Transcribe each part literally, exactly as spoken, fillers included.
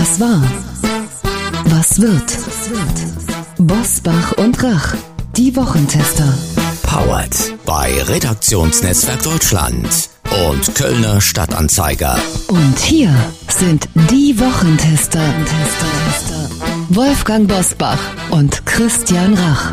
Was war? Was wird? Bosbach und Rach, die Wochentester. Powered bei Redaktionsnetzwerk Deutschland und Kölner Stadtanzeiger. Und hier sind die Wochentester. Wolfgang Bosbach und Christian Rach.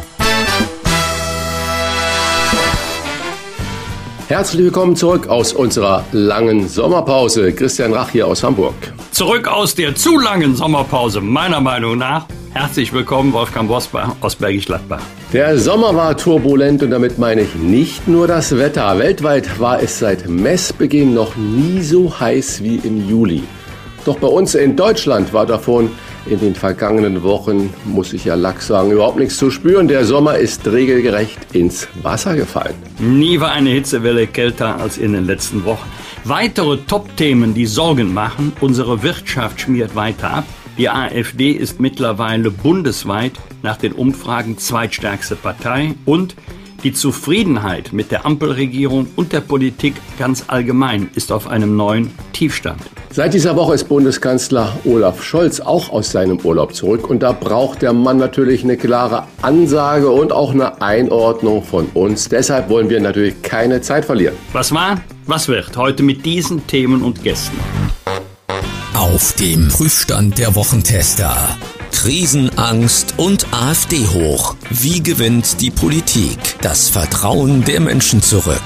Herzlich willkommen zurück aus unserer langen Sommerpause. Christian Rach hier aus Hamburg. Zurück aus der zu langen Sommerpause, meiner Meinung nach. Herzlich willkommen, Wolfgang Bosbach aus Bergisch Gladbach. Der Sommer war turbulent und damit meine ich nicht nur das Wetter. Weltweit war es seit Messbeginn noch nie so heiß wie im Juli. Doch bei uns in Deutschland war davon in den vergangenen Wochen, muss ich ja lax sagen, überhaupt nichts zu spüren. Der Sommer ist regelgerecht ins Wasser gefallen. Nie war eine Hitzewelle kälter als in den letzten Wochen. Weitere Top-Themen, die Sorgen machen: unsere Wirtschaft schmiert weiter ab. Die AfD ist mittlerweile bundesweit nach den Umfragen zweitstärkste Partei und die Zufriedenheit mit der Ampelregierung und der Politik ganz allgemein ist auf einem neuen Tiefstand. Seit dieser Woche ist Bundeskanzler Olaf Scholz auch aus seinem Urlaub zurück und da braucht der Mann natürlich eine klare Ansage und auch eine Einordnung von uns. Deshalb wollen wir natürlich keine Zeit verlieren. Was war? Was wird? Heute mit diesen Themen und Gästen. Auf dem Prüfstand der Wochentester. Krisenangst und AfD hoch. Wie gewinnt die Politik das Vertrauen der Menschen zurück?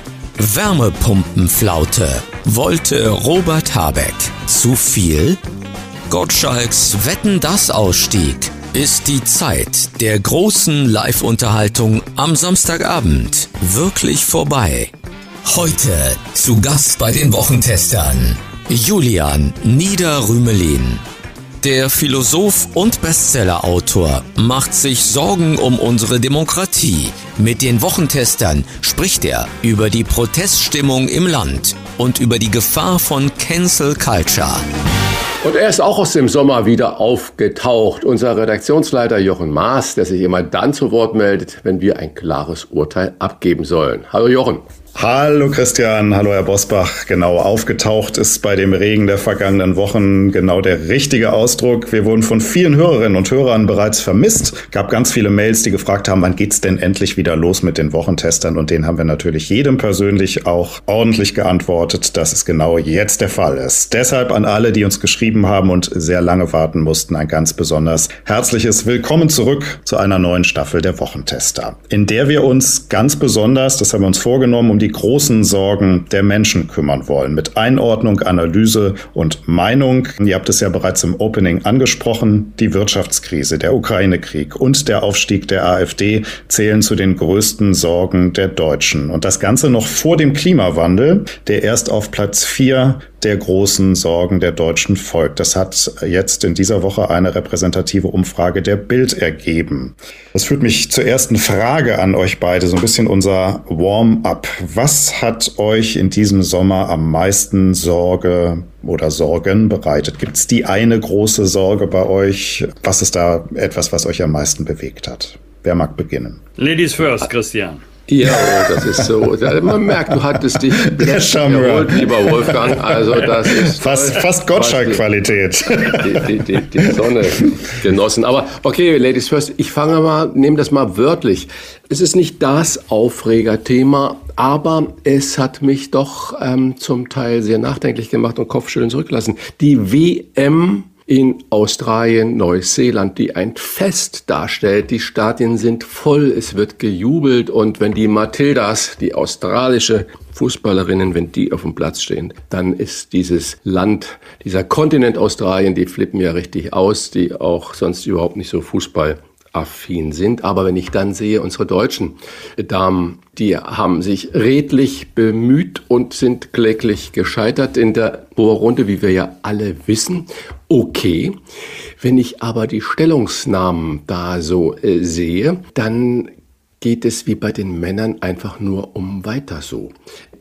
Wärmepumpenflaute. Wollte Robert Habeck zu viel? Gottschalks Wetten-dass-Ausstieg. Ist die Zeit der großen Live-Unterhaltung am Samstagabend wirklich vorbei? Heute zu Gast bei den Wochentestern Julian Niederrümelin. Der Philosoph und Bestsellerautor macht sich Sorgen um unsere Demokratie. Mit den Wochentestern spricht er über die Proteststimmung im Land und über die Gefahr von Cancel Culture. Und er ist auch aus dem Sommer wieder aufgetaucht. Unser Redaktionsleiter Jochen Maas, der sich immer dann zu Wort meldet, wenn wir ein klares Urteil abgeben sollen. Hallo Jochen. Hallo Christian, hallo Herr Bosbach. Genau, aufgetaucht ist bei dem Regen der vergangenen Wochen genau der richtige Ausdruck. Wir wurden von vielen Hörerinnen und Hörern bereits vermisst. Gab ganz viele Mails, die gefragt haben, wann geht's denn endlich wieder los mit den Wochentestern? Und denen haben wir natürlich jedem persönlich auch ordentlich geantwortet, dass es genau jetzt der Fall ist. Deshalb an alle, die uns geschrieben haben und sehr lange warten mussten, ein ganz besonders herzliches Willkommen zurück zu einer neuen Staffel der Wochentester, in der wir uns ganz besonders, das haben wir uns vorgenommen, um die großen Sorgen der Menschen kümmern wollen. Mit Einordnung, Analyse und Meinung. Ihr habt es ja bereits im Opening angesprochen. Die Wirtschaftskrise, der Ukraine-Krieg und der Aufstieg der AfD zählen zu den größten Sorgen der Deutschen. Und das Ganze noch vor dem Klimawandel, der erst auf Platz vier der großen Sorgen der Deutschen folgt. Das hat jetzt in dieser Woche eine repräsentative Umfrage der Bild ergeben. Das führt mich zur ersten Frage an euch beide, so ein bisschen unser Warm-up. Was hat euch in diesem Sommer am meisten Sorge oder Sorgen bereitet? Gibt es die eine große Sorge bei euch? Was ist da etwas, was euch am meisten bewegt hat? Wer mag beginnen? Ladies first, Christian. Ja, das ist so. Man merkt, du hattest dich erholt, lieber Wolfgang. Also das ist fast, fast Gottschalk-Qualität. Die, die, die, die Sonne genossen. Aber okay, Ladies first, ich fange mal, nehme das mal wörtlich. Es ist nicht das Aufregerthema, aber es hat mich doch ähm, zum Teil sehr nachdenklich gemacht und Kopfschütteln zurückgelassen. Die W M in Australien, Neuseeland, die ein Fest darstellt. Die Stadien sind voll, es wird gejubelt und wenn die Matildas, die australische Fußballerinnen, wenn die auf dem Platz stehen, dann ist dieses Land, dieser Kontinent Australien, die flippen ja richtig aus, die auch sonst überhaupt nicht so Fußball affin sind. Aber wenn ich dann sehe, unsere deutschen Damen, die haben sich redlich bemüht und sind kläglich gescheitert in der Vorrunde, wie wir ja alle wissen. Okay, wenn ich aber die Stellungsnahmen da so äh, sehe, dann geht es wie bei den Männern einfach nur um weiter so.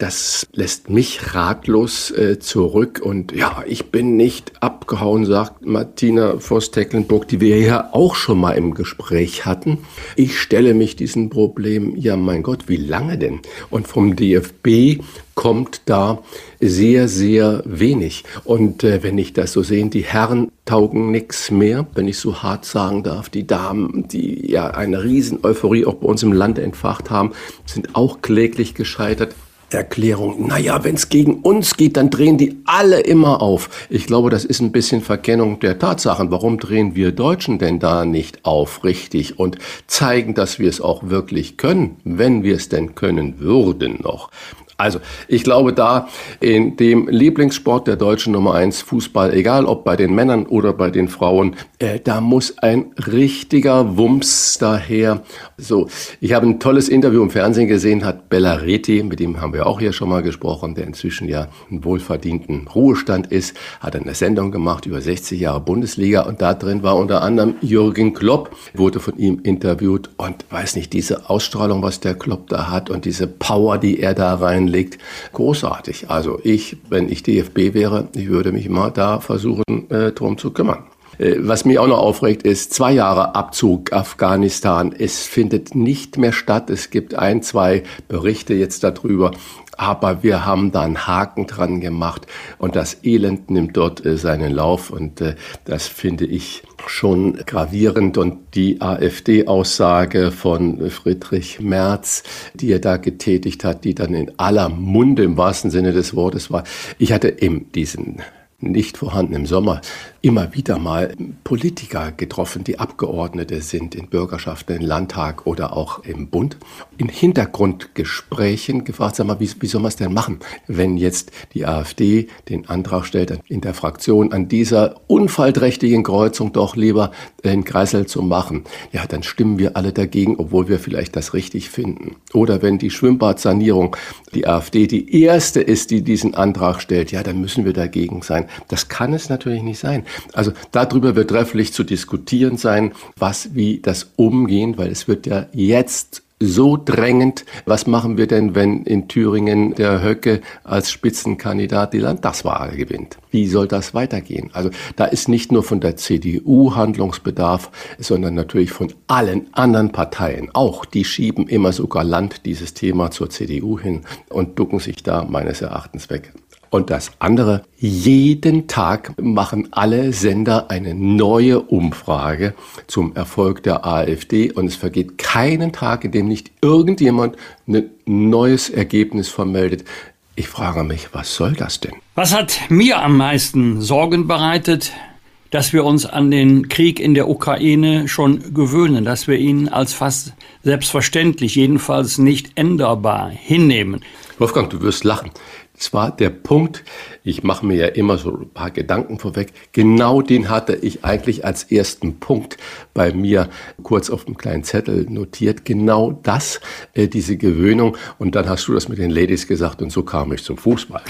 das lässt mich ratlos äh, zurück. Und ja, ich bin nicht abgehauen, sagt Martina Voss-Tecklenburg, die wir ja auch schon mal im Gespräch hatten. Ich stelle mich diesem Problem, ja mein Gott, wie lange denn? Und vom D F B kommt da sehr, sehr wenig. Und äh, wenn ich das so sehe, die Herren taugen nichts mehr, wenn ich so hart sagen darf. Die Damen, die ja eine riesen Euphorie auch bei uns im Land entfacht haben, sind auch kläglich gescheitert. Erklärung, naja, wenn es gegen uns geht, dann drehen die alle immer auf. Ich glaube, das ist ein bisschen Verkennung der Tatsachen. Warum drehen wir Deutschen denn da nicht auf, richtig, und zeigen, dass wir es auch wirklich können, wenn wir es denn können würden noch. Also, ich glaube, da in dem Lieblingssport der Deutschen Nummer eins, Fußball, egal ob bei den Männern oder bei den Frauen, äh, da muss ein richtiger Wumms daher. So, ich habe ein tolles Interview im Fernsehen gesehen, hat Bella Reti, mit dem haben wir auch hier schon mal gesprochen, der inzwischen ja einen wohlverdienten Ruhestand ist, hat eine Sendung gemacht über sechzig Jahre Bundesliga und da drin war unter anderem Jürgen Klopp, wurde von ihm interviewt und weiß nicht, diese Ausstrahlung, was der Klopp da hat und diese Power, die er da rein liegt, großartig. Also ich, wenn ich D F B wäre, ich würde mich mal da versuchen, äh, drum zu kümmern. Äh, was mich auch noch aufregt, ist zwei Jahre Abzug Afghanistan. Es findet nicht mehr statt. Es gibt ein, zwei Berichte jetzt darüber. Aber wir haben da einen Haken dran gemacht und das Elend nimmt dort äh, seinen Lauf und äh, das finde ich schon gravierend. Und die AfD-Aussage von Friedrich Merz, die er da getätigt hat, die dann in aller Munde im wahrsten Sinne des Wortes war. Ich hatte eben diesen nicht vorhanden im Sommer, immer wieder mal Politiker getroffen, die Abgeordnete sind in Bürgerschaften, im Landtag oder auch im Bund. In Hintergrundgesprächen gefragt, sag mal, wie, wie soll man es denn machen, wenn jetzt die AfD den Antrag stellt, in der Fraktion an dieser unfallträchtigen Kreuzung doch lieber einen Kreisel zu machen. Ja, dann stimmen wir alle dagegen, obwohl wir vielleicht das richtig finden. Oder wenn die Schwimmbadsanierung, die AfD die erste ist, die diesen Antrag stellt, ja, dann müssen wir dagegen sein. Das kann es natürlich nicht sein. Also darüber wird trefflich zu diskutieren sein, was, wie das umgehen, weil es wird ja jetzt so drängend. Was machen wir denn, wenn in Thüringen der Höcke als Spitzenkandidat die Landtagswahl gewinnt? Wie soll das weitergehen? Also da ist nicht nur von der C D U Handlungsbedarf, sondern natürlich von allen anderen Parteien auch. Die schieben immer so galant dieses Thema zur C D U hin und ducken sich da meines Erachtens weg. Und das andere, jeden Tag machen alle Sender eine neue Umfrage zum Erfolg der AfD und es vergeht keinen Tag, in dem nicht irgendjemand ein neues Ergebnis vermeldet. Ich frage mich, was soll das denn? Was hat mir am meisten Sorgen bereitet? Dass wir uns an den Krieg in der Ukraine schon gewöhnen, dass wir ihn als fast selbstverständlich, jedenfalls nicht änderbar hinnehmen. Wolfgang, du wirst lachen. Das war der Punkt, ich mache mir ja immer so ein paar Gedanken vorweg, genau den hatte ich eigentlich als ersten Punkt bei mir kurz auf einem kleinen Zettel notiert, genau das, äh, diese Gewöhnung, und dann hast du das mit den Ladies gesagt und so kam ich zum Fußball.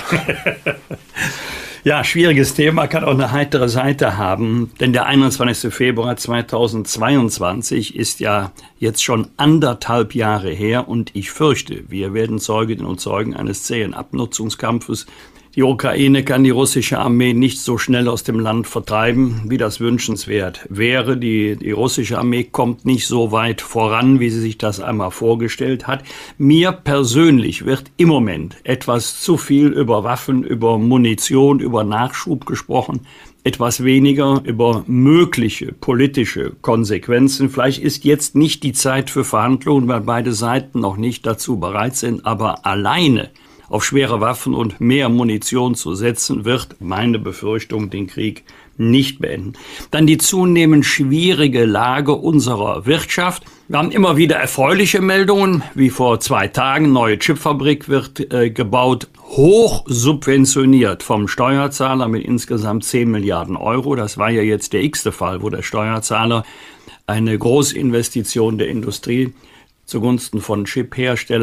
Ja, schwieriges Thema, kann auch eine heitere Seite haben, denn der einundzwanzigster Februar zweitausendzweiundzwanzig ist ja jetzt schon anderthalb Jahre her und ich fürchte, wir werden Zeuginnen und Zeugen eines zähen Abnutzungskampfes. Die Ukraine kann die russische Armee nicht so schnell aus dem Land vertreiben, wie das wünschenswert wäre. Die, die russische Armee kommt nicht so weit voran, wie sie sich das einmal vorgestellt hat. Mir persönlich wird im Moment etwas zu viel über Waffen, über Munition, über Nachschub gesprochen. Etwas weniger über mögliche politische Konsequenzen. Vielleicht ist jetzt nicht die Zeit für Verhandlungen, weil beide Seiten noch nicht dazu bereit sind, aber alleine auf schwere Waffen und mehr Munition zu setzen, wird, meine Befürchtung, den Krieg nicht beenden. Dann die zunehmend schwierige Lage unserer Wirtschaft. Wir haben immer wieder erfreuliche Meldungen, wie vor zwei Tagen, neue Chipfabrik wird äh, gebaut, hoch subventioniert vom Steuerzahler mit insgesamt zehn Milliarden Euro. Das war ja jetzt der x-te Fall, wo der Steuerzahler eine Großinvestition der Industrie zugunsten von Chiphersteller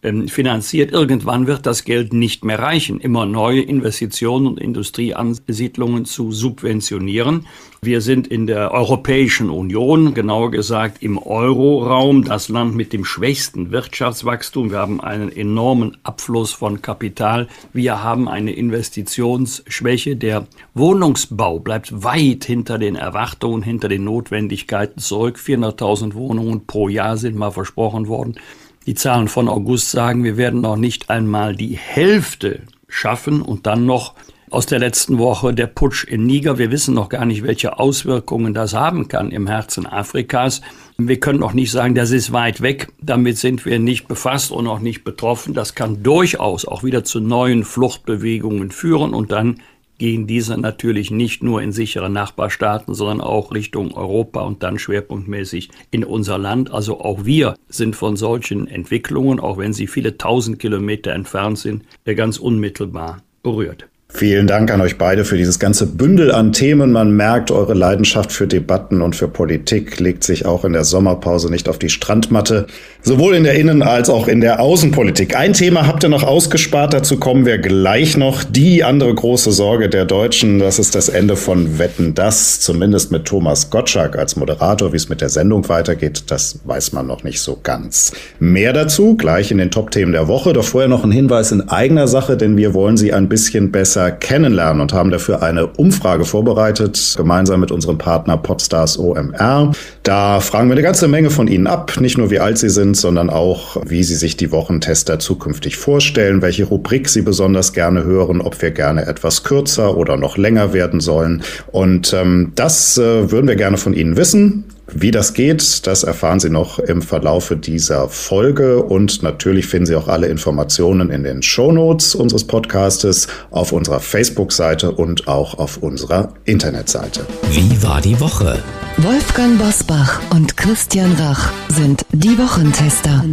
ähm, finanziert. Irgendwann wird das Geld nicht mehr reichen, immer neue Investitionen und Industrieansiedlungen zu subventionieren. Wir sind in der Europäischen Union, genauer gesagt im Euroraum, das Land mit dem schwächsten Wirtschaftswachstum. Wir haben einen enormen Abfluss von Kapital. Wir haben eine Investitionsschwäche. Der Wohnungsbau bleibt weit hinter den Erwartungen, hinter den Notwendigkeiten zurück. vierhunderttausend Wohnungen pro Jahr sind mal versprochen worden. Die Zahlen von August sagen, wir werden noch nicht einmal die Hälfte schaffen und dann noch aus der letzten Woche der Putsch in Niger. Wir wissen noch gar nicht, welche Auswirkungen das haben kann im Herzen Afrikas. Wir können auch nicht sagen, das ist weit weg. Damit sind wir nicht befasst und auch nicht betroffen. Das kann durchaus auch wieder zu neuen Fluchtbewegungen führen und dann gehen diese natürlich nicht nur in sichere Nachbarstaaten, sondern auch Richtung Europa und dann schwerpunktmäßig in unser Land. Also auch wir sind von solchen Entwicklungen, auch wenn sie viele tausend Kilometer entfernt sind, ganz unmittelbar berührt. Vielen Dank an euch beide für dieses ganze Bündel an Themen. Man merkt, eure Leidenschaft für Debatten und für Politik legt sich auch in der Sommerpause nicht auf die Strandmatte, sowohl in der Innen- als auch in der Außenpolitik. Ein Thema habt ihr noch ausgespart, dazu kommen wir gleich noch. Die andere große Sorge der Deutschen, das ist das Ende von Wetten, dass, zumindest mit Thomas Gottschalk als Moderator. Wie es mit der Sendung weitergeht, das weiß man noch nicht so ganz. Mehr dazu gleich in den Top-Themen der Woche. Doch vorher noch ein Hinweis in eigener Sache, denn wir wollen Sie ein bisschen besser kennenlernen und haben dafür eine Umfrage vorbereitet, gemeinsam mit unserem Partner Podstars O M R. Da fragen wir eine ganze Menge von Ihnen ab, nicht nur wie alt Sie sind, sondern auch, wie Sie sich die Wochentester zukünftig vorstellen, welche Rubrik Sie besonders gerne hören, ob wir gerne etwas kürzer oder noch länger werden sollen. Und ähm, das äh, würden wir gerne von Ihnen wissen. Wie das geht, das erfahren Sie noch im Verlaufe dieser Folge und natürlich finden Sie auch alle Informationen in den Shownotes unseres Podcastes, auf unserer Facebook-Seite und auch auf unserer Internetseite. Wie war die Woche? Wolfgang Bosbach und Christian Rach sind die Wochentester.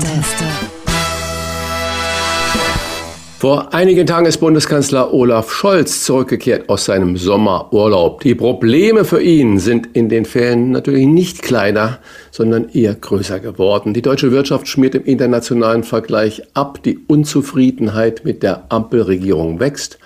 Vor einigen Tagen ist Bundeskanzler Olaf Scholz zurückgekehrt aus seinem Sommerurlaub. Die Probleme für ihn sind in den Ferien natürlich nicht kleiner, sondern eher größer geworden. Die deutsche Wirtschaft schmiert im internationalen Vergleich ab. Die Unzufriedenheit mit der Ampelregierung wächst.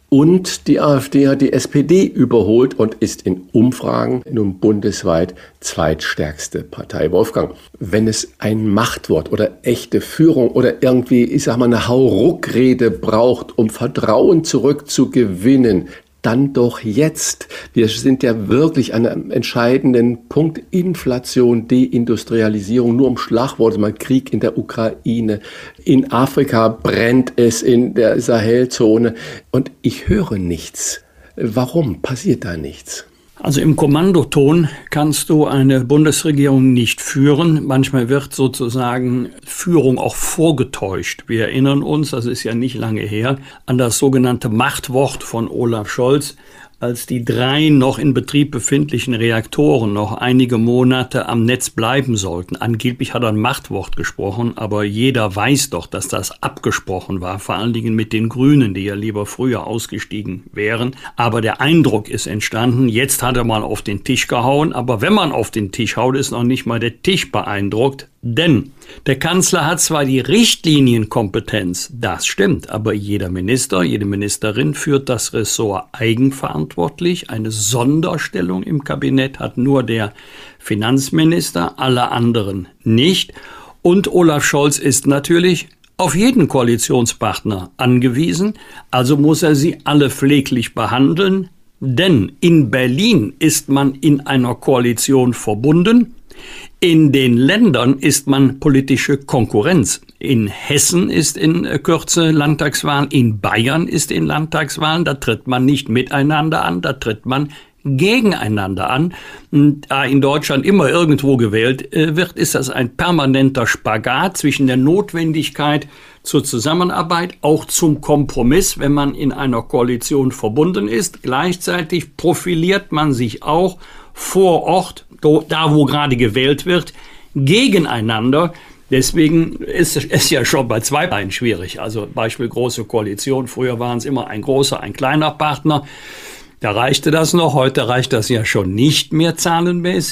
Und die AfD hat die S P D überholt und ist in Umfragen nun bundesweit zweitstärkste Partei. Wolfgang, wenn es ein Machtwort oder echte Führung oder irgendwie, ich sag mal, eine Hauruckrede braucht, um Vertrauen zurückzugewinnen, dann doch jetzt. Wir sind ja wirklich an einem entscheidenden Punkt. Inflation, Deindustrialisierung, nur um Schlagworte, mal Krieg in der Ukraine. In Afrika brennt es in der Sahelzone. Und ich höre nichts. Warum passiert da nichts? Also im Kommandoton kannst du eine Bundesregierung nicht führen. Manchmal wird sozusagen Führung auch vorgetäuscht. Wir erinnern uns, das ist ja nicht lange her, an das sogenannte Machtwort von Olaf Scholz, als die drei noch in Betrieb befindlichen Reaktoren noch einige Monate am Netz bleiben sollten. Angeblich hat er ein Machtwort gesprochen, aber jeder weiß doch, dass das abgesprochen war, vor allen Dingen mit den Grünen, die ja lieber früher ausgestiegen wären. Aber der Eindruck ist entstanden, jetzt hat er mal auf den Tisch gehauen, aber wenn man auf den Tisch haut, ist noch nicht mal der Tisch beeindruckt. Denn der Kanzler hat zwar die Richtlinienkompetenz, das stimmt, aber jeder Minister, jede Ministerin führt das Ressort eigenverantwortlich. Eine Sonderstellung im Kabinett hat nur der Finanzminister, alle anderen nicht. Und Olaf Scholz ist natürlich auf jeden Koalitionspartner angewiesen, also muss er sie alle pfleglich behandeln, denn in Berlin ist man in einer Koalition verbunden. In den Ländern ist man politische Konkurrenz. In Hessen ist in Kürze Landtagswahlen, in Bayern ist in Landtagswahlen, da tritt man nicht miteinander an, da tritt man gegeneinander an. Da in Deutschland immer irgendwo gewählt wird, ist das ein permanenter Spagat zwischen der Notwendigkeit zur Zusammenarbeit, auch zum Kompromiss, wenn man in einer Koalition verbunden ist. Gleichzeitig profiliert man sich auch vor Ort, da wo gerade gewählt wird, gegeneinander. Deswegen ist es ja schon bei zwei Beinen schwierig. Also Beispiel große Koalition. Früher waren es immer ein großer, ein kleiner Partner. Da reichte das noch. Heute reicht das ja schon nicht mehr zahlenmäßig.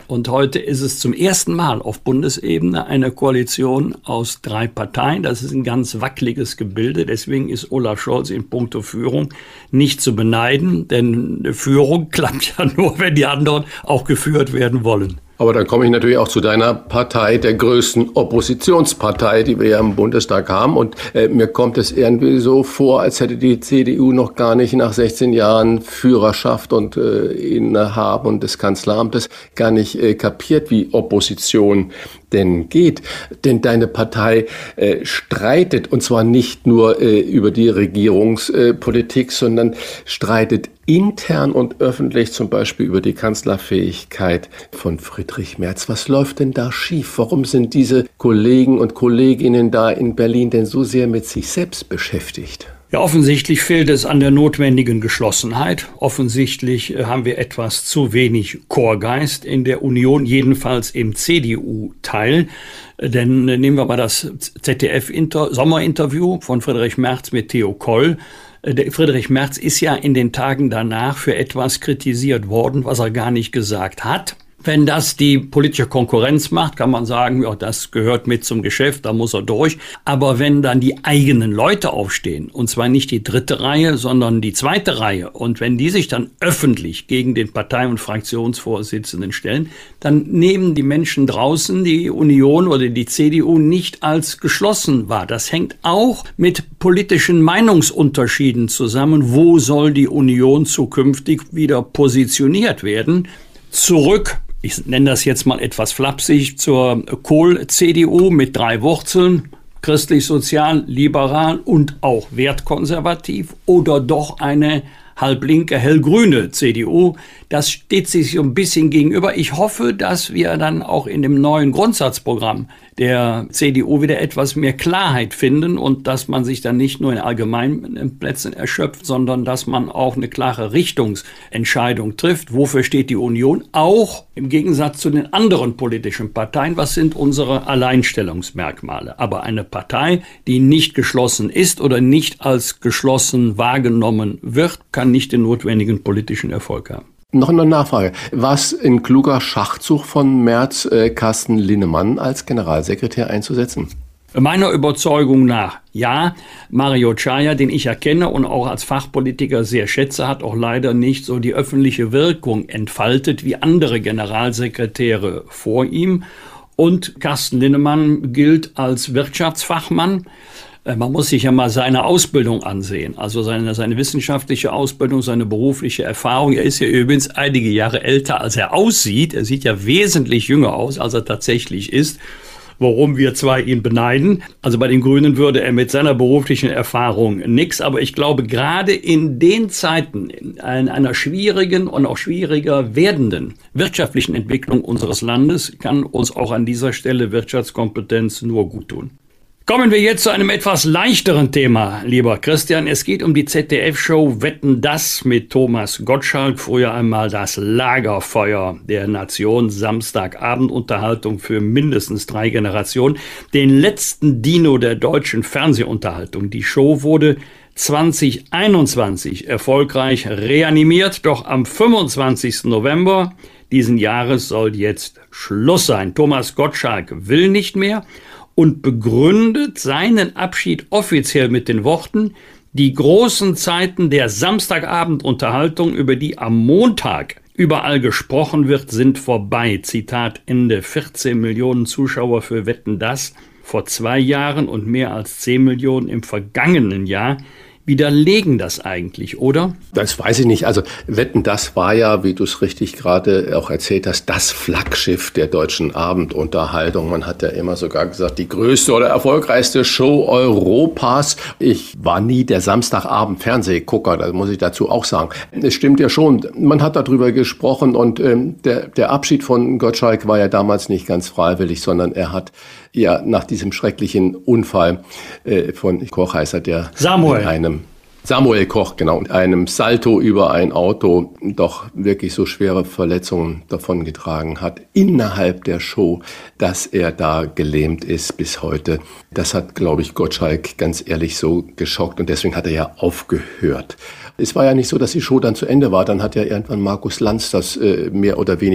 Und heute ist es zum ersten Mal auf Bundesebene eine Koalition aus drei Parteien. Das ist ein ganz wackeliges Gebilde. Deswegen ist Olaf Scholz in puncto Führung nicht zu beneiden. Denn Führung klappt ja nur, wenn die anderen auch geführt werden wollen. Aber dann komme ich natürlich auch zu deiner Partei, der größten Oppositionspartei, die wir ja im Bundestag haben. Und äh, mir kommt es irgendwie so vor, als hätte die C D U noch gar nicht nach sechzehn Jahren Führerschaft und äh, Innehaben des Kanzleramtes gar nicht äh, kapiert, wie Opposition denn geht. Denn deine Partei äh, streitet, und zwar nicht nur äh, über die Regierungspolitik, äh, sondern streitet intern und öffentlich zum Beispiel über die Kanzlerfähigkeit von Friedrich Merz. Was läuft denn da schief? Warum sind diese Kollegen und Kolleginnen da in Berlin denn so sehr mit sich selbst beschäftigt? Ja, offensichtlich fehlt es an der notwendigen Geschlossenheit. Offensichtlich haben wir etwas zu wenig Chorgeist in der Union, jedenfalls im C D U-Teil. Denn nehmen wir mal das Z D F-Sommerinterview von Friedrich Merz mit Theo Koll. Der Friedrich Merz ist ja in den Tagen danach für etwas kritisiert worden, was er gar nicht gesagt hat. Wenn das die politische Konkurrenz macht, kann man sagen, ja, das gehört mit zum Geschäft, da muss er durch. Aber wenn dann die eigenen Leute aufstehen, und zwar nicht die dritte Reihe, sondern die zweite Reihe, und wenn die sich dann öffentlich gegen den Partei- und Fraktionsvorsitzenden stellen, dann nehmen die Menschen draußen die Union oder die C D U nicht als geschlossen wahr. Das hängt auch mit politischen Meinungsunterschieden zusammen. Wo soll die Union zukünftig wieder positioniert werden? Zurück, ich nenne das jetzt mal etwas flapsig, zur Kohl-C D U mit drei Wurzeln, christlich-sozial, liberal und auch wertkonservativ, oder doch eine halblinke, hellgrüne C D U. Das steht sich so ein bisschen gegenüber. Ich hoffe, dass wir dann auch in dem neuen Grundsatzprogramm der C D U wieder etwas mehr Klarheit finden und dass man sich dann nicht nur in allgemeinen Plätzen erschöpft, sondern dass man auch eine klare Richtungsentscheidung trifft. Wofür steht die Union? Auch im Gegensatz zu den anderen politischen Parteien. Was sind unsere Alleinstellungsmerkmale? Aber eine Partei, die nicht geschlossen ist oder nicht als geschlossen wahrgenommen wird, kann nicht den notwendigen politischen Erfolg haben. Noch eine Nachfrage. War es ein kluger Schachzug von Merz, äh, Carsten Linnemann als Generalsekretär einzusetzen? Meiner Überzeugung nach ja. Mario Chaya, den ich ja kenne und auch als Fachpolitiker sehr schätze, hat auch leider nicht so die öffentliche Wirkung entfaltet wie andere Generalsekretäre vor ihm. Und Carsten Linnemann gilt als Wirtschaftsfachmann. Man muss sich ja mal seine Ausbildung ansehen, also seine, seine wissenschaftliche Ausbildung, seine berufliche Erfahrung. Er ist ja übrigens einige Jahre älter, als er aussieht. Er sieht ja wesentlich jünger aus, als er tatsächlich ist, worum wir zwei ihn beneiden. Also bei den Grünen würde er mit seiner beruflichen Erfahrung nichts. Aber ich glaube, gerade in den Zeiten, in einer schwierigen und auch schwieriger werdenden wirtschaftlichen Entwicklung unseres Landes, kann uns auch an dieser Stelle Wirtschaftskompetenz nur gut tun. Kommen wir jetzt zu einem etwas leichteren Thema, lieber Christian. Es geht um die Z D F-Show Wetten, dass mit Thomas Gottschalk, früher einmal das Lagerfeuer der Nation, Samstagabendunterhaltung für mindestens drei Generationen, den letzten Dino der deutschen Fernsehunterhaltung. Die Show wurde zwanzig einundzwanzig erfolgreich reanimiert, doch am fünfundzwanzigsten November diesen Jahres soll jetzt Schluss sein. Thomas Gottschalk will nicht mehr und begründet seinen Abschied offiziell mit den Worten: Die großen Zeiten der Samstagabendunterhaltung, über die am Montag überall gesprochen wird, sind vorbei. Zitat Ende. vierzehn Millionen Zuschauer für Wetten, dass vor zwei Jahren und mehr als zehn Millionen im vergangenen Jahr widerlegen das eigentlich, oder? Das weiß ich nicht. Also Wetten, das war ja, wie du es richtig gerade auch erzählt hast, das Flaggschiff der deutschen Abendunterhaltung. Man hat ja immer sogar gesagt, die größte oder erfolgreichste Show Europas. Ich war nie der Samstagabend-Fernsehgucker, das muss ich dazu auch sagen. Es stimmt ja schon, man hat darüber gesprochen und ähm, der, der Abschied von Gottschalk war ja damals nicht ganz freiwillig, sondern er hat ja nach diesem schrecklichen Unfall äh, von Koch heißt er, der Samuel. in einem Samuel Koch, genau, in einem Salto über ein Auto doch wirklich so schwere Verletzungen davongetragen hat innerhalb der Show, dass er da gelähmt ist bis heute. Das hat, glaube ich, Gottschalk ganz ehrlich so geschockt und deswegen hat er ja aufgehört. Es war ja nicht so, dass die Show dann zu Ende war. Dann hat ja irgendwann Markus Lanz das äh, mehr oder weniger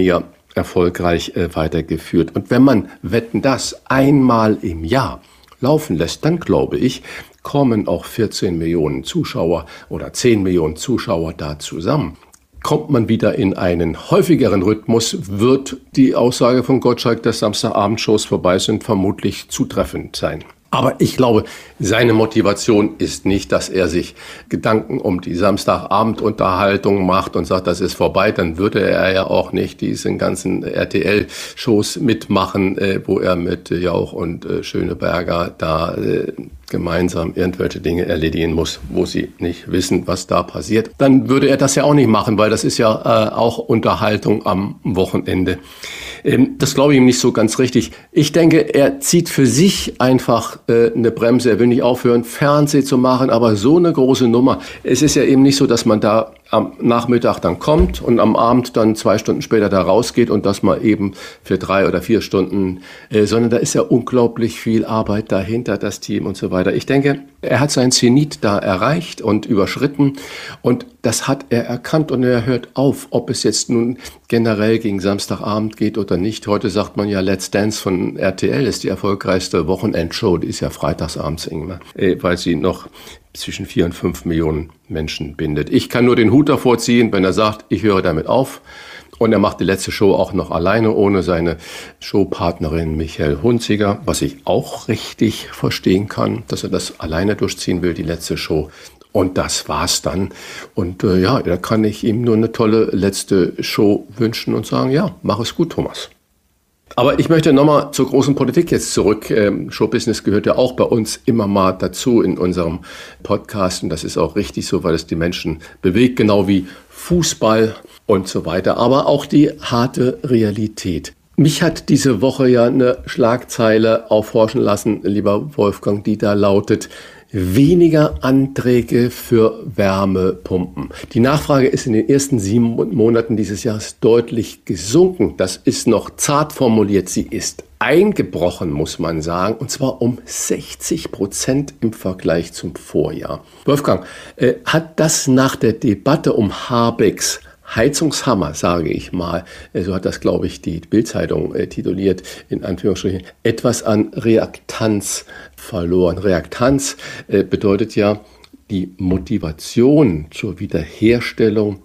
erfolgreich äh, weitergeführt. Und wenn man Wetten, das einmal im Jahr laufen lässt, dann glaube ich, kommen auch vierzehn Millionen Zuschauer oder zehn Millionen Zuschauer da zusammen. Kommt man wieder in einen häufigeren Rhythmus, wird die Aussage von Gottschalk, dass Samstagabendshows vorbei sind, vermutlich zutreffend sein. Aber ich glaube, seine Motivation ist nicht, dass er sich Gedanken um die Samstagabendunterhaltung macht und sagt, das ist vorbei. Dann würde er ja auch nicht diesen ganzen R T L-Shows mitmachen, äh, wo er mit Jauch und äh, Schöneberger da äh, gemeinsam irgendwelche Dinge erledigen muss, wo sie nicht wissen, was da passiert. Dann würde er das ja auch nicht machen, weil das ist ja äh, auch Unterhaltung am Wochenende. Ähm, das glaube ich ihm nicht so ganz richtig. Ich denke, er zieht für sich einfach äh, eine Bremse. Er will nicht aufhören, Fernsehen zu machen, aber so eine große Nummer. Es ist ja eben nicht so, dass man da am Nachmittag dann kommt und am Abend dann zwei Stunden später da rausgeht und das mal eben für drei oder vier Stunden, äh, sondern da ist ja unglaublich viel Arbeit dahinter, das Team und so weiter. Ich denke, er hat sein Zenit da erreicht und überschritten und das hat er erkannt und er hört auf, ob es jetzt nun generell gegen Samstagabend geht oder nicht. Heute sagt man ja, Let's Dance von R T L ist die erfolgreichste Wochenendshow, die ist ja freitagsabends immer, äh, weil sie noch zwischen vier und fünf Millionen Menschen bindet. Ich kann nur den Hut davor ziehen, wenn er sagt, ich höre damit auf. Und er macht die letzte Show auch noch alleine, ohne seine Showpartnerin Michael Hunziker, was ich auch richtig verstehen kann, dass er das alleine durchziehen will, die letzte Show. Und das war's dann. Und äh, ja, da kann ich ihm nur eine tolle letzte Show wünschen und sagen, ja, mach es gut, Thomas. Aber ich möchte nochmal zur großen Politik jetzt zurück. Ähm, Showbusiness gehört ja auch bei uns immer mal dazu in unserem Podcast. Und das ist auch richtig so, weil es die Menschen bewegt, genau wie Fußball und so weiter. Aber auch die harte Realität. Mich hat diese Woche ja eine Schlagzeile aufhorchen lassen, lieber Wolfgang, die da lautet: weniger Anträge für Wärmepumpen. Die Nachfrage ist in den ersten sieben Monaten dieses Jahres deutlich gesunken. Das ist noch zart formuliert. Sie ist eingebrochen, muss man sagen, und zwar um sechzig Prozent im Vergleich zum Vorjahr. Wolfgang, äh, hat das nach der Debatte um Habecks Heizungshammer, sage ich mal, so hat das, glaube ich, die Bild-Zeitung äh, tituliert, in Anführungsstrichen, etwas an Reaktanz verloren. Reaktanz äh, bedeutet ja die Motivation zur Wiederherstellung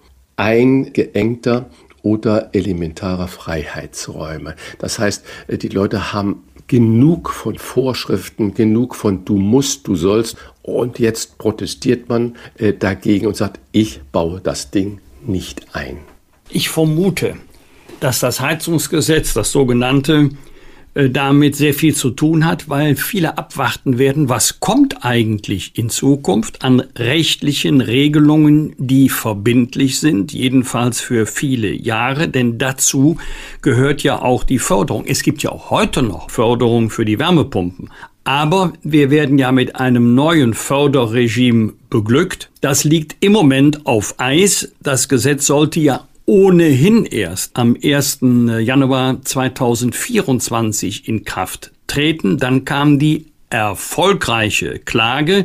eingeengter oder elementarer Freiheitsräume. Das heißt, äh, die Leute haben genug von Vorschriften, genug von du musst, du sollst, und jetzt protestiert man äh, dagegen und sagt, ich baue das Ding nicht ein. Ich vermute, dass das Heizungsgesetz, das sogenannte, damit sehr viel zu tun hat, weil viele abwarten werden, was kommt eigentlich in Zukunft an rechtlichen Regelungen, die verbindlich sind, jedenfalls für viele Jahre, denn dazu gehört ja auch die Förderung. Es gibt ja auch heute noch Förderung für die Wärmepumpen. Aber wir werden ja mit einem neuen Förderregime beglückt. Das liegt im Moment auf Eis. Das Gesetz sollte ja ohnehin erst am ersten Januar zweitausendvierundzwanzig in Kraft treten. Dann kam die erfolgreiche Klage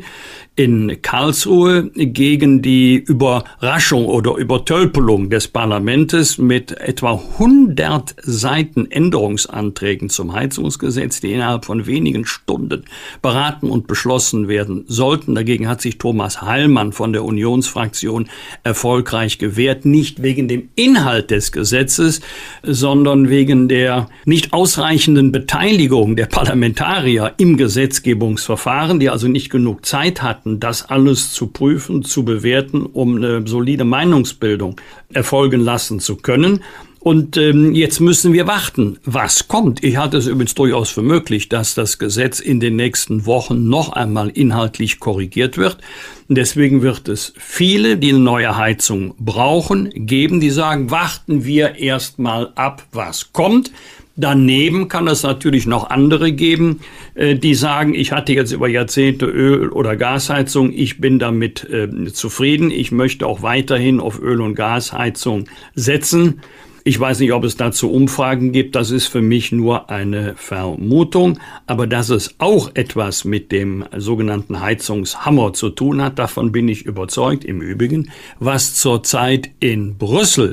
in Karlsruhe gegen die Überraschung oder Übertölpelung des Parlamentes mit etwa hundert Seiten Änderungsanträgen zum Heizungsgesetz, die innerhalb von wenigen Stunden beraten und beschlossen werden sollten. Dagegen hat sich Thomas Heilmann von der Unionsfraktion erfolgreich gewehrt, nicht wegen dem Inhalt des Gesetzes, sondern wegen der nicht ausreichenden Beteiligung der Parlamentarier im Gesetzgebungsverfahren, die also nicht genug Zeit hatten, das alles zu prüfen, zu bewerten, um eine solide Meinungsbildung erfolgen lassen zu können. Und ähm, jetzt müssen wir warten, was kommt. Ich halte es übrigens durchaus für möglich, dass das Gesetz in den nächsten Wochen noch einmal inhaltlich korrigiert wird. Und deswegen wird es viele, die eine neue Heizung brauchen, geben, die sagen, warten wir erst mal ab, was kommt. Daneben kann es natürlich noch andere geben, die sagen, ich hatte jetzt über Jahrzehnte Öl- oder Gasheizung, ich bin damit äh, zufrieden, ich möchte auch weiterhin auf Öl- und Gasheizung setzen. Ich weiß nicht, ob es dazu Umfragen gibt, das ist für mich nur eine Vermutung, aber dass es auch etwas mit dem sogenannten Heizungshammer zu tun hat, davon bin ich überzeugt. Im Übrigen, was zurzeit in Brüssel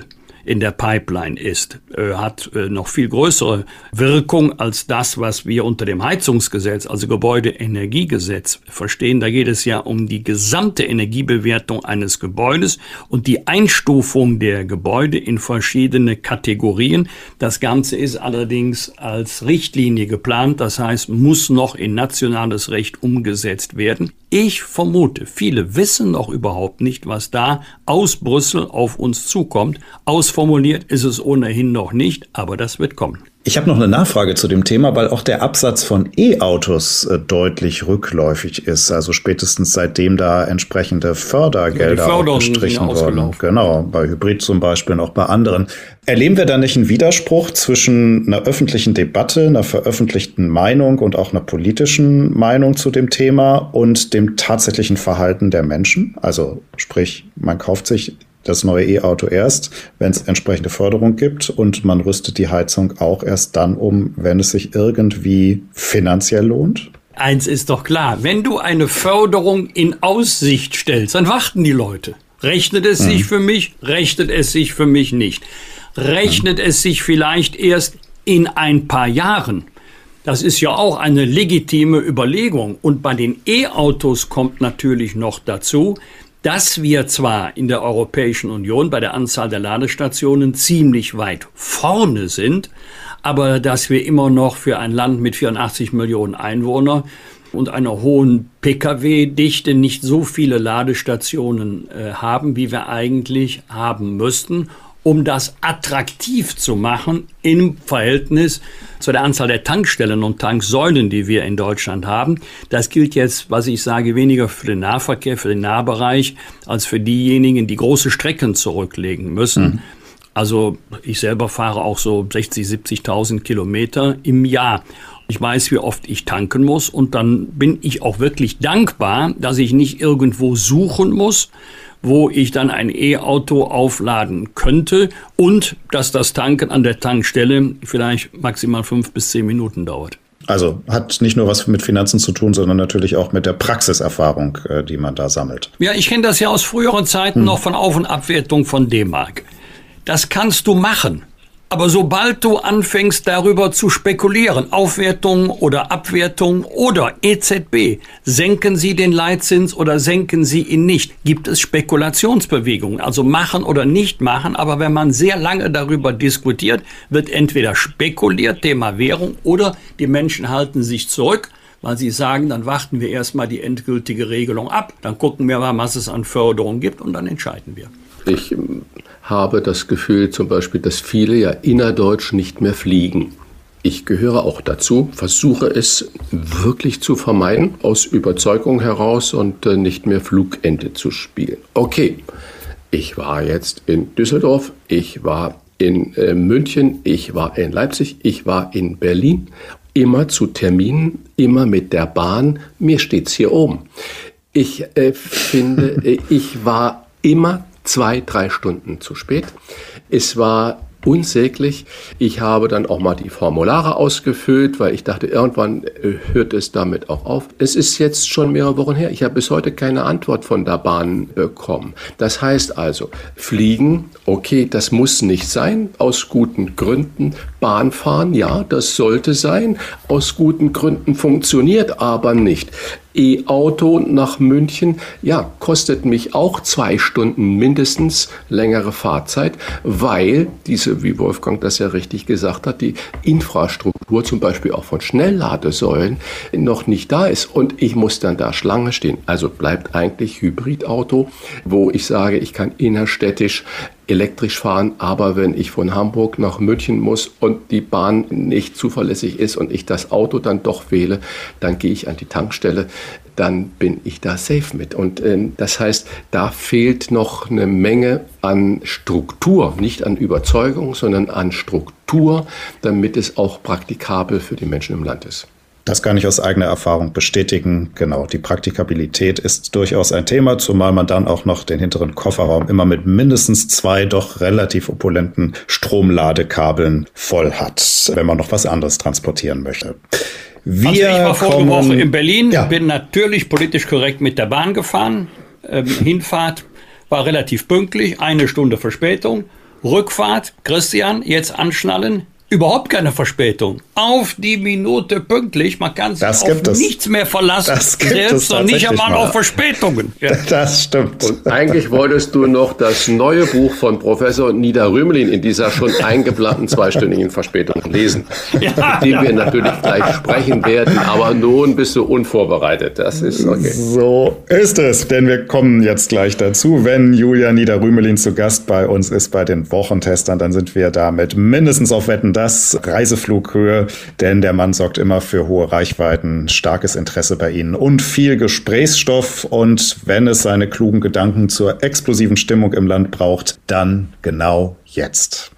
in der Pipeline ist, äh, hat äh, noch viel größere Wirkung als das, was wir unter dem Heizungsgesetz, also Gebäudeenergiegesetz, verstehen. Da geht es ja um die gesamte Energiebewertung eines Gebäudes und die Einstufung der Gebäude in verschiedene Kategorien. Das Ganze ist allerdings als Richtlinie geplant, das heißt, muss noch in nationales Recht umgesetzt werden. Ich vermute, viele wissen noch überhaupt nicht, was da aus Brüssel auf uns zukommt. Ausformuliert ist es ohnehin noch nicht, aber das wird kommen. Ich habe noch eine Nachfrage zu dem Thema, weil auch der Absatz von E-Autos äh, deutlich rückläufig ist. Also spätestens seitdem da entsprechende Fördergelder ja, auch gestrichen wurden. Genau, bei Hybrid zum Beispiel und auch bei anderen. Erleben wir da nicht einen Widerspruch zwischen einer öffentlichen Debatte, einer veröffentlichten Meinung und auch einer politischen Meinung zu dem Thema und dem tatsächlichen Verhalten der Menschen? Also sprich, man kauft sich das neue E-Auto erst, wenn es entsprechende Förderung gibt und man rüstet die Heizung auch erst dann um, wenn es sich irgendwie finanziell lohnt? Eins ist doch klar, wenn du eine Förderung in Aussicht stellst, dann warten die Leute. Rechnet es hm. sich für mich, rechnet es sich für mich nicht. Rechnet hm. es sich vielleicht erst in ein paar Jahren. Das ist ja auch eine legitime Überlegung. Und bei den E-Autos kommt natürlich noch dazu, dass wir zwar in der Europäischen Union bei der Anzahl der Ladestationen ziemlich weit vorne sind, aber dass wir immer noch für ein Land mit vierundachtzig Millionen Einwohnern und einer hohen Pkw-Dichte nicht so viele Ladestationen äh, haben, wie wir eigentlich haben müssten, um das attraktiv zu machen im Verhältnis zu der Anzahl der Tankstellen und Tanksäulen, die wir in Deutschland haben. Das gilt jetzt, was ich sage, weniger für den Nahverkehr, für den Nahbereich, als für diejenigen, die große Strecken zurücklegen müssen. Mhm. Also ich selber fahre auch so sechzig, siebzigtausend Kilometer im Jahr. Ich weiß, wie oft ich tanken muss und dann bin ich auch wirklich dankbar, dass ich nicht irgendwo suchen muss, wo ich dann ein E-Auto aufladen könnte und dass das Tanken an der Tankstelle vielleicht maximal fünf bis zehn Minuten dauert. Also hat nicht nur was mit Finanzen zu tun, sondern natürlich auch mit der Praxiserfahrung, die man da sammelt. Ja, ich kenne das ja aus früheren Zeiten hm. noch von Auf- und Abwertung von D-Mark. Das kannst du machen. Aber sobald du anfängst, darüber zu spekulieren, Aufwertung oder Abwertung oder E Z B, senken sie den Leitzins oder senken sie ihn nicht, gibt es Spekulationsbewegungen, also machen oder nicht machen. Aber wenn man sehr lange darüber diskutiert, wird entweder spekuliert, Thema Währung, oder die Menschen halten sich zurück, weil sie sagen, dann warten wir erstmal die endgültige Regelung ab, dann gucken wir mal, was es an Förderung gibt und dann entscheiden wir. Ich habe das Gefühl zum Beispiel, dass viele ja innerdeutsch nicht mehr fliegen. Ich gehöre auch dazu, versuche es wirklich zu vermeiden, aus Überzeugung heraus und äh, nicht mehr Flugente zu spielen. Okay, ich war jetzt in Düsseldorf, ich war in äh, München, ich war in Leipzig, ich war in Berlin, immer zu Terminen, immer mit der Bahn, mir steht's hier oben. Ich äh, finde, äh, ich war immer zwei, drei Stunden zu spät. Es war unsäglich. Ich habe dann auch mal die Formulare ausgefüllt, weil ich dachte, irgendwann hört es damit auch auf. Es ist jetzt schon mehrere Wochen her. Ich habe bis heute keine Antwort von der Bahn bekommen. Das heißt also, fliegen, okay, das muss nicht sein, aus guten Gründen. Bahn fahren, ja, das sollte sein. Aus guten Gründen funktioniert aber nicht. E-Auto nach München, ja, kostet mich auch zwei Stunden mindestens längere Fahrzeit, weil diese, wie Wolfgang das ja richtig gesagt hat, die Infrastruktur zum Beispiel auch von Schnellladesäulen noch nicht da ist und ich muss dann da Schlange stehen. Also bleibt eigentlich Hybridauto, wo ich sage, ich kann innerstädtisch elektrisch fahren, aber wenn ich von Hamburg nach München muss und die Bahn nicht zuverlässig ist und ich das Auto dann doch wähle, dann gehe ich an die Tankstelle, dann bin ich da safe mit. Und äh, das heißt, da fehlt noch eine Menge an Struktur, nicht an Überzeugung, sondern an Struktur, damit es auch praktikabel für die Menschen im Land ist. Das kann ich aus eigener Erfahrung bestätigen. Genau, die Praktikabilität ist durchaus ein Thema, zumal man dann auch noch den hinteren Kofferraum immer mit mindestens zwei doch relativ opulenten Stromladekabeln voll hat, wenn man noch was anderes transportieren möchte. Wir also ich war vorige kommen, Woche in Berlin, ja. bin natürlich politisch korrekt mit der Bahn gefahren. Ähm, Hinfahrt war relativ pünktlich, eine Stunde Verspätung. Rückfahrt, Christian, jetzt anschnallen. Überhaupt keine Verspätung. Auf die Minute pünktlich. Man kann sich auf es. nichts mehr verlassen. Das gibt selbst es noch nicht einmal mal. auf Verspätungen. Ja. Das stimmt. Und eigentlich wolltest du noch das neue Buch von Professor Nida Rümelin in dieser schon eingeplanten zweistündigen Verspätung lesen. Ja, mit dem ja. wir natürlich gleich sprechen werden. Aber nun bist du unvorbereitet. Das ist okay. So ist es, denn wir kommen jetzt gleich dazu. Wenn Julia Nida Rümelin zu Gast bei uns ist bei den Wochentestern, dann sind wir damit mindestens auf Wetten, das Reiseflughöhe, denn der Mann sorgt immer für hohe Reichweiten, starkes Interesse bei Ihnen und viel Gesprächsstoff. Und wenn es seine klugen Gedanken zur explosiven Stimmung im Land braucht, dann genau jetzt.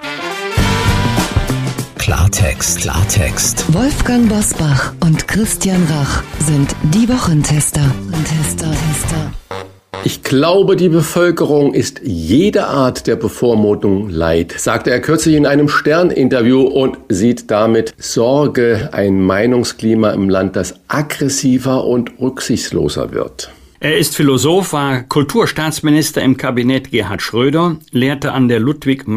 Klartext, Klartext. Wolfgang Bosbach und Christian Rach sind die Wochentester. Tester, Tester. Ich glaube, die Bevölkerung ist jede Art der Bevormundung leid, sagte er kürzlich in einem Stern-Interview und sieht damit Sorge, ein Meinungsklima im Land, das aggressiver und rücksichtsloser wird. Er ist Philosoph, war Kulturstaatsminister im Kabinett Gerhard Schröder, lehrte an der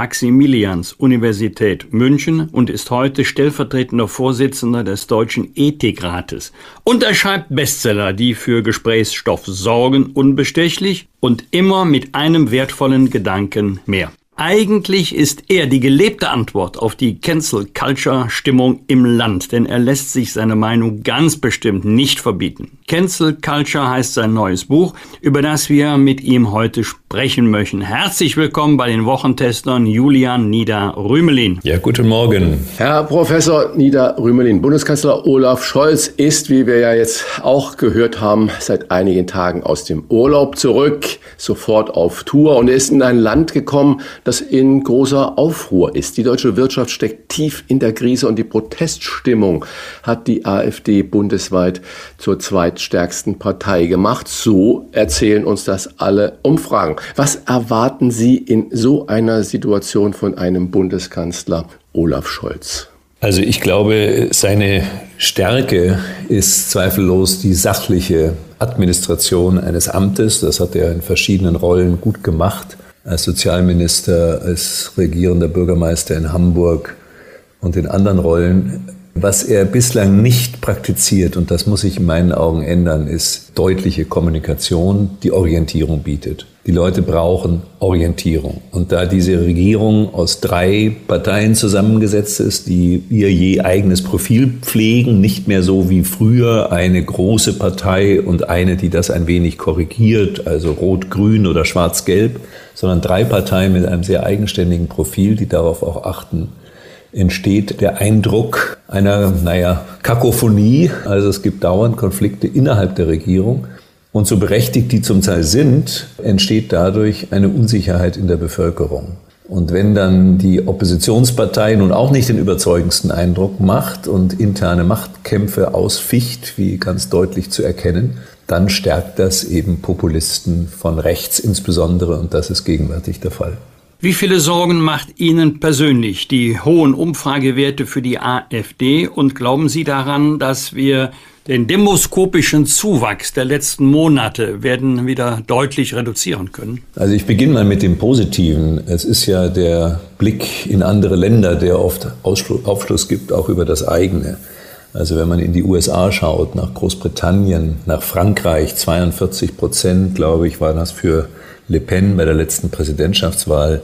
Ludwig-Maximilians-Universität München und ist heute stellvertretender Vorsitzender des Deutschen Ethikrates. Und er schreibt Bestseller, die für Gesprächsstoff sorgen, unbestechlich und immer mit einem wertvollen Gedanken mehr. Eigentlich ist er die gelebte Antwort auf die Cancel-Culture-Stimmung im Land, denn er lässt sich seine Meinung ganz bestimmt nicht verbieten. Cancel Culture heißt sein neues Buch, über das wir mit ihm heute sprechen möchten. Herzlich willkommen bei den Wochentestern Julian Nida Rümelin. Ja, guten Morgen. Herr Professor Nida Rümelin, Bundeskanzler Olaf Scholz ist, wie wir ja jetzt auch gehört haben, seit einigen Tagen aus dem Urlaub zurück, sofort auf Tour und er ist in ein Land gekommen, das in großer Aufruhr ist. Die deutsche Wirtschaft steckt tief in der Krise und die Proteststimmung hat die AfD bundesweit zur zweitstärksten Partei gemacht. So erzählen uns das alle Umfragen. Was erwarten Sie in so einer Situation von einem Bundeskanzler Olaf Scholz? Also ich glaube, seine Stärke ist zweifellos die sachliche Administration eines Amtes. Das hat er in verschiedenen Rollen gut gemacht. Als Sozialminister, als regierender Bürgermeister in Hamburg und in anderen Rollen. Was er bislang nicht praktiziert, und das muss sich in meinen Augen ändern, ist deutliche Kommunikation, die Orientierung bietet. Die Leute brauchen Orientierung. Und da diese Regierung aus drei Parteien zusammengesetzt ist, die ihr je eigenes Profil pflegen, nicht mehr so wie früher eine große Partei und eine, die das ein wenig korrigiert, also Rot-Grün oder Schwarz-Gelb, sondern drei Parteien mit einem sehr eigenständigen Profil, die darauf auch achten, entsteht der Eindruck einer, naja, Kakophonie. Also es gibt dauernd Konflikte innerhalb der Regierung. Und so berechtigt die zum Teil sind, entsteht dadurch eine Unsicherheit in der Bevölkerung. Und wenn dann die Oppositionspartei nun auch nicht den überzeugendsten Eindruck macht und interne Machtkämpfe ausficht, wie ganz deutlich zu erkennen, dann stärkt das eben Populisten von rechts insbesondere, und das ist gegenwärtig der Fall. Wie viele Sorgen macht Ihnen persönlich die hohen Umfragewerte für die AfD und glauben Sie daran, dass wir den demoskopischen Zuwachs der letzten Monate werden wieder deutlich reduzieren können? Also ich beginne mal mit dem Positiven. Es ist ja der Blick in andere Länder, der oft Aufschluss gibt, auch über das eigene. Also wenn man in die U S A schaut, nach Großbritannien, nach Frankreich, zweiundvierzig Prozent, glaube ich, war das für Le Pen bei der letzten Präsidentschaftswahl.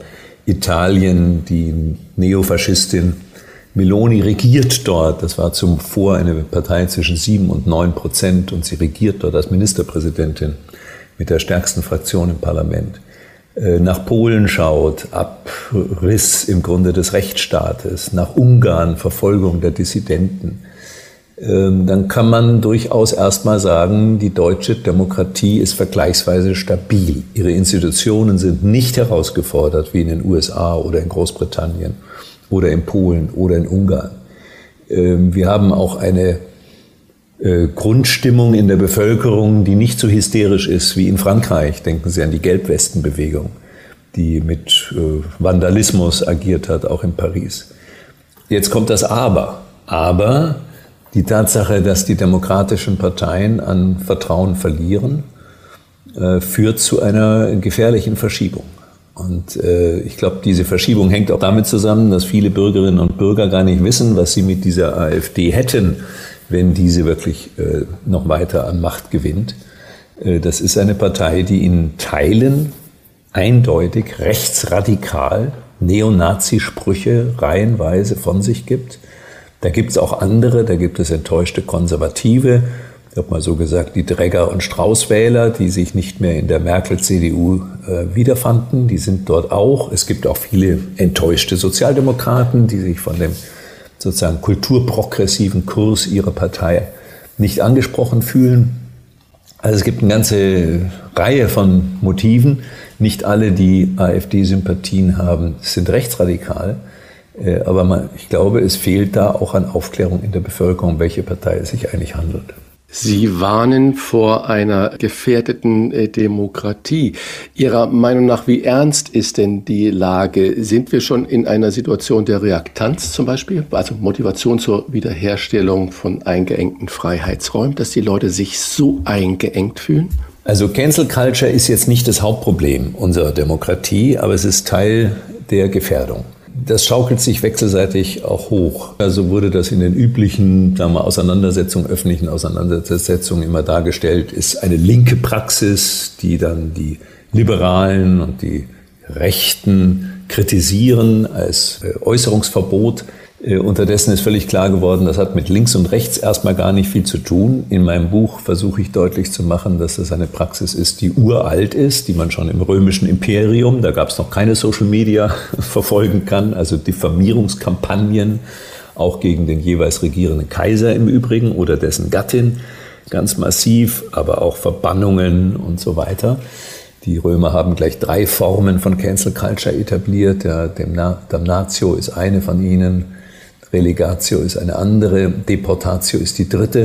Italien, die Neofaschistin Meloni regiert dort. Das war zuvor eine Partei zwischen sieben und neun Prozent und sie regiert dort als Ministerpräsidentin mit der stärksten Fraktion im Parlament. Nach Polen schaut, Abriss im Grunde des Rechtsstaates. Nach Ungarn, Verfolgung der Dissidenten. Dann kann man durchaus erstmal sagen, die deutsche Demokratie ist vergleichsweise stabil. Ihre Institutionen sind nicht herausgefordert wie in den U S A oder in Großbritannien oder in Polen oder in Ungarn. Wir haben auch eine Grundstimmung in der Bevölkerung, die nicht so hysterisch ist wie in Frankreich. Denken Sie an die Gelbwestenbewegung, die mit Vandalismus agiert hat, auch in Paris. Jetzt kommt das Aber. Aber die Tatsache, dass die demokratischen Parteien an Vertrauen verlieren, äh, führt zu einer gefährlichen Verschiebung. Und äh, ich glaube, diese Verschiebung hängt auch damit zusammen, dass viele Bürgerinnen und Bürger gar nicht wissen, was sie mit dieser AfD hätten, wenn diese wirklich äh, noch weiter an Macht gewinnt. Äh, das ist eine Partei, die in Teilen eindeutig rechtsradikal Neonazi-Sprüche reihenweise von sich gibt. Da gibt es auch andere, da gibt es enttäuschte Konservative, ich habe mal so gesagt, die Dregger- und Strauß-Wähler, die sich nicht mehr in der Merkel-C D U äh, wiederfanden, die sind dort auch. Es gibt auch viele enttäuschte Sozialdemokraten, die sich von dem sozusagen kulturprogressiven Kurs ihrer Partei nicht angesprochen fühlen. Also es gibt eine ganze Reihe von Motiven. Nicht alle, die AfD-Sympathien haben, sind rechtsradikal. Äh, aber man, ich glaube, es fehlt da auch an Aufklärung in der Bevölkerung, welche Partei es sich eigentlich handelt. Sie warnen vor einer gefährdeten äh, Demokratie. Ihrer Meinung nach, wie ernst ist denn die Lage? Sind wir schon in einer Situation der Reaktanz zum Beispiel, also Motivation zur Wiederherstellung von eingeengten Freiheitsräumen, dass die Leute sich so eingeengt fühlen? Also Cancel Culture ist jetzt nicht das Hauptproblem unserer Demokratie, aber es ist Teil der Gefährdung. Das schaukelt sich wechselseitig auch hoch. Also wurde das in den üblichen, sagen wir, Auseinandersetzungen, öffentlichen Auseinandersetzungen immer dargestellt, ist eine linke Praxis, die dann die Liberalen und die Rechten kritisieren als Äußerungsverbot. Unterdessen ist völlig klar geworden, das hat mit links und rechts erstmal gar nicht viel zu tun. In meinem Buch versuche ich deutlich zu machen, dass das eine Praxis ist, die uralt ist, die man schon im römischen Imperium, da gab es noch keine Social Media, verfolgen kann. Also Diffamierungskampagnen, auch gegen den jeweils regierenden Kaiser im Übrigen oder dessen Gattin, ganz massiv, aber auch Verbannungen und so weiter. Die Römer haben gleich drei Formen von Cancel Culture etabliert. Der Damnatio ist eine von ihnen. Relegatio ist eine andere, Deportatio ist die dritte.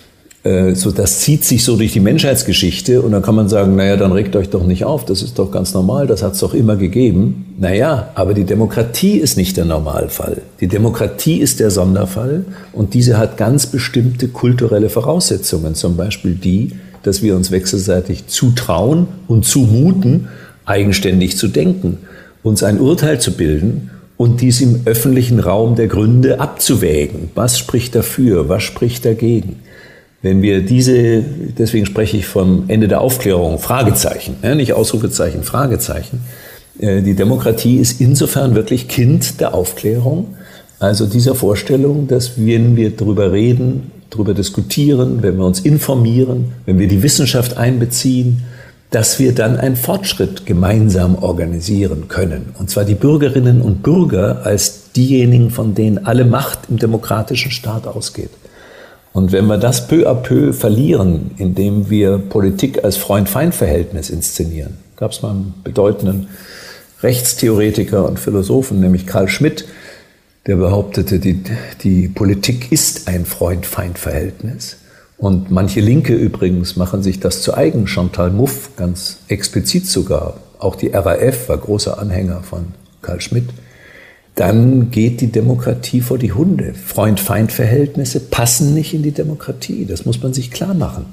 So, das zieht sich so durch die Menschheitsgeschichte und dann kann man sagen, naja, dann regt euch doch nicht auf, das ist doch ganz normal, das hat es doch immer gegeben. Naja, aber die Demokratie ist nicht der Normalfall. Die Demokratie ist der Sonderfall und diese hat ganz bestimmte kulturelle Voraussetzungen, zum Beispiel die, dass wir uns wechselseitig zutrauen und zumuten, eigenständig zu denken, uns ein Urteil zu bilden und dies im öffentlichen Raum der Gründe abzuwägen. Was spricht dafür, was spricht dagegen? Wenn wir diese, deswegen spreche ich vom Ende der Aufklärung, Fragezeichen, nicht Ausrufezeichen, Fragezeichen. Die Demokratie ist insofern wirklich Kind der Aufklärung, also dieser Vorstellung, dass wenn wir darüber reden, darüber diskutieren, wenn wir uns informieren, wenn wir die Wissenschaft einbeziehen, dass wir dann einen Fortschritt gemeinsam organisieren können. Und zwar die Bürgerinnen und Bürger als diejenigen, von denen alle Macht im demokratischen Staat ausgeht. Und wenn wir das peu à peu verlieren, indem wir Politik als Freund-Feind-Verhältnis inszenieren, gab es mal einen bedeutenden Rechtstheoretiker und Philosophen, nämlich Carl Schmitt, der behauptete, die, die Politik ist ein Freund-Feind-Verhältnis. Und manche Linke übrigens machen sich das zu eigen. Chantal Mouffe ganz explizit sogar. Auch die R A F war großer Anhänger von Carl Schmitt. Dann geht die Demokratie vor die Hunde. Freund-Feind-Verhältnisse passen nicht in die Demokratie. Das muss man sich klar machen.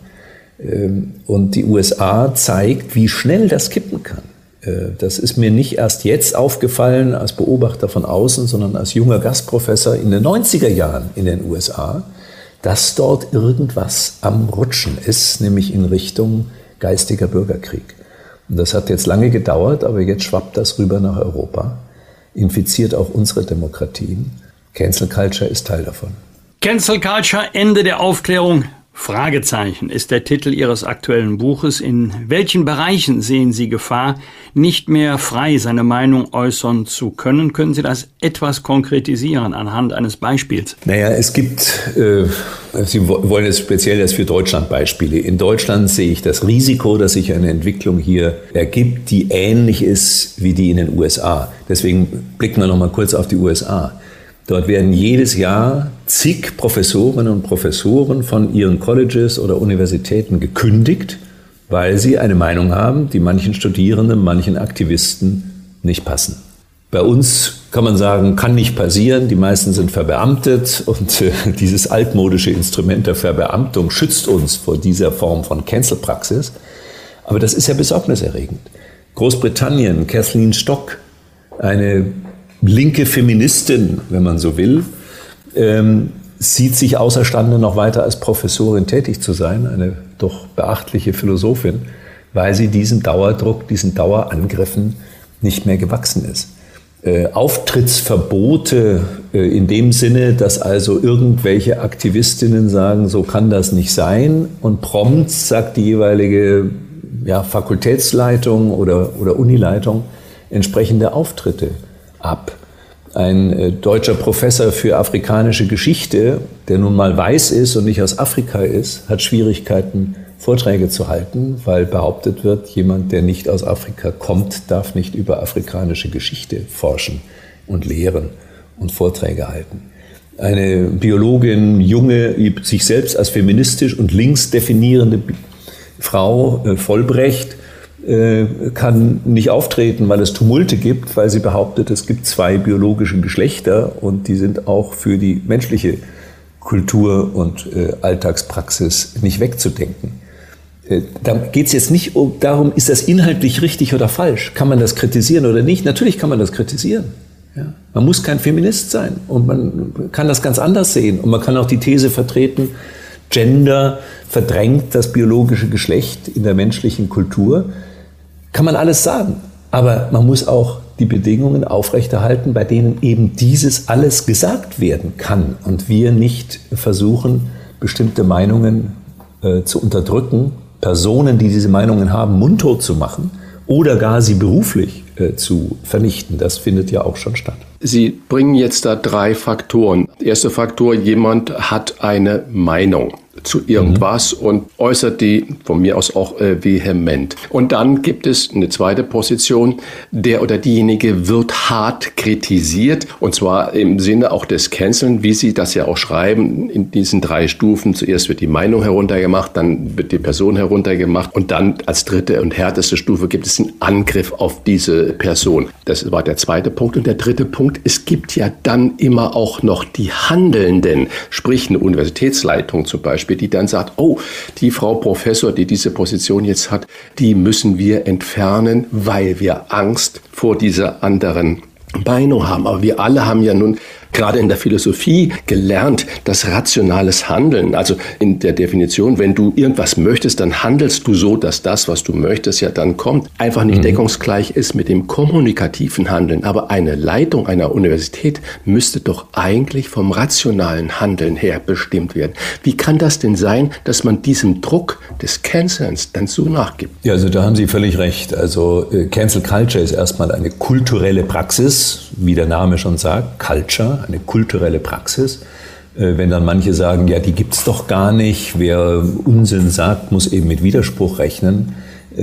Und die U S A zeigt, wie schnell das kippen kann. Das ist mir nicht erst jetzt aufgefallen als Beobachter von außen, sondern als junger Gastprofessor in den neunziger Jahren in den U S A, dass dort irgendwas am Rutschen ist, nämlich in Richtung geistiger Bürgerkrieg. Und das hat jetzt lange gedauert, aber jetzt schwappt das rüber nach Europa, infiziert auch unsere Demokratien. Cancel Culture ist Teil davon. Cancel Culture, Ende der Aufklärung? Fragezeichen ist der Titel Ihres aktuellen Buches. In welchen Bereichen sehen Sie Gefahr, nicht mehr frei seine Meinung äußern zu können? Können Sie das etwas konkretisieren anhand eines Beispiels? Naja, es gibt, äh, Sie wollen jetzt speziell das für Deutschland Beispiele. In Deutschland sehe ich das Risiko, dass sich eine Entwicklung hier ergibt, die ähnlich ist wie die in den U S A. Deswegen blicken wir noch mal kurz auf die U S A. Dort werden jedes Jahr zig Professorinnen und Professoren von ihren Colleges oder Universitäten gekündigt, weil sie eine Meinung haben, die manchen Studierenden, manchen Aktivisten nicht passen. Bei uns kann man sagen, kann nicht passieren, die meisten sind verbeamtet und äh, dieses altmodische Instrument der Verbeamtung schützt uns vor dieser Form von Cancel-Praxis. Aber das ist ja besorgniserregend. Großbritannien, Kathleen Stock, eine linke Feministin, wenn man so will, ähm, sieht sich außerstande, noch weiter als Professorin tätig zu sein, eine doch beachtliche Philosophin, weil sie diesem Dauerdruck, diesen Dauerangriffen nicht mehr gewachsen ist. Äh, Auftrittsverbote äh, in dem Sinne, dass also irgendwelche Aktivistinnen sagen, so kann das nicht sein, und prompt sagt die jeweilige ja, Fakultätsleitung oder, oder Unileitung entsprechende Auftritte ab. Ein äh, deutscher Professor für afrikanische Geschichte, der nun mal weiß ist und nicht aus Afrika ist, hat Schwierigkeiten, Vorträge zu halten, weil behauptet wird, jemand, der nicht aus Afrika kommt, darf nicht über afrikanische Geschichte forschen und lehren und Vorträge halten. Eine Biologin, junge, sich selbst als feministisch und links definierende Frau, äh, Vollbrecht, äh, kann nicht auftreten, weil es Tumulte gibt, weil sie behauptet, es gibt zwei biologische Geschlechter und die sind auch für die menschliche Kultur und äh, Alltagspraxis nicht wegzudenken. Da geht es jetzt nicht um, darum, ist das inhaltlich richtig oder falsch? Kann man das kritisieren oder nicht? Natürlich kann man das kritisieren. Ja. Man muss kein Feminist sein und man kann das ganz anders sehen. Und man kann auch die These vertreten, Gender verdrängt das biologische Geschlecht in der menschlichen Kultur. Kann man alles sagen. Aber man muss auch die Bedingungen aufrechterhalten, bei denen eben dieses alles gesagt werden kann. Und wir nicht versuchen, bestimmte Meinungen äh, zu unterdrücken, Personen, die diese Meinungen haben, mundtot zu machen oder gar sie beruflich äh, zu vernichten. Das findet ja auch schon statt. Sie bringen jetzt da drei Faktoren. Erster Faktor, jemand hat eine Meinung zu irgendwas mhm. und äußert die von mir aus auch äh, vehement. Und dann gibt es eine zweite Position, der oder diejenige wird hart kritisiert, und zwar im Sinne auch des Canceln, wie Sie das ja auch schreiben, in diesen drei Stufen. Zuerst wird die Meinung heruntergemacht, dann wird die Person heruntergemacht und dann als dritte und härteste Stufe gibt es einen Angriff auf diese Person. Das war der zweite Punkt. Und der dritte Punkt, es gibt ja dann immer auch noch die Handelnden, sprich eine Universitätsleitung zum Beispiel, die dann sagt, oh, die Frau Professor, die diese Position jetzt hat, die müssen wir entfernen, weil wir Angst vor dieser anderen Meinung haben. Aber wir alle haben ja nun gerade in der Philosophie gelernt, das rationales Handeln. Also in der Definition, wenn du irgendwas möchtest, dann handelst du so, dass das, was du möchtest, ja dann kommt. Einfach nicht mhm. deckungsgleich ist mit dem kommunikativen Handeln. Aber eine Leitung einer Universität müsste doch eigentlich vom rationalen Handeln her bestimmt werden. Wie kann das denn sein, dass man diesem Druck des Cancelns dann so nachgibt? Ja, also da haben Sie völlig recht. Also äh, Cancel Culture ist erstmal eine kulturelle Praxis, wie der Name schon sagt, Culture. Eine kulturelle Praxis. Wenn dann manche sagen, ja, die gibt's doch gar nicht, wer Unsinn sagt, muss eben mit Widerspruch rechnen,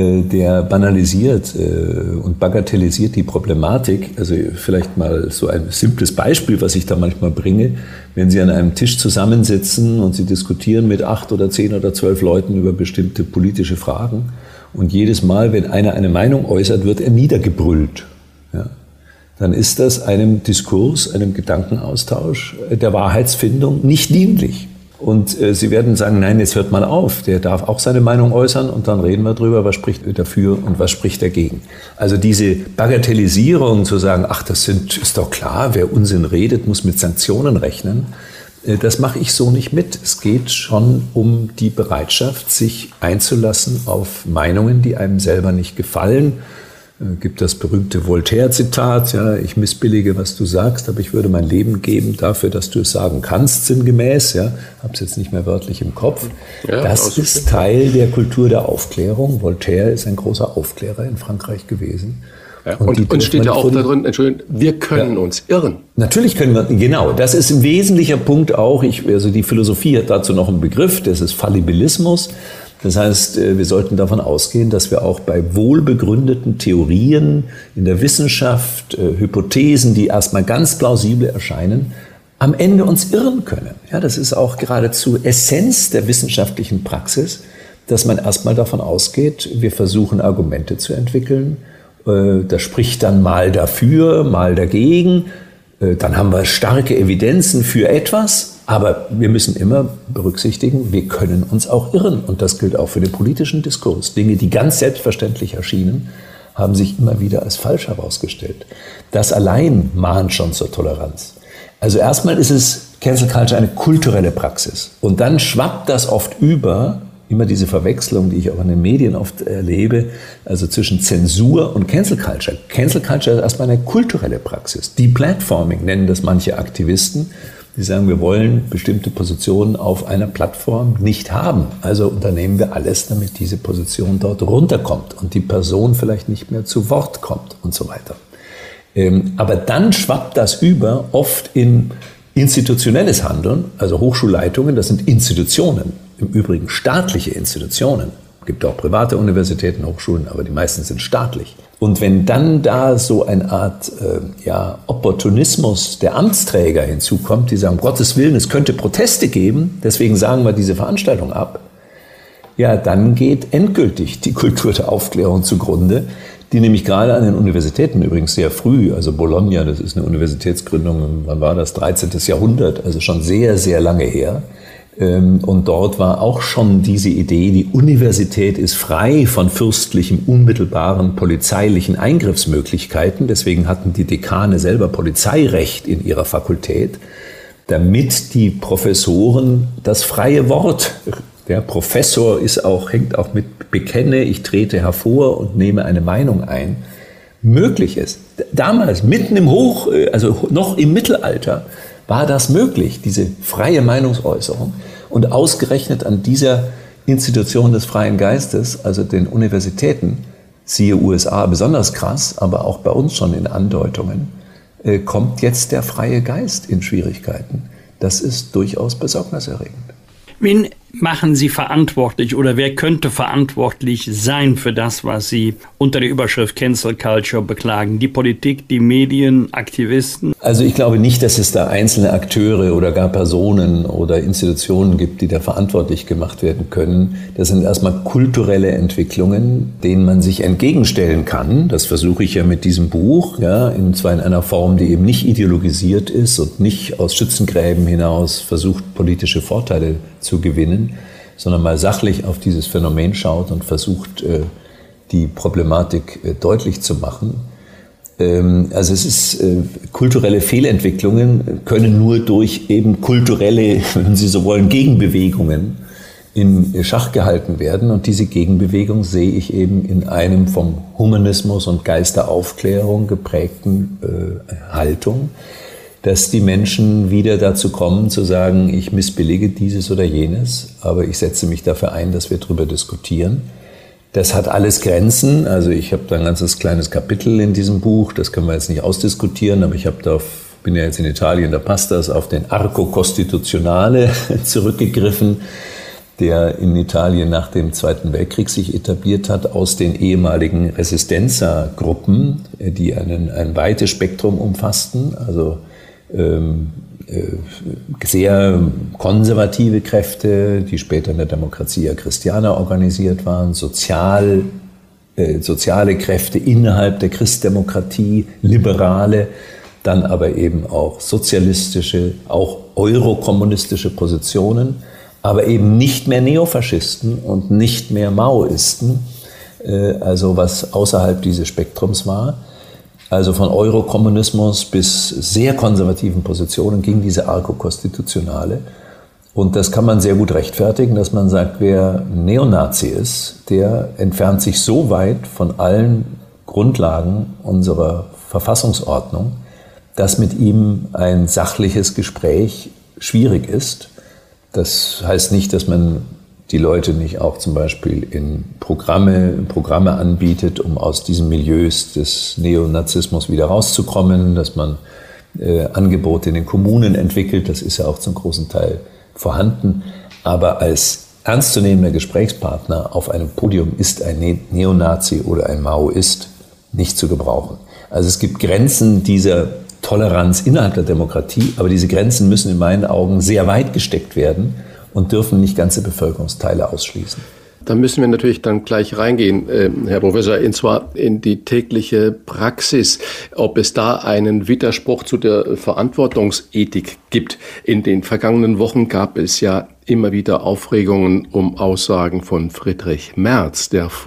der banalisiert und bagatellisiert die Problematik. Also vielleicht mal so ein simples Beispiel, was ich da manchmal bringe. Wenn Sie an einem Tisch zusammensitzen und Sie diskutieren mit acht oder zehn oder zwölf Leuten über bestimmte politische Fragen und jedes Mal, wenn einer eine Meinung äußert, wird er niedergebrüllt. Ja. Dann ist das einem Diskurs, einem Gedankenaustausch der Wahrheitsfindung nicht dienlich. Und äh, Sie werden sagen, nein, jetzt hört mal auf, der darf auch seine Meinung äußern und dann reden wir drüber, was spricht dafür und was spricht dagegen. Also diese Bagatellisierung zu sagen, ach, das sind, ist doch klar, wer Unsinn redet, muss mit Sanktionen rechnen, äh, das mache ich so nicht mit. Es geht schon um die Bereitschaft, sich einzulassen auf Meinungen, die einem selber nicht gefallen. Gibt das berühmte Voltaire-Zitat, ja, ich missbillige, was du sagst, aber ich würde mein Leben geben dafür, dass du es sagen kannst, sinngemäß, ja, hab's jetzt nicht mehr wörtlich im Kopf. Ja, das ist Teil der Kultur der Aufklärung. Voltaire ist ein großer Aufklärer in Frankreich gewesen. Ja, und, und, und steht ja auch da drin, Entschuldigung, wir können ja. uns irren. Natürlich können wir, genau, das ist ein wesentlicher Punkt auch, ich, also die Philosophie hat dazu noch einen Begriff, das ist Fallibilismus. Das heißt, wir sollten davon ausgehen, dass wir auch bei wohlbegründeten Theorien in der Wissenschaft, Hypothesen, die erstmal ganz plausibel erscheinen, am Ende uns irren können. Ja, das ist auch geradezu Essenz der wissenschaftlichen Praxis, dass man erstmal davon ausgeht, wir versuchen Argumente zu entwickeln. Das spricht dann mal dafür, mal dagegen. Dann haben wir starke Evidenzen für etwas. Aber wir müssen immer berücksichtigen, wir können uns auch irren. Und das gilt auch für den politischen Diskurs. Dinge, die ganz selbstverständlich erschienen, haben sich immer wieder als falsch herausgestellt. Das allein mahnt schon zur Toleranz. Also erstmal ist es Cancel Culture eine kulturelle Praxis. Und dann schwappt das oft über, immer diese Verwechslung, die ich auch in den Medien oft erlebe, also zwischen Zensur und Cancel Culture. Cancel Culture ist erstmal eine kulturelle Praxis. Deplatforming nennen das manche Aktivisten. Die sagen, wir wollen bestimmte Positionen auf einer Plattform nicht haben. Also unternehmen wir alles, damit diese Position dort runterkommt und die Person vielleicht nicht mehr zu Wort kommt und so weiter. Ähm, aber dann schwappt das über, oft in institutionelles Handeln, also Hochschulleitungen, das sind Institutionen, im Übrigen staatliche Institutionen. Es gibt auch private Universitäten, Hochschulen, aber die meisten sind staatlich. Und wenn dann da so eine Art äh, ja, Opportunismus der Amtsträger hinzukommt, die sagen, um Gottes Willen, es könnte Proteste geben, deswegen sagen wir diese Veranstaltung ab, ja, dann geht endgültig die Kultur der Aufklärung zugrunde, die nämlich gerade an den Universitäten übrigens sehr früh, also Bologna, das ist eine Universitätsgründung, wann war das, dreizehnten Jahrhundert, also schon sehr, sehr lange her. Und dort war auch schon diese Idee, die Universität ist frei von fürstlichem, unmittelbaren polizeilichen Eingriffsmöglichkeiten. Deswegen hatten die Dekane selber Polizeirecht in ihrer Fakultät, damit die Professoren das freie Wort, der Professor ist auch, hängt auch mit bekenne, ich trete hervor und nehme eine Meinung ein, möglich ist. Damals, mitten im Hoch, also noch im Mittelalter, war das möglich, diese freie Meinungsäußerung. Und ausgerechnet an dieser Institution des freien Geistes, also den Universitäten, siehe U S A besonders krass, aber auch bei uns schon in Andeutungen, äh, kommt jetzt der freie Geist in Schwierigkeiten. Das ist durchaus besorgniserregend. Wen machen Sie verantwortlich oder wer könnte verantwortlich sein für das, was Sie unter der Überschrift Cancel Culture beklagen? Die Politik, die Medien, Aktivisten? Also ich glaube nicht, dass es da einzelne Akteure oder gar Personen oder Institutionen gibt, die da verantwortlich gemacht werden können. Das sind erstmal kulturelle Entwicklungen, denen man sich entgegenstellen kann. Das versuche ich ja mit diesem Buch, ja, und zwar in einer Form, die eben nicht ideologisiert ist und nicht aus Schützengräben hinaus versucht, politische Vorteile zu gewinnen, sondern mal sachlich auf dieses Phänomen schaut und versucht, die Problematik deutlich zu machen. Also es ist, kulturelle Fehlentwicklungen können nur durch eben kulturelle, wenn Sie so wollen, Gegenbewegungen in Schach gehalten werden. Und diese Gegenbewegung sehe ich eben in einem vom Humanismus und Geist der Aufklärung geprägten Haltung, dass die Menschen wieder dazu kommen, zu sagen, ich missbillige dieses oder jenes, aber ich setze mich dafür ein, dass wir darüber diskutieren. Das hat alles Grenzen. Also ich habe da ein ganzes kleines Kapitel in diesem Buch, das können wir jetzt nicht ausdiskutieren, aber ich habe da, bin ja jetzt in Italien, da passt das, auf den Arco Costituzionale zurückgegriffen, der in Italien nach dem Zweiten Weltkrieg sich etabliert hat, aus den ehemaligen Resistenza-Gruppen, die einen, ein weites Spektrum umfassten, also ähm, äh, sehr konservative Kräfte, die später in der Democrazia Cristiana organisiert waren, sozial, äh, soziale Kräfte innerhalb der Christdemokratie, Liberale, dann aber eben auch sozialistische, auch eurokommunistische Positionen, aber eben nicht mehr Neofaschisten und nicht mehr Maoisten, äh, also was außerhalb dieses Spektrums war. Also von Eurokommunismus bis sehr konservativen Positionen ging diese Arco Costitutionale. Und das kann man sehr gut rechtfertigen, dass man sagt, wer Neonazi ist, der entfernt sich so weit von allen Grundlagen unserer Verfassungsordnung, dass mit ihm ein sachliches Gespräch schwierig ist. Das heißt nicht, dass man die Leute nicht auch zum Beispiel in Programme, Programme anbietet, um aus diesen Milieus des Neonazismus wieder rauszukommen, dass man äh, Angebote in den Kommunen entwickelt, das ist ja auch zum großen Teil vorhanden. Aber als ernstzunehmender Gesprächspartner auf einem Podium ist ein Ne- Neonazi oder ein Maoist nicht zu gebrauchen. Also es gibt Grenzen dieser Toleranz innerhalb der Demokratie, aber diese Grenzen müssen in meinen Augen sehr weit gesteckt werden und dürfen nicht ganze Bevölkerungsteile ausschließen. Da müssen wir natürlich dann gleich reingehen, äh, Herr Professor, und zwar in die tägliche Praxis, ob es da einen Widerspruch zu der Verantwortungsethik gibt. In den vergangenen Wochen gab es ja immer wieder Aufregungen um Aussagen von Friedrich Merz, der vor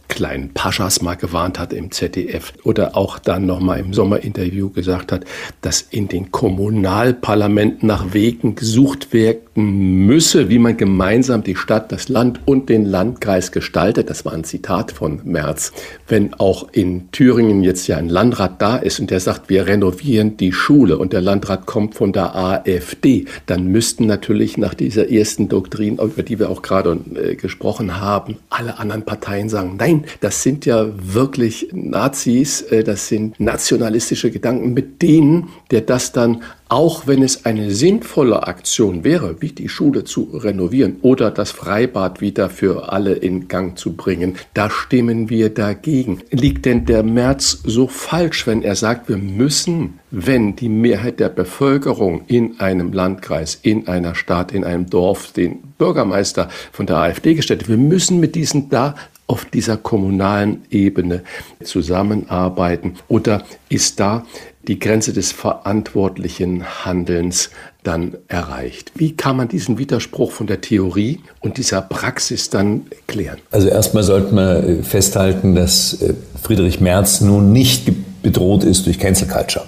kleinen Paschas mal gewarnt hat im Z D F oder auch dann nochmal im Sommerinterview gesagt hat, dass in den Kommunalparlamenten nach Wegen gesucht werden müsse, wie man gemeinsam die Stadt, das Land und den Landkreis gestaltet. Das war ein Zitat von Merz. Wenn auch in Thüringen jetzt ja ein Landrat da ist und der sagt, wir renovieren die Schule und der Landrat kommt von der AfD, dann müssten natürlich nach dieser ersten Doktrin, über die wir auch gerade äh, gesprochen haben, alle anderen Parteien sagen, nein, das sind ja wirklich Nazis, äh, das sind nationalistische Gedanken, mit denen der das dann, auch wenn es eine sinnvolle Aktion wäre, wie die Schule zu renovieren oder das Freibad wieder für alle in Gang zu bringen, da stimmen wir dagegen. Liegt denn der Merz so falsch, wenn er sagt, wir müssen, wenn die Mehrheit der Bevölkerung in einem Landkreis, in einer Stadt, in einem Dorf den Bürgermeister von der AfD gestellt hat, wir müssen mit diesen da auf dieser kommunalen Ebene zusammenarbeiten? Oder ist da die Grenze des verantwortlichen Handelns dann erreicht? Wie kann man diesen Widerspruch von der Theorie und dieser Praxis dann klären? Also erstmal sollte man festhalten, dass Friedrich Merz nun nicht bedroht ist durch Cancel Culture.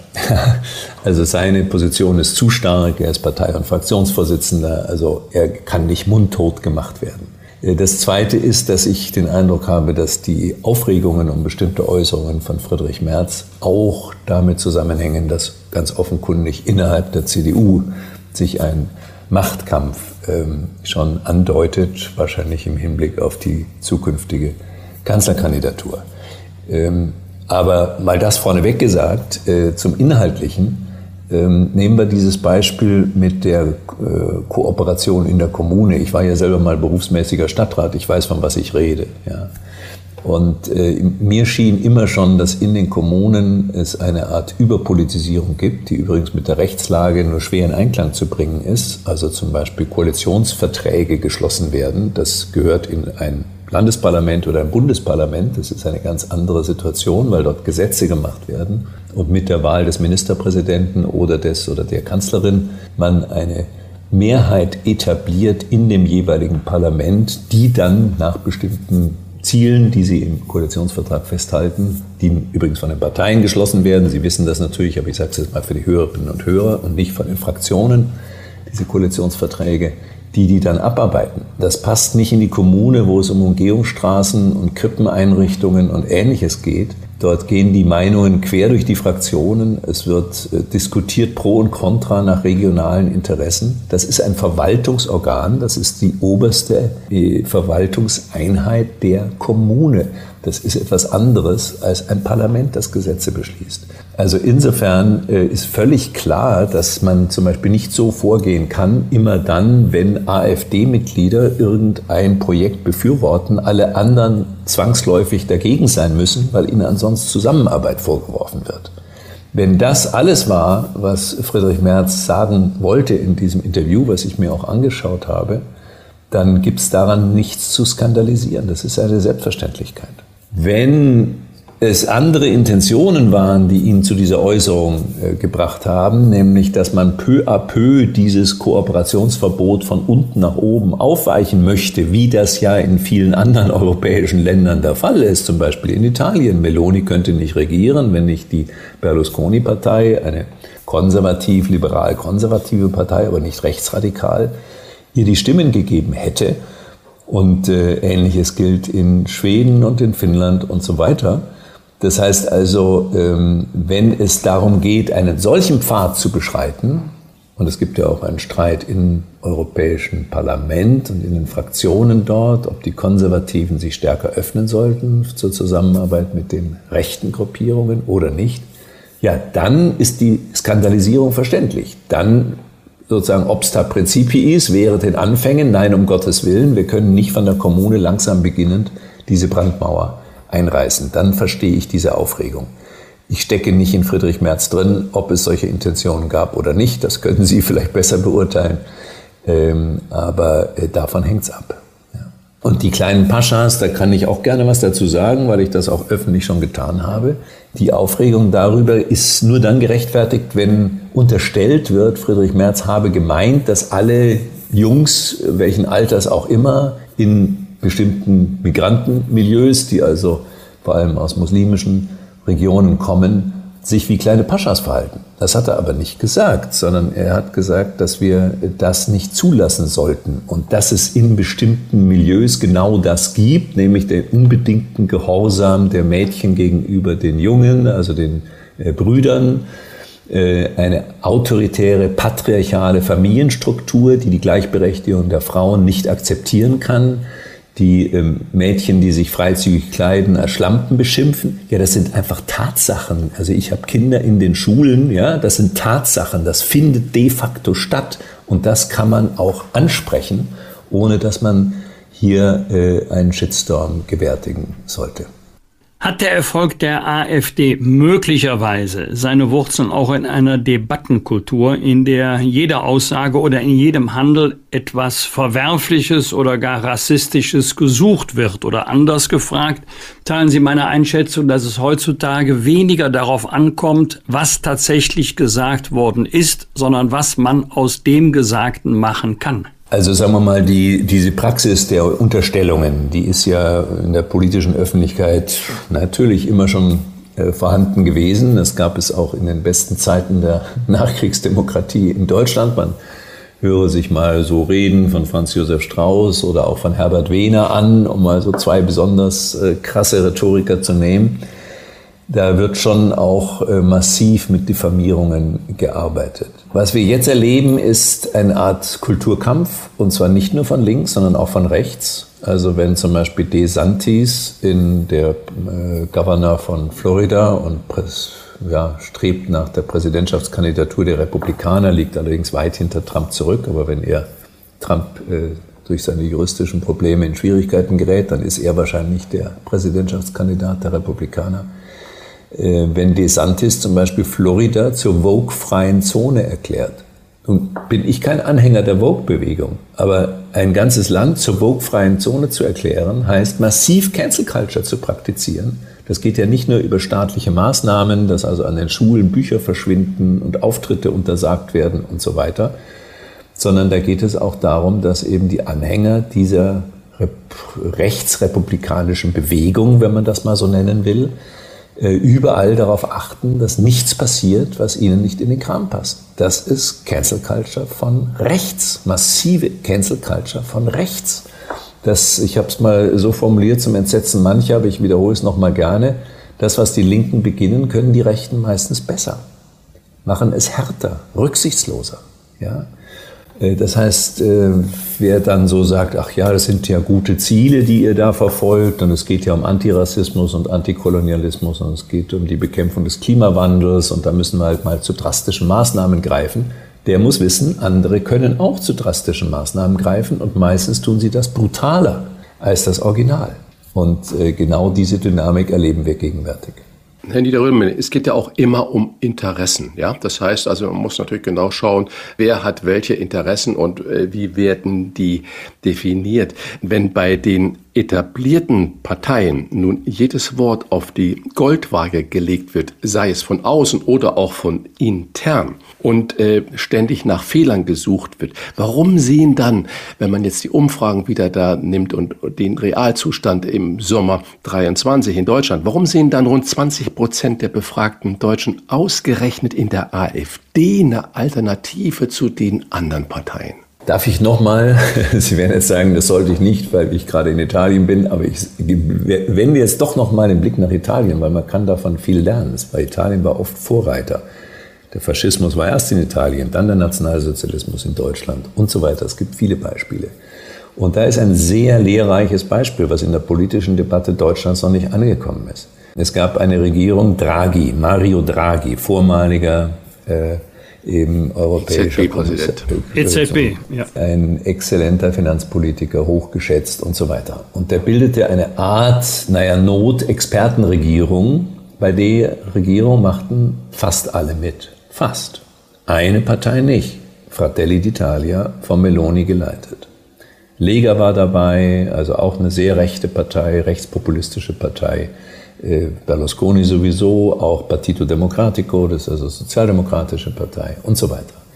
Also seine Position ist zu stark, er ist Partei- und Fraktionsvorsitzender, also er kann nicht mundtot gemacht werden. Das Zweite ist, dass ich den Eindruck habe, dass die Aufregungen um bestimmte Äußerungen von Friedrich Merz auch damit zusammenhängen, dass ganz offenkundig innerhalb der C D U sich ein Machtkampf ähm, schon andeutet, wahrscheinlich im Hinblick auf die zukünftige Kanzlerkandidatur. Ähm, aber mal das vorneweg gesagt, äh, zum Inhaltlichen. Ähm, nehmen wir dieses Beispiel mit der äh, Kooperation in der Kommune. Ich war ja selber mal berufsmäßiger Stadtrat, ich weiß, von was ich rede. Ja. Und äh, mir schien immer schon, dass in den Kommunen es eine Art Überpolitisierung gibt, die übrigens mit der Rechtslage nur schwer in Einklang zu bringen ist. Also zum Beispiel Koalitionsverträge geschlossen werden. Das gehört in ein Landesparlament oder ein Bundesparlament. Das ist eine ganz andere Situation, weil dort Gesetze gemacht werden und mit der Wahl des Ministerpräsidenten oder des oder der Kanzlerin man eine Mehrheit etabliert in dem jeweiligen Parlament, die dann nach bestimmten Zielen, die sie im Koalitionsvertrag festhalten, die übrigens von den Parteien geschlossen werden. Sie wissen das natürlich, aber ich sage es jetzt mal für die Hörerinnen und Hörer und nicht von den Fraktionen, diese Koalitionsverträge, die die dann abarbeiten. Das passt nicht in die Kommune, wo es um Umgehungsstraßen und Krippeneinrichtungen und Ähnliches geht. Dort gehen die Meinungen quer durch die Fraktionen. Es wird äh, diskutiert pro und contra nach regionalen Interessen. Das ist ein Verwaltungsorgan. Das ist die oberste äh, Verwaltungseinheit der Kommune. Das ist etwas anderes als ein Parlament, das Gesetze beschließt. Also insofern äh, ist völlig klar, dass man zum Beispiel nicht so vorgehen kann, immer dann, wenn AfD-Mitglieder irgendein Projekt befürworten, alle anderen zwangsläufig dagegen sein müssen, weil ihnen ansonsten Zusammenarbeit vorgeworfen wird. Wenn das alles war, was Friedrich Merz sagen wollte in diesem Interview, was ich mir auch angeschaut habe, dann gibt es daran nichts zu skandalisieren. Das ist eine Selbstverständlichkeit. Wenn es andere Intentionen waren, die ihn zu dieser Äußerung äh, gebracht haben, nämlich, dass man peu à peu dieses Kooperationsverbot von unten nach oben aufweichen möchte, wie das ja in vielen anderen europäischen Ländern der Fall ist, zum Beispiel in Italien. Meloni könnte nicht regieren, wenn nicht die Berlusconi-Partei, eine konservativ-liberal-konservative Partei, aber nicht rechtsradikal, ihr die Stimmen gegeben hätte. Und äh, Ähnliches gilt in Schweden und in Finnland und so weiter. Das heißt also, ähm, wenn es darum geht, einen solchen Pfad zu beschreiten, und es gibt ja auch einen Streit im Europäischen Parlament und in den Fraktionen dort, ob die Konservativen sich stärker öffnen sollten zur Zusammenarbeit mit den rechten Gruppierungen oder nicht, ja, dann ist die Skandalisierung verständlich. Dann sozusagen obsta principiis wäre den Anfängen, nein, um Gottes Willen, wir können nicht von der Kommune langsam beginnend diese Brandmauer einreißen. Dann verstehe ich diese Aufregung. Ich stecke nicht in Friedrich Merz drin, ob es solche Intentionen gab oder nicht. Das könnten Sie vielleicht besser beurteilen. Ähm, aber äh, davon hängt's ab. Ja. Und die kleinen Paschas, da kann ich auch gerne was dazu sagen, weil ich das auch öffentlich schon getan habe. Die Aufregung darüber ist nur dann gerechtfertigt, wenn unterstellt wird, Friedrich Merz habe gemeint, dass alle Jungs, welchen Alters auch immer, in bestimmten Migrantenmilieus, die also vor allem aus muslimischen Regionen kommen, sich wie kleine Paschas verhalten. Das hat er aber nicht gesagt, sondern er hat gesagt, dass wir das nicht zulassen sollten und dass es in bestimmten Milieus genau das gibt, nämlich den unbedingten Gehorsam der Mädchen gegenüber den Jungen, also den äh, Brüdern, äh, eine autoritäre, patriarchale Familienstruktur, die die Gleichberechtigung der Frauen nicht akzeptieren kann, die ähm, Mädchen, die sich freizügig kleiden, als Schlampen beschimpfen. Ja, das sind einfach Tatsachen. Also ich habe Kinder in den Schulen, ja, das sind Tatsachen. Das findet de facto statt. Und das kann man auch ansprechen, ohne dass man hier äh, einen Shitstorm gewärtigen sollte. Hat der Erfolg der AfD möglicherweise seine Wurzeln auch in einer Debattenkultur, in der jede Aussage oder in jedem Handel etwas Verwerfliches oder gar Rassistisches gesucht wird? Oder anders gefragt, teilen Sie meine Einschätzung, dass es heutzutage weniger darauf ankommt, was tatsächlich gesagt worden ist, sondern was man aus dem Gesagten machen kann? Also sagen wir mal, die, diese Praxis der Unterstellungen, die ist ja in der politischen Öffentlichkeit natürlich immer schon äh, vorhanden gewesen. Das gab es auch in den besten Zeiten der Nachkriegsdemokratie in Deutschland. Man höre sich mal so Reden von Franz Josef Strauß oder auch von Herbert Wehner an, um mal so zwei besonders äh, krasse Rhetoriker zu nehmen. Da wird schon auch äh, massiv mit Diffamierungen gearbeitet. Was wir jetzt erleben, ist eine Art Kulturkampf, und zwar nicht nur von links, sondern auch von rechts. Also wenn zum Beispiel DeSantis, in der äh, Governor von Florida und präs, ja, strebt nach der Präsidentschaftskandidatur der Republikaner, liegt allerdings weit hinter Trump zurück, aber wenn er Trump äh, durch seine juristischen Probleme in Schwierigkeiten gerät, dann ist er wahrscheinlich der Präsidentschaftskandidat der Republikaner. Wenn DeSantis zum Beispiel Florida zur Vogue-freien Zone erklärt. Nun bin ich kein Anhänger der Vogue-Bewegung, aber ein ganzes Land zur Vogue-freien Zone zu erklären, heißt massiv Cancel Culture zu praktizieren. Das geht ja nicht nur über staatliche Maßnahmen, dass also an den Schulen Bücher verschwinden und Auftritte untersagt werden und so weiter, sondern da geht es auch darum, dass eben die Anhänger dieser rechtsrepublikanischen Bewegung, wenn man das mal so nennen will, überall darauf achten, dass nichts passiert, was ihnen nicht in den Kram passt. Das ist Cancel Culture von rechts, massive Cancel Culture von rechts. Das, ich habe es mal so formuliert zum Entsetzen mancher, aber ich wiederhole es noch mal gerne. Das, was die Linken beginnen, können die Rechten meistens besser. Machen es härter, rücksichtsloser. Ja? Das heißt, wer dann so sagt, ach ja, das sind ja gute Ziele, die ihr da verfolgt, und es geht ja um Antirassismus und Antikolonialismus und es geht um die Bekämpfung des Klimawandels und da müssen wir halt mal zu drastischen Maßnahmen greifen, der muss wissen, andere können auch zu drastischen Maßnahmen greifen und meistens tun sie das brutaler als das Original. Und genau diese Dynamik erleben wir gegenwärtig. Herr Niederrömer, es geht ja auch immer um Interessen. Ja? Das heißt also, man muss natürlich genau schauen, wer hat welche Interessen und äh, wie werden die definiert. Wenn bei den etablierten Parteien nun jedes Wort auf die Goldwaage gelegt wird, sei es von außen oder auch von intern, und äh, ständig nach Fehlern gesucht wird, warum sehen dann, wenn man jetzt die Umfragen wieder da nimmt und den Realzustand im Sommer dreiundzwanzig in Deutschland, warum sehen dann rund zwanzig Prozent der befragten Deutschen ausgerechnet in der AfD eine Alternative zu den anderen Parteien? Darf ich nochmal, Sie werden jetzt sagen, das sollte ich nicht, weil ich gerade in Italien bin, aber ich wende jetzt doch nochmal den Blick nach Italien, weil man kann davon viel lernen. Weil Italien war oft Vorreiter. Der Faschismus war erst in Italien, dann der Nationalsozialismus in Deutschland und so weiter. Es gibt viele Beispiele. Und da ist ein sehr lehrreiches Beispiel, was in der politischen Debatte Deutschlands noch nicht angekommen ist. Es gab eine Regierung Draghi, Mario Draghi, vormaliger äh, eben europäischer Präsident. E Z B, ja. Ein exzellenter Finanzpolitiker, hochgeschätzt und so weiter. Und der bildete eine Art, naja, Not-Expertenregierung. Bei der Regierung machten fast alle mit. Fast. Eine Partei nicht. Fratelli d'Italia, von Meloni geleitet. Lega war dabei, also auch eine sehr rechte Partei, rechtspopulistische Partei. Berlusconi sowieso, auch Partito Democratico, das ist also sozialdemokratische Partei und so weiter.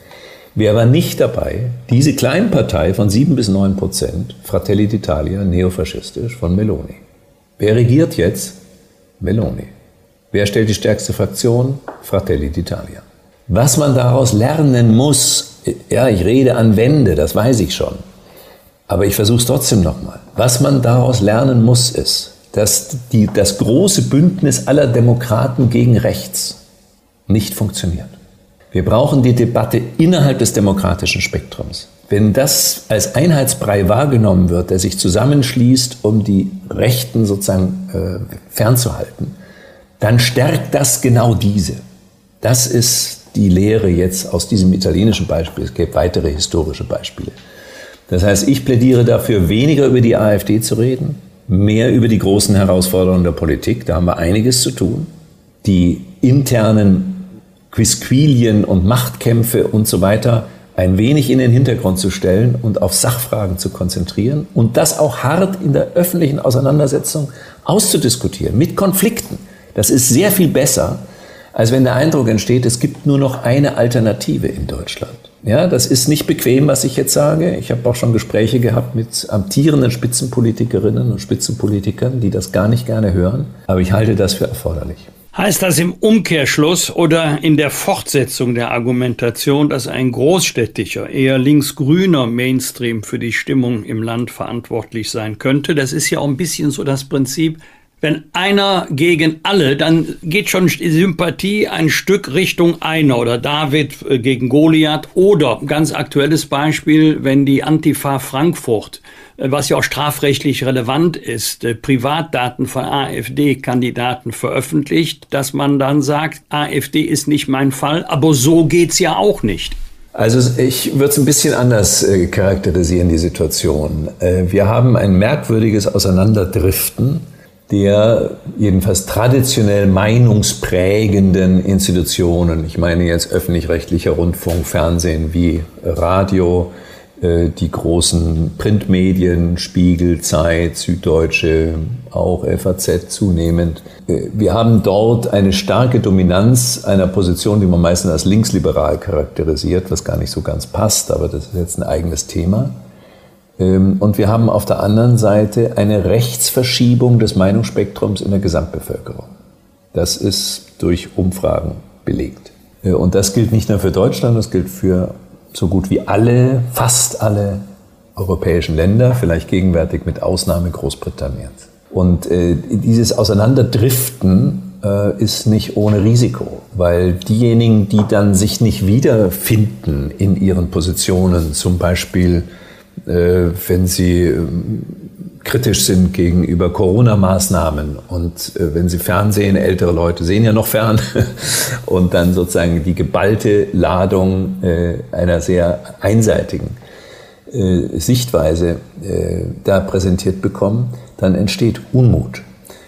Wer war nicht dabei? Diese kleine Partei von sieben bis neun Prozent, Fratelli d'Italia, neofaschistisch, von Meloni. Wer regiert jetzt? Meloni. Wer stellt die stärkste Fraktion? Fratelli d'Italia. Was man daraus lernen muss, ja, ich rede an Wände, das weiß ich schon. Aber ich versuche es trotzdem nochmal. Was man daraus lernen muss, ist, dass die, das große Bündnis aller Demokraten gegen rechts nicht funktioniert. Wir brauchen die Debatte innerhalb des demokratischen Spektrums. Wenn das als Einheitsbrei wahrgenommen wird, der sich zusammenschließt, um die Rechten sozusagen äh, fernzuhalten, dann stärkt das genau diese. Das ist die Lehre jetzt aus diesem italienischen Beispiel. Es gibt weitere historische Beispiele. Das heißt, ich plädiere dafür, weniger über die AfD zu reden, mehr über die großen Herausforderungen der Politik. Da haben wir einiges zu tun. Die internen Quisquilien und Machtkämpfe und so weiter ein wenig in den Hintergrund zu stellen und auf Sachfragen zu konzentrieren und das auch hart in der öffentlichen Auseinandersetzung auszudiskutieren, mit Konflikten. Das ist sehr viel besser, als wenn der Eindruck entsteht, es gibt nur noch eine Alternative in Deutschland. Ja, das ist nicht bequem, was ich jetzt sage. Ich habe auch schon Gespräche gehabt mit amtierenden Spitzenpolitikerinnen und Spitzenpolitikern, die das gar nicht gerne hören. Aber ich halte das für erforderlich. Heißt das im Umkehrschluss oder in der Fortsetzung der Argumentation, dass ein großstädtischer, eher linksgrüner Mainstream für die Stimmung im Land verantwortlich sein könnte? Das ist ja auch ein bisschen so das Prinzip, wenn einer gegen alle, dann geht schon die Sympathie ein Stück Richtung einer oder David gegen Goliath oder ganz aktuelles Beispiel, wenn die Antifa Frankfurt, was ja auch strafrechtlich relevant ist, Privatdaten von AfD-Kandidaten veröffentlicht, dass man dann sagt, AfD ist nicht mein Fall, aber so geht's ja auch nicht. Also ich würde es ein bisschen anders äh, charakterisieren, die Situation. Äh, wir haben ein merkwürdiges Auseinanderdriften der jedenfalls traditionell meinungsprägenden Institutionen, ich meine jetzt öffentlich-rechtlicher Rundfunk, Fernsehen wie Radio, die großen Printmedien, Spiegel, Zeit, Süddeutsche, auch F A Z zunehmend. Wir haben dort eine starke Dominanz einer Position, die man meistens als linksliberal charakterisiert, was gar nicht so ganz passt, aber das ist jetzt ein eigenes Thema. Und wir haben auf der anderen Seite eine Rechtsverschiebung des Meinungsspektrums in der Gesamtbevölkerung. Das ist durch Umfragen belegt. Und das gilt nicht nur für Deutschland, das gilt für so gut wie alle, fast alle europäischen Länder, vielleicht gegenwärtig mit Ausnahme Großbritanniens. Und äh, dieses Auseinanderdriften äh, ist nicht ohne Risiko, weil diejenigen, die dann sich nicht wiederfinden in ihren Positionen, zum Beispiel Äh, wenn sie äh, kritisch sind gegenüber Corona-Maßnahmen und äh, wenn sie Fernsehen, ältere Leute sehen ja noch fern und dann sozusagen die geballte Ladung äh, einer sehr einseitigen äh, Sichtweise äh, da präsentiert bekommen, dann entsteht Unmut.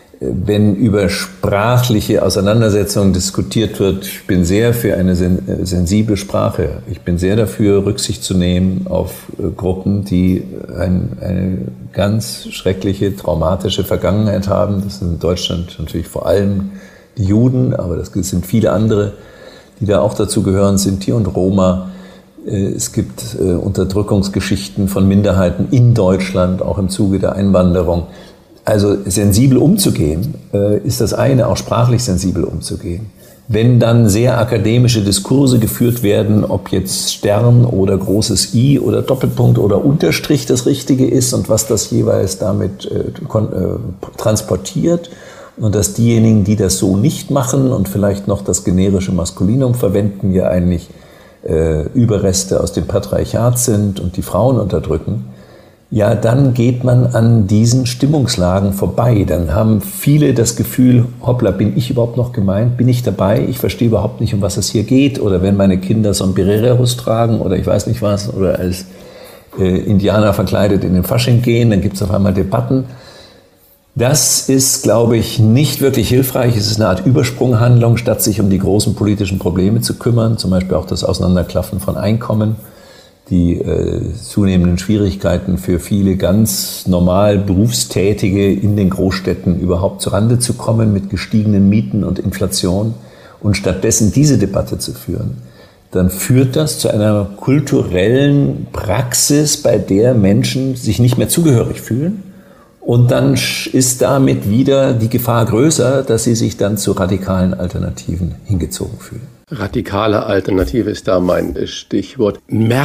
Wenn über sprachliche Auseinandersetzungen diskutiert wird, ich bin sehr für eine sen- sensible Sprache. Ich bin sehr dafür, Rücksicht zu nehmen auf äh, Gruppen, die ein, eine ganz schreckliche, traumatische Vergangenheit haben. Das sind in Deutschland natürlich vor allem die Juden, aber das sind viele andere, die da auch dazu gehören, Sinti und Roma. Äh, es gibt äh, Unterdrückungsgeschichten von Minderheiten in Deutschland, auch im Zuge der Einwanderung. Also sensibel umzugehen, äh, ist das eine, auch sprachlich sensibel umzugehen. Wenn dann sehr akademische Diskurse geführt werden, ob jetzt Stern oder großes I oder Doppelpunkt oder Unterstrich das Richtige ist und was das jeweils damit äh, kon- äh, transportiert und dass diejenigen, die das so nicht machen und vielleicht noch das generische Maskulinum verwenden, ja eigentlich äh, Überreste aus dem Patriarchat sind und die Frauen unterdrücken, ja, dann geht man an diesen Stimmungslagen vorbei. Dann haben viele das Gefühl, hoppla, bin ich überhaupt noch gemeint? Bin ich dabei? Ich verstehe überhaupt nicht, um was es hier geht. Oder wenn meine Kinder Sombreros tragen oder ich weiß nicht was, oder als äh, Indianer verkleidet in den Fasching gehen, dann gibt es auf einmal Debatten. Das ist, glaube ich, nicht wirklich hilfreich. Es ist eine Art Übersprunghandlung, statt sich um die großen politischen Probleme zu kümmern, zum Beispiel auch das Auseinanderklaffen von Einkommen, die äh, zunehmenden Schwierigkeiten für viele ganz normal Berufstätige in den Großstädten überhaupt zurande zu kommen mit gestiegenen Mieten und Inflation und stattdessen diese Debatte zu führen, dann führt das zu einer kulturellen Praxis, bei der Menschen sich nicht mehr zugehörig fühlen. Und dann ist damit wieder die Gefahr größer, dass sie sich dann zu radikalen Alternativen hingezogen fühlen. Radikale Alternative ist da mein Stichwort.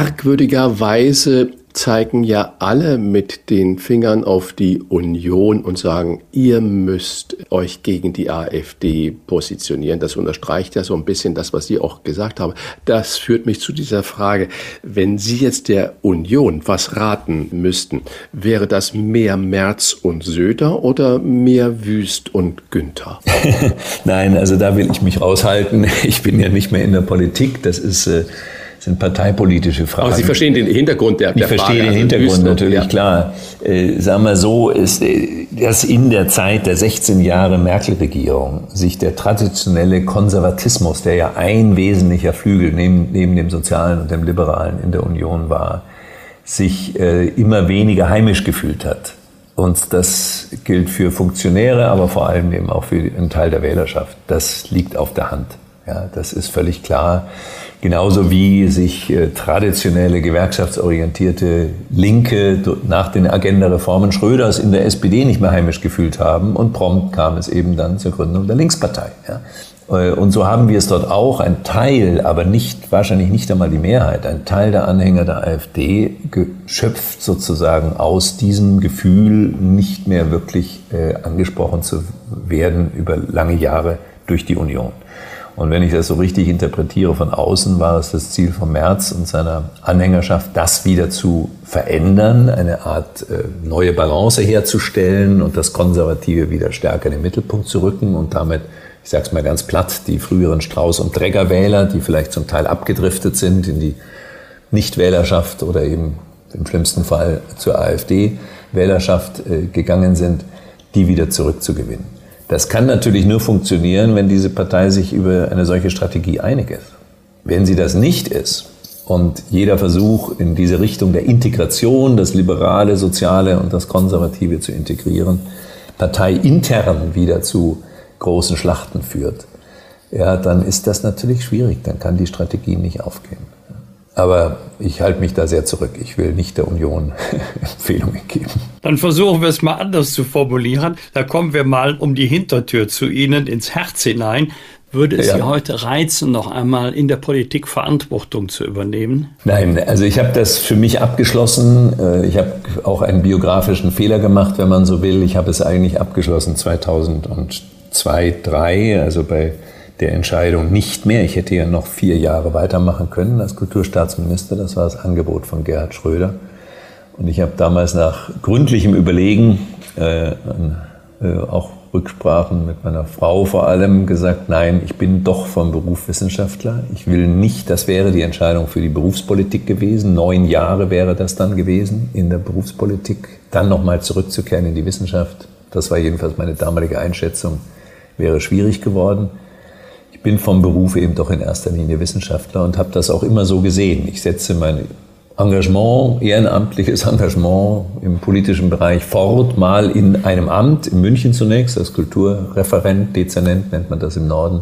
Merkwürdigerweise zeigen ja alle mit den Fingern auf die Union und sagen, ihr müsst euch gegen die AfD positionieren. Das unterstreicht ja so ein bisschen das, was Sie auch gesagt haben. Das führt mich zu dieser Frage, wenn Sie jetzt der Union was raten müssten, wäre das mehr Merz und Söder oder mehr Wüst und Günther? Nein, also da will ich mich raushalten. Ich bin ja nicht mehr in der Politik. Das ist... Äh Das sind parteipolitische Fragen. Aber Sie verstehen den Hintergrund der, der Frage. Ich verstehe Frage, den Hintergrund also natürlich, ja. Klar. Äh, sagen wir so, ist, äh, dass in der Zeit der sechzehn Jahre Merkel-Regierung sich der traditionelle Konservatismus, der ja ein wesentlicher Flügel neben, neben dem Sozialen und dem Liberalen in der Union war, sich äh, immer weniger heimisch gefühlt hat. Und das gilt für Funktionäre, aber vor allem eben auch für einen Teil der Wählerschaft. Das liegt auf der Hand. Ja, das ist völlig klar. Genauso wie sich äh, traditionelle, gewerkschaftsorientierte Linke nach den Agenda-Reformen Schröders in der S P D nicht mehr heimisch gefühlt haben. Und prompt kam es eben dann zur Gründung der Linkspartei. Ja. Äh, und so haben wir es dort auch, ein Teil, aber nicht, wahrscheinlich nicht einmal die Mehrheit, ein Teil der Anhänger der AfD geschöpft sozusagen aus diesem Gefühl, nicht mehr wirklich äh, angesprochen zu werden über lange Jahre durch die Union. Und wenn ich das so richtig interpretiere, von außen war es das Ziel von Merz und seiner Anhängerschaft, das wieder zu verändern, eine Art äh, neue Balance herzustellen und das Konservative wieder stärker in den Mittelpunkt zu rücken und damit, ich sage es mal ganz platt, die früheren Strauß- und Trägerwähler, die vielleicht zum Teil abgedriftet sind in die Nichtwählerschaft oder eben im schlimmsten Fall zur AfD-Wählerschaft äh, gegangen sind, die wieder zurückzugewinnen. Das kann natürlich nur funktionieren, wenn diese Partei sich über eine solche Strategie einig ist. Wenn sie das nicht ist und jeder Versuch in diese Richtung der Integration, das Liberale, Soziale und das Konservative zu integrieren, parteiintern wieder zu großen Schlachten führt, ja, dann ist das natürlich schwierig, dann kann die Strategie nicht aufgehen. Aber ich halte mich da sehr zurück. Ich will nicht der Union Empfehlungen geben. Dann versuchen wir es mal anders zu formulieren. Da kommen wir mal um die Hintertür zu Ihnen ins Herz hinein. Würde es ja. Sie heute reizen, noch einmal in der Politik Verantwortung zu übernehmen? Nein, also ich habe das für mich abgeschlossen. Ich habe auch einen biografischen Fehler gemacht, wenn man so will. Ich habe es eigentlich abgeschlossen zweitausendzwei, zweitausenddrei, also bei der Entscheidung nicht mehr. Ich hätte ja noch vier Jahre weitermachen können als Kulturstaatsminister. Das war das Angebot von Gerhard Schröder. Und ich habe damals nach gründlichem Überlegen, äh, äh, auch Rücksprachen mit meiner Frau vor allem, gesagt, nein, ich bin doch vom Beruf Wissenschaftler. Ich will nicht, das wäre die Entscheidung für die Berufspolitik gewesen. Neun Jahre wäre das dann gewesen in der Berufspolitik. Dann nochmal zurückzukehren in die Wissenschaft, das war jedenfalls meine damalige Einschätzung, wäre schwierig geworden. Ich bin vom Beruf eben doch in erster Linie Wissenschaftler und habe das auch immer so gesehen. Ich setze mein Engagement, ehrenamtliches Engagement im politischen Bereich fort, mal in einem Amt, in München zunächst, als Kulturreferent, Dezernent nennt man das im Norden,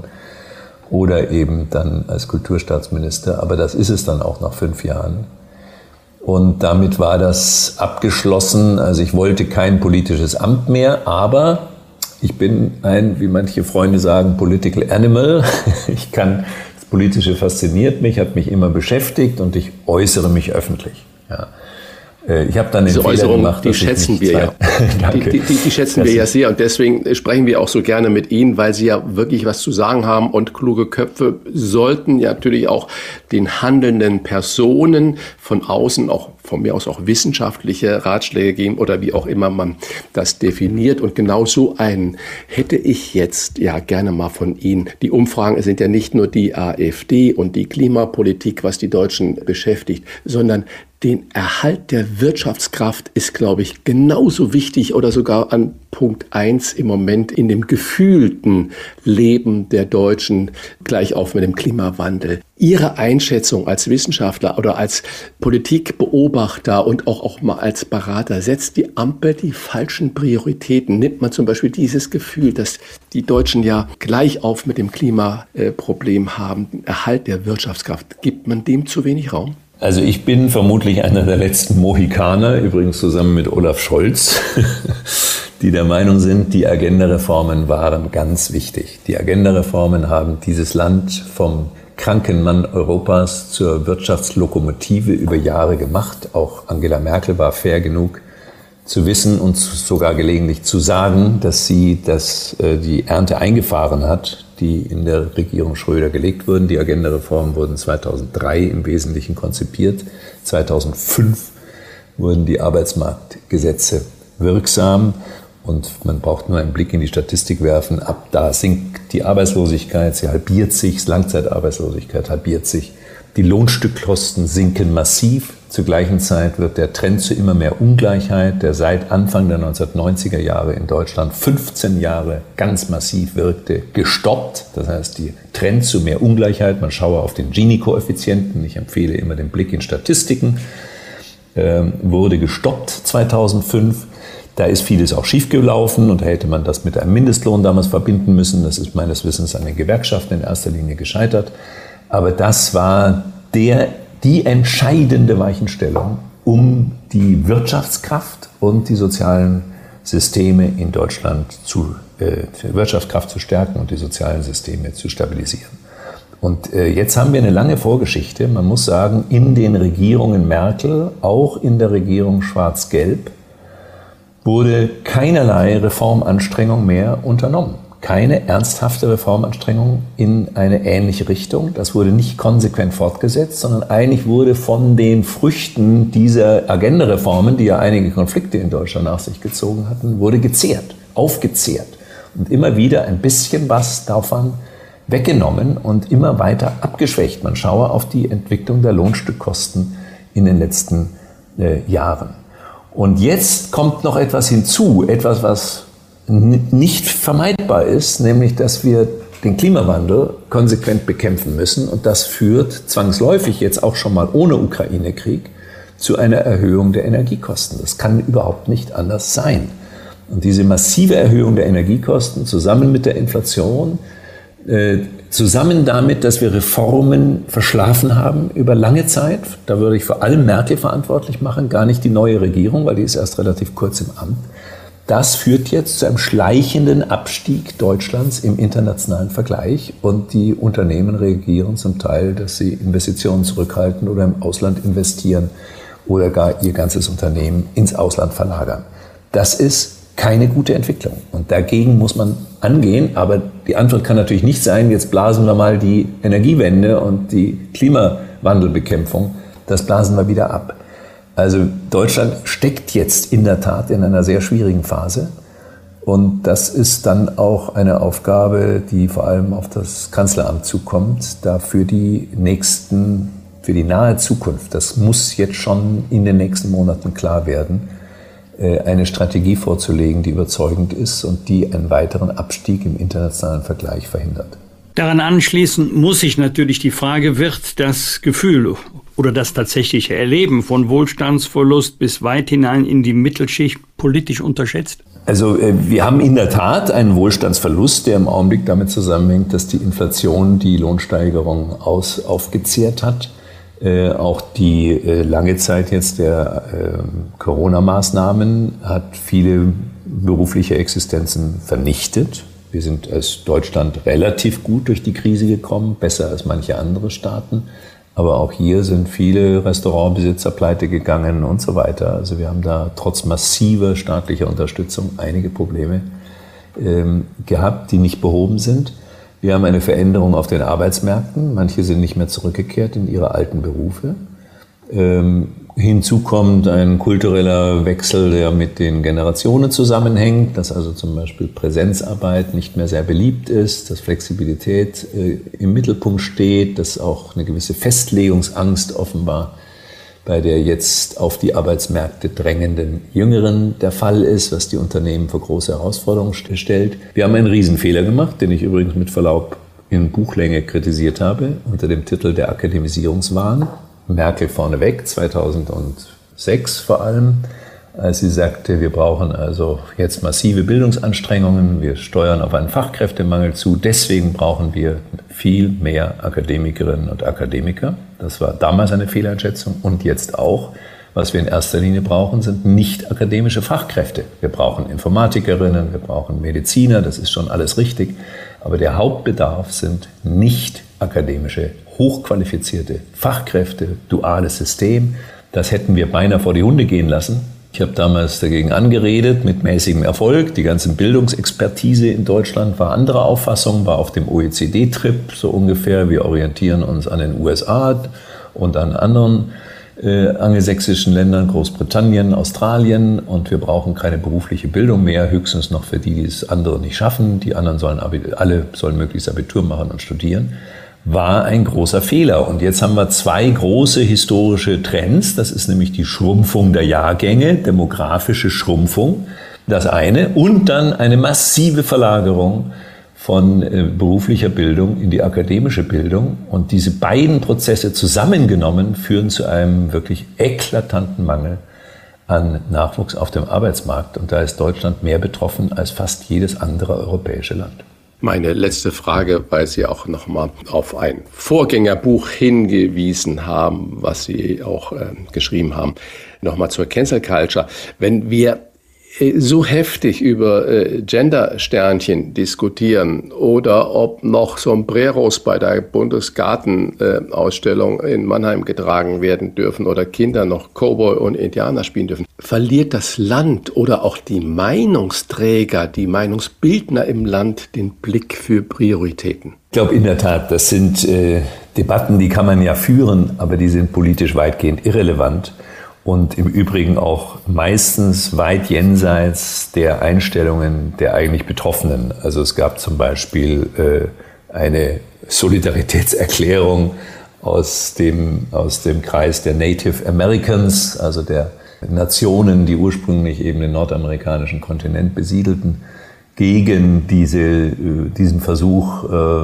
oder eben dann als Kulturstaatsminister. Aber das ist es dann auch nach fünf Jahren. Und damit war das abgeschlossen. Also ich wollte kein politisches Amt mehr, aber ich bin ein, wie manche Freunde sagen, Political Animal. Ich kann, das Politische fasziniert mich, hat mich immer beschäftigt und ich äußere mich öffentlich. Ja. Ich habe dann den Diese Fehler Äußerung, gemacht, die schätzen wir ja. die, die, die, die schätzen wir ja sehr und deswegen sprechen wir auch so gerne mit Ihnen, weil Sie ja wirklich was zu sagen haben und kluge Köpfe sollten ja natürlich auch den handelnden Personen von außen, auch von mir aus auch wissenschaftliche Ratschläge geben oder wie auch immer man das definiert. Und genau so einen hätte ich jetzt ja gerne mal von Ihnen. Die Umfragen sind ja nicht nur die AfD und die Klimapolitik, was die Deutschen beschäftigt, sondern den Erhalt der Wirtschaftskraft ist, glaube ich, genauso wichtig oder sogar an Punkt eins im Moment in dem gefühlten Leben der Deutschen, gleich auf mit dem Klimawandel. Ihre Einschätzung als Wissenschaftler oder als Politikbeobachter und auch, auch mal als Berater, setzt die Ampel die falschen Prioritäten? Nimmt man zum Beispiel dieses Gefühl, dass die Deutschen ja gleich auf mit dem Klimaproblem haben, Erhalt der Wirtschaftskraft, gibt man dem zu wenig Raum? Also ich bin vermutlich einer der letzten Mohikaner, übrigens zusammen mit Olaf Scholz, die der Meinung sind, die Agenda-Reformen waren ganz wichtig. Die Agenda-Reformen haben dieses Land vom kranken Mann Europas zur Wirtschaftslokomotive über Jahre gemacht. Auch Angela Merkel war fair genug zu wissen und sogar gelegentlich zu sagen, dass sie das, äh, die Ernte eingefahren hat, die in der Regierung Schröder gelegt wurden. Die Agenda-Reformen wurden zweitausenddrei im Wesentlichen konzipiert. zweitausendfünf wurden die Arbeitsmarktgesetze wirksam. Und man braucht nur einen Blick in die Statistik werfen. Ab da sinkt die Arbeitslosigkeit, sie halbiert sich, Langzeitarbeitslosigkeit halbiert sich. Die Lohnstückkosten sinken massiv. Zur gleichen Zeit wird der Trend zu immer mehr Ungleichheit, der seit Anfang der neunzehnhundertneunziger Jahre in Deutschland fünfzehn Jahre ganz massiv wirkte, gestoppt. Das heißt, der Trend zu mehr Ungleichheit, man schaue auf den Gini-Koeffizienten, ich empfehle immer den Blick in Statistiken, äh, wurde gestoppt zweitausendfünf. Da ist vieles auch schiefgelaufen und da hätte man das mit einem Mindestlohn damals verbinden müssen. Das ist meines Wissens an den Gewerkschaften in erster Linie gescheitert. Aber das war der, die entscheidende Weichenstellung, um die Wirtschaftskraft und die sozialen Systeme in Deutschland zu, äh, die Wirtschaftskraft zu stärken und die sozialen Systeme zu stabilisieren. Und äh, jetzt haben wir eine lange Vorgeschichte. Man muss sagen, in den Regierungen Merkel, auch in der Regierung Schwarz-Gelb, wurde keinerlei Reformanstrengung mehr unternommen. Keine ernsthafte Reformanstrengung in eine ähnliche Richtung. Das wurde nicht konsequent fortgesetzt, sondern eigentlich wurde von den Früchten dieser Agenda-Reformen, die ja einige Konflikte in Deutschland nach sich gezogen hatten, wurde gezehrt, aufgezehrt und immer wieder ein bisschen was davon weggenommen und immer weiter abgeschwächt. Man schaue auf die Entwicklung der Lohnstückkosten in den letzten äh, Jahren. Und jetzt kommt noch etwas hinzu, etwas, was nicht vermeidbar ist, nämlich, dass wir den Klimawandel konsequent bekämpfen müssen. Und das führt zwangsläufig jetzt auch schon mal ohne Ukraine-Krieg zu einer Erhöhung der Energiekosten. Das kann überhaupt nicht anders sein. Und diese massive Erhöhung der Energiekosten zusammen mit der Inflation, äh, zusammen damit, dass wir Reformen verschlafen haben über lange Zeit, da würde ich vor allem Merkel verantwortlich machen, gar nicht die neue Regierung, weil die ist erst relativ kurz im Amt. Das führt jetzt zu einem schleichenden Abstieg Deutschlands im internationalen Vergleich und die Unternehmen reagieren zum Teil, dass sie Investitionen zurückhalten oder im Ausland investieren oder gar ihr ganzes Unternehmen ins Ausland verlagern. Das ist keine gute Entwicklung und dagegen muss man angehen, aber die Antwort kann natürlich nicht sein, jetzt blasen wir mal die Energiewende und die Klimawandelbekämpfung, das blasen wir wieder ab. Also Deutschland steckt jetzt in der Tat in einer sehr schwierigen Phase und das ist dann auch eine Aufgabe, die vor allem auf das Kanzleramt zukommt, da für die nächsten, für die nahe Zukunft, das muss jetzt schon in den nächsten Monaten klar werden, eine Strategie vorzulegen, die überzeugend ist und die einen weiteren Abstieg im internationalen Vergleich verhindert. Daran anschließend muss sich natürlich die Frage, wird das Gefühl oder das tatsächliche Erleben von Wohlstandsverlust bis weit hinein in die Mittelschicht politisch unterschätzt? Also wir haben in der Tat einen Wohlstandsverlust, der im Augenblick damit zusammenhängt, dass die Inflation die Lohnsteigerung aus, aufgezehrt hat. Äh, auch die äh, lange Zeit jetzt der äh, Corona-Maßnahmen hat viele berufliche Existenzen vernichtet. Wir sind als Deutschland relativ gut durch die Krise gekommen, besser als manche andere Staaten. Aber auch hier sind viele Restaurantbesitzer pleite gegangen und so weiter. Also wir haben da trotz massiver staatlicher Unterstützung einige Probleme ähm, gehabt, die nicht behoben sind. Wir haben eine Veränderung auf den Arbeitsmärkten. Manche sind nicht mehr zurückgekehrt in ihre alten Berufe. Ähm, hinzu kommt ein kultureller Wechsel, der mit den Generationen zusammenhängt, dass also zum Beispiel Präsenzarbeit nicht mehr sehr beliebt ist, dass Flexibilität äh, im Mittelpunkt steht, dass auch eine gewisse Festlegungsangst offenbar bei der jetzt auf die Arbeitsmärkte drängenden Jüngeren der Fall ist, was die Unternehmen vor große Herausforderungen stellt. Wir haben einen Riesenfehler gemacht, den ich übrigens mit Verlaub in Buchlänge kritisiert habe, unter dem Titel der Akademisierungswahn. Merkel vorneweg, zweitausendsechs vor allem, als sie sagte, wir brauchen also jetzt massive Bildungsanstrengungen, wir steuern auf einen Fachkräftemangel zu, deswegen brauchen wir viel mehr Akademikerinnen und Akademiker. Das war damals eine Fehleinschätzung und jetzt auch. Was wir in erster Linie brauchen, sind nicht akademische Fachkräfte. Wir brauchen Informatikerinnen, wir brauchen Mediziner, das ist schon alles richtig. Aber der Hauptbedarf sind nicht akademische, hochqualifizierte Fachkräfte, duales System. Das hätten wir beinahe vor die Hunde gehen lassen. Ich habe damals dagegen angeredet, mit mäßigem Erfolg. Die ganze Bildungsexpertise in Deutschland war anderer Auffassung, war auf dem O E C D-Trip so ungefähr. Wir orientieren uns an den U S A und an anderen äh, angelsächsischen Ländern, Großbritannien, Australien. Und wir brauchen keine berufliche Bildung mehr, höchstens noch für die, die es andere nicht schaffen. Die anderen sollen, alle sollen möglichst Abitur machen und studieren. War ein großer Fehler. Und jetzt haben wir zwei große historische Trends. Das ist nämlich die Schrumpfung der Jahrgänge, demografische Schrumpfung, das eine. Und dann eine massive Verlagerung von äh, beruflicher Bildung in die akademische Bildung. Und diese beiden Prozesse zusammengenommen führen zu einem wirklich eklatanten Mangel an Nachwuchs auf dem Arbeitsmarkt. Und da ist Deutschland mehr betroffen als fast jedes andere europäische Land. Meine letzte Frage, weil Sie auch nochmal auf ein Vorgängerbuch hingewiesen haben, was Sie auch äh, geschrieben haben, nochmal zur Cancel Culture. Wenn wir äh, so heftig über äh, Gender-Sternchen diskutieren oder ob noch Sombreros bei der Bundesgartenausstellung äh, in Mannheim getragen werden dürfen oder Kinder noch Cowboy und Indianer spielen dürfen, verliert das Land oder auch die Meinungsträger, die Meinungsbildner im Land den Blick für Prioritäten? Ich glaube in der Tat, das sind äh, Debatten, die kann man ja führen, aber die sind politisch weitgehend irrelevant und im Übrigen auch meistens weit jenseits der Einstellungen der eigentlich Betroffenen. Also es gab zum Beispiel äh, eine Solidaritätserklärung aus dem, aus dem Kreis der Native Americans, also der Nationen, die ursprünglich eben den nordamerikanischen Kontinent besiedelten, gegen diese, diesen Versuch,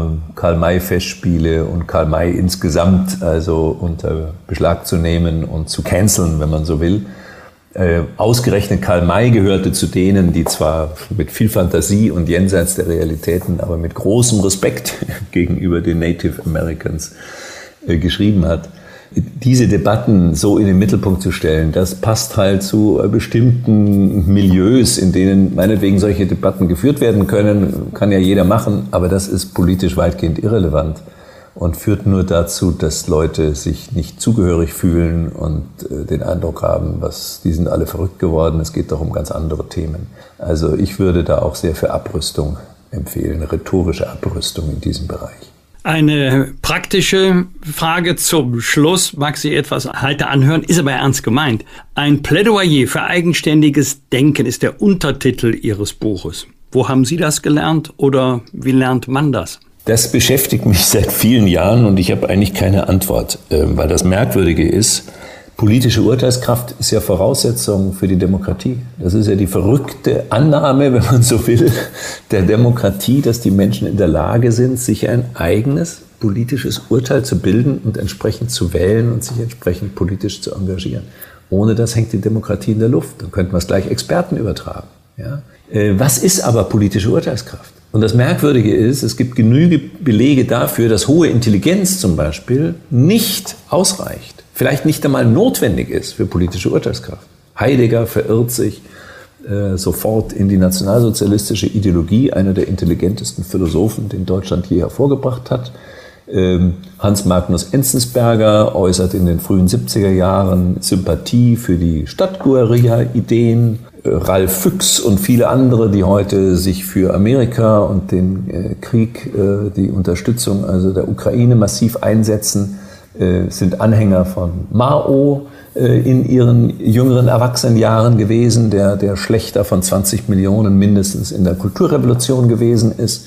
Karl-May-Festspiele und Karl-May insgesamt also unter Beschlag zu nehmen und zu canceln, wenn man so will. Ausgerechnet Karl-May gehörte zu denen, die zwar mit viel Fantasie und jenseits der Realitäten, aber mit großem Respekt gegenüber den Native Americans geschrieben hat. Diese Debatten so in den Mittelpunkt zu stellen, das passt halt zu bestimmten Milieus, in denen meinetwegen solche Debatten geführt werden können, kann ja jeder machen, aber das ist politisch weitgehend irrelevant und führt nur dazu, dass Leute sich nicht zugehörig fühlen und den Eindruck haben, was, die sind alle verrückt geworden, es geht doch um ganz andere Themen. Also ich würde da auch sehr für Abrüstung empfehlen, rhetorische Abrüstung in diesem Bereich. Eine praktische Frage zum Schluss, mag sie etwas heiter anhören, ist aber ernst gemeint. Ein Plädoyer für eigenständiges Denken ist der Untertitel Ihres Buches. Wo haben Sie das gelernt oder wie lernt man das? Das beschäftigt mich seit vielen Jahren und ich habe eigentlich keine Antwort, weil das Merkwürdige ist, politische Urteilskraft ist ja Voraussetzung für die Demokratie. Das ist ja die verrückte Annahme, wenn man so will, der Demokratie, dass die Menschen in der Lage sind, sich ein eigenes politisches Urteil zu bilden und entsprechend zu wählen und sich entsprechend politisch zu engagieren. Ohne das hängt die Demokratie in der Luft. Dann könnten wir es gleich Experten übertragen. Ja? Was ist aber politische Urteilskraft? Und das Merkwürdige ist, es gibt genügend Belege dafür, dass hohe Intelligenz zum Beispiel nicht ausreicht. Vielleicht nicht einmal notwendig ist für politische Urteilskraft. Heidegger verirrt sich äh, sofort in die nationalsozialistische Ideologie, einer der intelligentesten Philosophen, den Deutschland je hervorgebracht hat. Ähm, Hans Magnus Enzensberger äußert in den frühen siebziger Jahren Sympathie für die Stadtguerilla-Ideen. Äh, Ralf Füchs und viele andere, die heute sich für Amerika und den äh, Krieg, äh, die Unterstützung also der Ukraine massiv einsetzen, sind Anhänger von Mao in ihren jüngeren Erwachsenenjahren gewesen, der der Schlächter von zwanzig Millionen mindestens in der Kulturrevolution gewesen ist.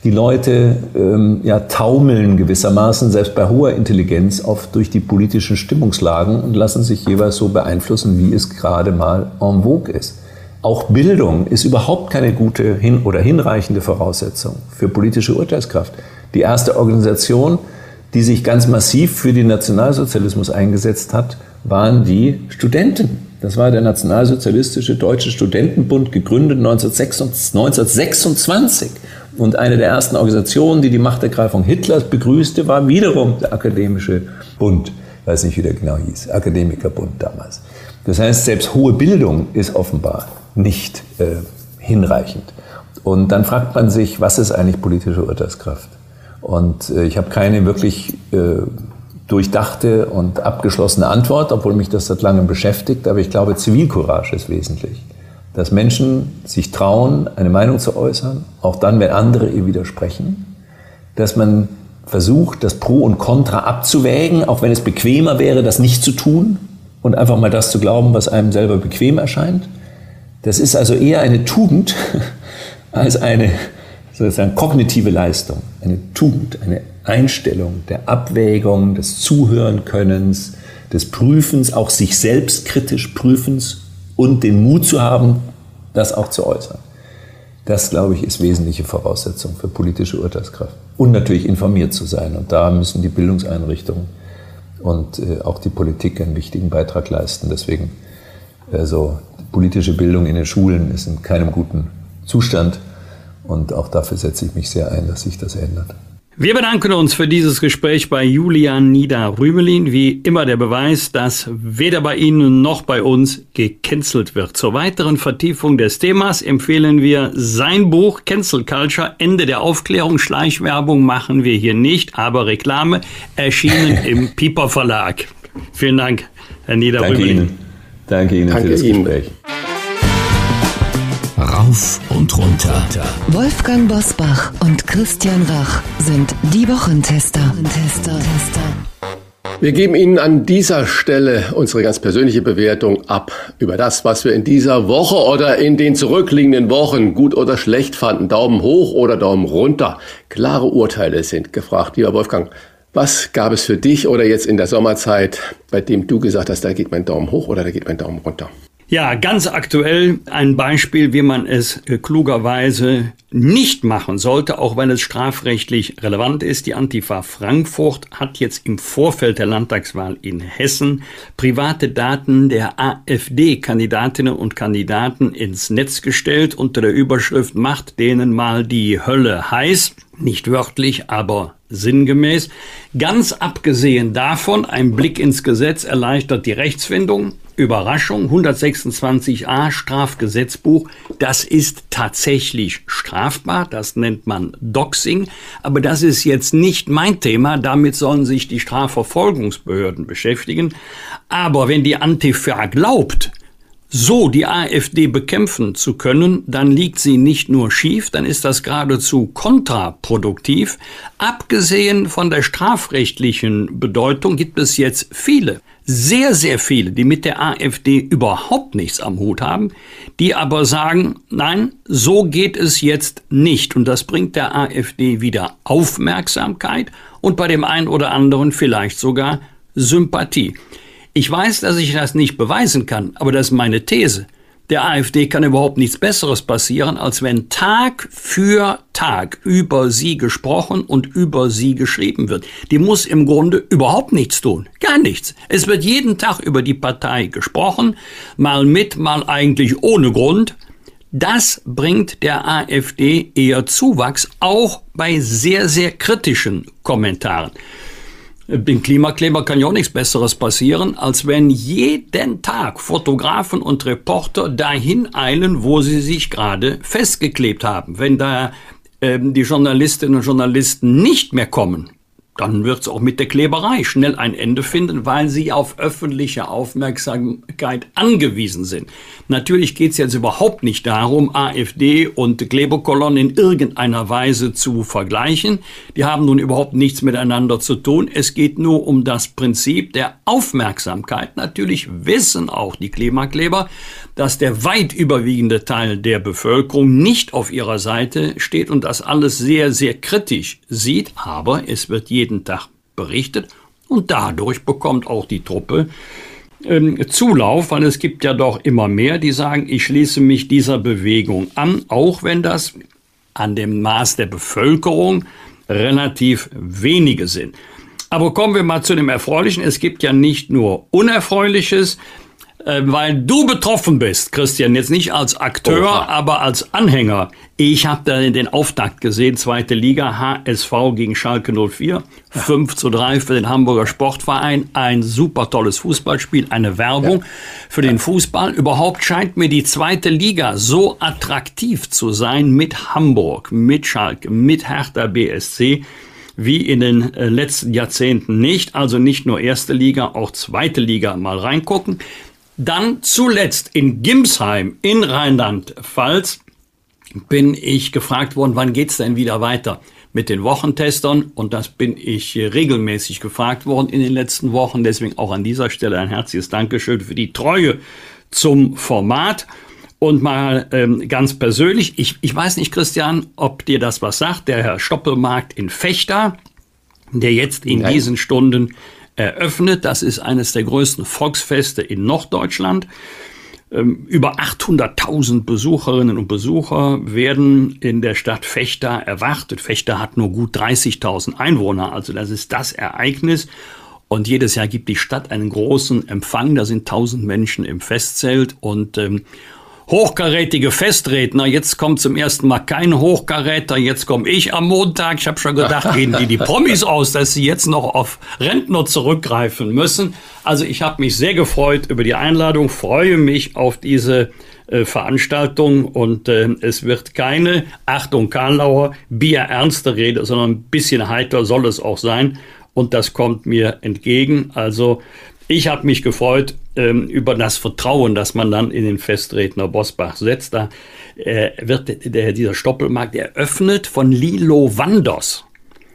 Die Leute ähm, ja, taumeln gewissermaßen, selbst bei hoher Intelligenz, oft durch die politischen Stimmungslagen und lassen sich jeweils so beeinflussen, wie es gerade mal en vogue ist. Auch Bildung ist überhaupt keine gute hin- oder hinreichende Voraussetzung für politische Urteilskraft. Die erste Organisation, die sich ganz massiv für den Nationalsozialismus eingesetzt hat, waren die Studenten. Das war der Nationalsozialistische Deutsche Studentenbund, gegründet neunzehnhundertsechsundzwanzig. Und eine der ersten Organisationen, die die Machtergreifung Hitlers begrüßte, war wiederum der Akademische Bund. Ich weiß nicht, wie der genau hieß. Akademikerbund damals. Das heißt, selbst hohe Bildung ist offenbar nicht äh, hinreichend. Und dann fragt man sich, was ist eigentlich politische Urteilskraft? Und äh, ich habe keine wirklich äh, durchdachte und abgeschlossene Antwort, obwohl mich das seit langem beschäftigt. Aber ich glaube, Zivilcourage ist wesentlich. Dass Menschen sich trauen, eine Meinung zu äußern, auch dann, wenn andere ihr widersprechen. Dass man versucht, das Pro und Contra abzuwägen, auch wenn es bequemer wäre, das nicht zu tun und einfach mal das zu glauben, was einem selber bequem erscheint. Das ist also eher eine Tugend als eine sozusagen kognitive Leistung, eine Tugend, eine Einstellung der Abwägung, des Zuhörenkönnens, des Prüfens, auch sich selbst kritisch Prüfens und den Mut zu haben, das auch zu äußern. Das, glaube ich, ist wesentliche Voraussetzung für politische Urteilskraft. Und natürlich informiert zu sein. Und da müssen die Bildungseinrichtungen und äh, auch die Politik einen wichtigen Beitrag leisten. Deswegen, also politische Bildung in den Schulen ist in keinem guten Zustand. Und auch dafür setze ich mich sehr ein, dass sich das ändert. Wir bedanken uns für dieses Gespräch bei Julian Nieder-Rümelin. Wie immer der Beweis, dass weder bei Ihnen noch bei uns gecancelt wird. Zur weiteren Vertiefung des Themas empfehlen wir sein Buch Cancel Culture, Ende der Aufklärung. Schleichwerbung machen wir hier nicht, aber Reklame, erschienen im Piper Verlag. Vielen Dank, Herr Nieder-Rümelin. Danke Ihnen. Danke Ihnen Danke für das Ihnen. Gespräch. Rauf und runter. Wolfgang Bosbach und Christian Rach sind die Wochentester. Tester. Wir geben Ihnen an dieser Stelle unsere ganz persönliche Bewertung ab über das, was wir in dieser Woche oder in den zurückliegenden Wochen gut oder schlecht fanden. Daumen hoch oder Daumen runter. Klare Urteile sind gefragt. Lieber Wolfgang, was gab es für dich oder jetzt in der Sommerzeit, bei dem du gesagt hast, da geht mein Daumen hoch oder da geht mein Daumen runter? Ja, ganz aktuell ein Beispiel, wie man es klugerweise nicht machen sollte, auch wenn es strafrechtlich relevant ist. Die Antifa Frankfurt hat jetzt im Vorfeld der Landtagswahl in Hessen private Daten der AfD-Kandidatinnen und Kandidaten ins Netz gestellt unter der Überschrift „Macht denen mal die Hölle heiß". Nicht wörtlich, aber sinngemäß. Ganz abgesehen davon, ein Blick ins Gesetz erleichtert die Rechtsfindung. Überraschung, hundertsechsundzwanzig a Strafgesetzbuch, das ist tatsächlich strafbar, das nennt man Doxing, aber das ist jetzt nicht mein Thema, damit sollen sich die Strafverfolgungsbehörden beschäftigen. Aber wenn die Antifa glaubt, so die AfD bekämpfen zu können, dann liegt sie nicht nur schief, dann ist das geradezu kontraproduktiv. Abgesehen von der strafrechtlichen Bedeutung gibt es jetzt viele, sehr, sehr viele, die mit der AfD überhaupt nichts am Hut haben, die aber sagen, nein, so geht es jetzt nicht. Und das bringt der AfD wieder Aufmerksamkeit und bei dem einen oder anderen vielleicht sogar Sympathie. Ich weiß, dass ich das nicht beweisen kann, aber das ist meine These. Der AfD kann überhaupt nichts Besseres passieren, als wenn Tag für Tag über sie gesprochen und über sie geschrieben wird. Die muss im Grunde überhaupt nichts tun. Gar nichts. Es wird jeden Tag über die Partei gesprochen, mal mit, mal eigentlich ohne Grund. Das bringt der AfD eher Zuwachs, auch bei sehr, sehr kritischen Kommentaren. Dem Klimakleber kann ja auch nichts Besseres passieren, als wenn jeden Tag Fotografen und Reporter dahin eilen, wo sie sich gerade festgeklebt haben. Wenn da ähm, die Journalistinnen und Journalisten nicht mehr kommen, dann wird es auch mit der Kleberei schnell ein Ende finden, weil sie auf öffentliche Aufmerksamkeit angewiesen sind. Natürlich geht es jetzt überhaupt nicht darum, AfD und Kleberkolonnen in irgendeiner Weise zu vergleichen. Die haben nun überhaupt nichts miteinander zu tun. Es geht nur um das Prinzip der Aufmerksamkeit. Natürlich wissen auch die Klimakleber, dass der weit überwiegende Teil der Bevölkerung nicht auf ihrer Seite steht und das alles sehr, sehr kritisch sieht. Aber es wird jeden Tag berichtet und dadurch bekommt auch die Truppe ähm, Zulauf, weil es gibt ja doch immer mehr, die sagen, ich schließe mich dieser Bewegung an, auch wenn das an dem Maß der Bevölkerung relativ wenige sind. Aber kommen wir mal zu dem Erfreulichen. Es gibt ja nicht nur Unerfreuliches, weil du betroffen bist, Christian, jetzt nicht als Akteur, Oha. aber als Anhänger. Ich habe da den Auftakt gesehen, zweite Liga, H S V gegen Schalke null vier, ja. fünf zu drei für den Hamburger Sportverein, ein super tolles Fußballspiel, eine Werbung ja. für den Fußball. Überhaupt scheint mir die zweite Liga so attraktiv zu sein mit Hamburg, mit Schalke, mit Hertha B S C, wie in den äh, letzten Jahrzehnten nicht. Also nicht nur erste Liga, auch zweite Liga mal reingucken. Dann zuletzt in Gimsheim in Rheinland-Pfalz bin ich gefragt worden, wann geht's denn wieder weiter mit den Wochentestern? Und das bin ich regelmäßig gefragt worden in den letzten Wochen. Deswegen auch an dieser Stelle ein herzliches Dankeschön für die Treue zum Format. Und mal ähm, ganz persönlich, ich, ich weiß nicht, Christian, ob dir das was sagt, der Herr Stoppelmarkt in Vechta, der jetzt in Nein. diesen Stunden eröffnet. Das ist eines der größten Volksfeste in Norddeutschland. Ähm, über achthunderttausend Besucherinnen und Besucher werden in der Stadt Vechta erwartet. Vechta hat nur gut dreißigtausend Einwohner, also das ist das Ereignis. Und jedes Jahr gibt die Stadt einen großen Empfang. Da sind tausend Menschen im Festzelt und ähm, hochkarätige Festredner. Jetzt kommt zum ersten Mal kein Hochkaräter, jetzt komme ich am Montag. Ich habe schon gedacht, gehen die die Promis aus, dass sie jetzt noch auf Rentner zurückgreifen müssen. Also ich habe mich sehr gefreut über die Einladung, freue mich auf diese äh, Veranstaltung und äh, es wird keine, Achtung Karlauer, bierernste Rede, sondern ein bisschen heiter soll es auch sein und das kommt mir entgegen. Also ich habe mich gefreut ähm, über das Vertrauen, das man dann in den Festredner Bosbach setzt. Da äh, wird der, dieser Stoppelmarkt eröffnet von Lilo Wanders,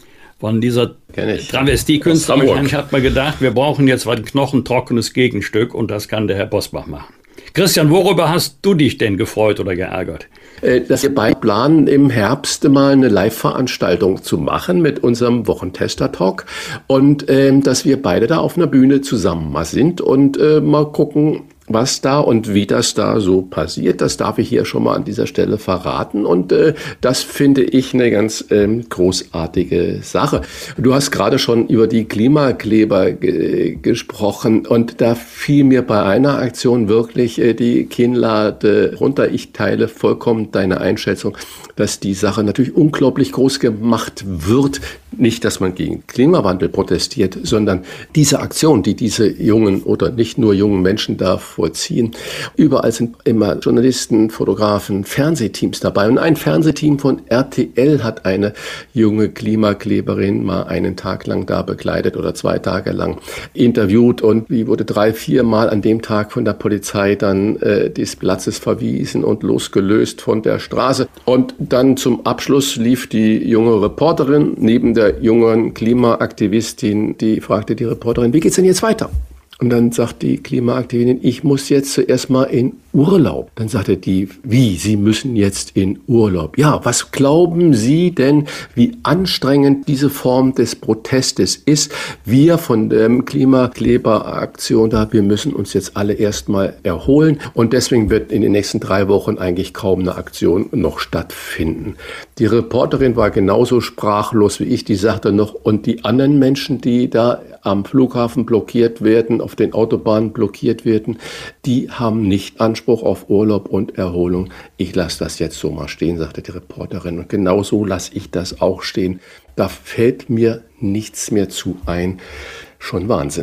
von dieser Travestiekünstlerin. Ich habe mir gedacht, wir brauchen jetzt ein knochentrockenes Gegenstück und das kann der Herr Bosbach machen. Christian, worüber hast du dich denn gefreut oder geärgert? Dass wir beide planen, im Herbst mal eine Live-Veranstaltung zu machen mit unserem Wochentester-Talk und äh, dass wir beide da auf einer Bühne zusammen mal sind und äh, mal gucken, was da und wie das da so passiert. Das darf ich hier schon mal an dieser Stelle verraten und äh, das finde ich eine ganz ähm, großartige Sache. Du hast gerade schon über die Klimakleber ge- gesprochen und da fiel mir bei einer Aktion wirklich äh, die Kinnlade runter. Ich teile vollkommen deine Einschätzung, dass die Sache natürlich unglaublich groß gemacht wird. Nicht, dass man gegen Klimawandel protestiert, sondern diese Aktion, die diese jungen oder nicht nur jungen Menschen da vollziehen. Überall sind immer Journalisten, Fotografen, Fernsehteams dabei. Und ein Fernsehteam von R T L hat eine junge Klimakleberin mal einen Tag lang da begleitet oder zwei Tage lang interviewt. Und die wurde drei, vier Mal an dem Tag von der Polizei dann äh, des Platzes verwiesen und losgelöst von der Straße. Und dann zum Abschluss lief die junge Reporterin neben der jungen Klimaaktivistin, die fragte die Reporterin, wie geht's denn jetzt weiter? Und dann sagt die Klimaaktivistin, ich muss jetzt zuerst mal in Urlaub. Dann sagte die, wie, Sie müssen jetzt in Urlaub? Ja, was glauben Sie denn, wie anstrengend diese Form des Protestes ist? Wir von der Klimakleberaktion da, wir müssen uns jetzt alle erstmal erholen und deswegen wird in den nächsten drei Wochen eigentlich kaum eine Aktion noch stattfinden. Die Reporterin war genauso sprachlos wie ich, die sagte noch, und die anderen Menschen, die da am Flughafen blockiert werden, auf den Autobahnen blockiert werden, die haben nicht Anspruch auf Urlaub und Erholung. Ich lasse das jetzt so mal stehen, sagte die Reporterin. Und genau so lasse ich das auch stehen. Da fällt mir nichts mehr zu ein. Schon Wahnsinn.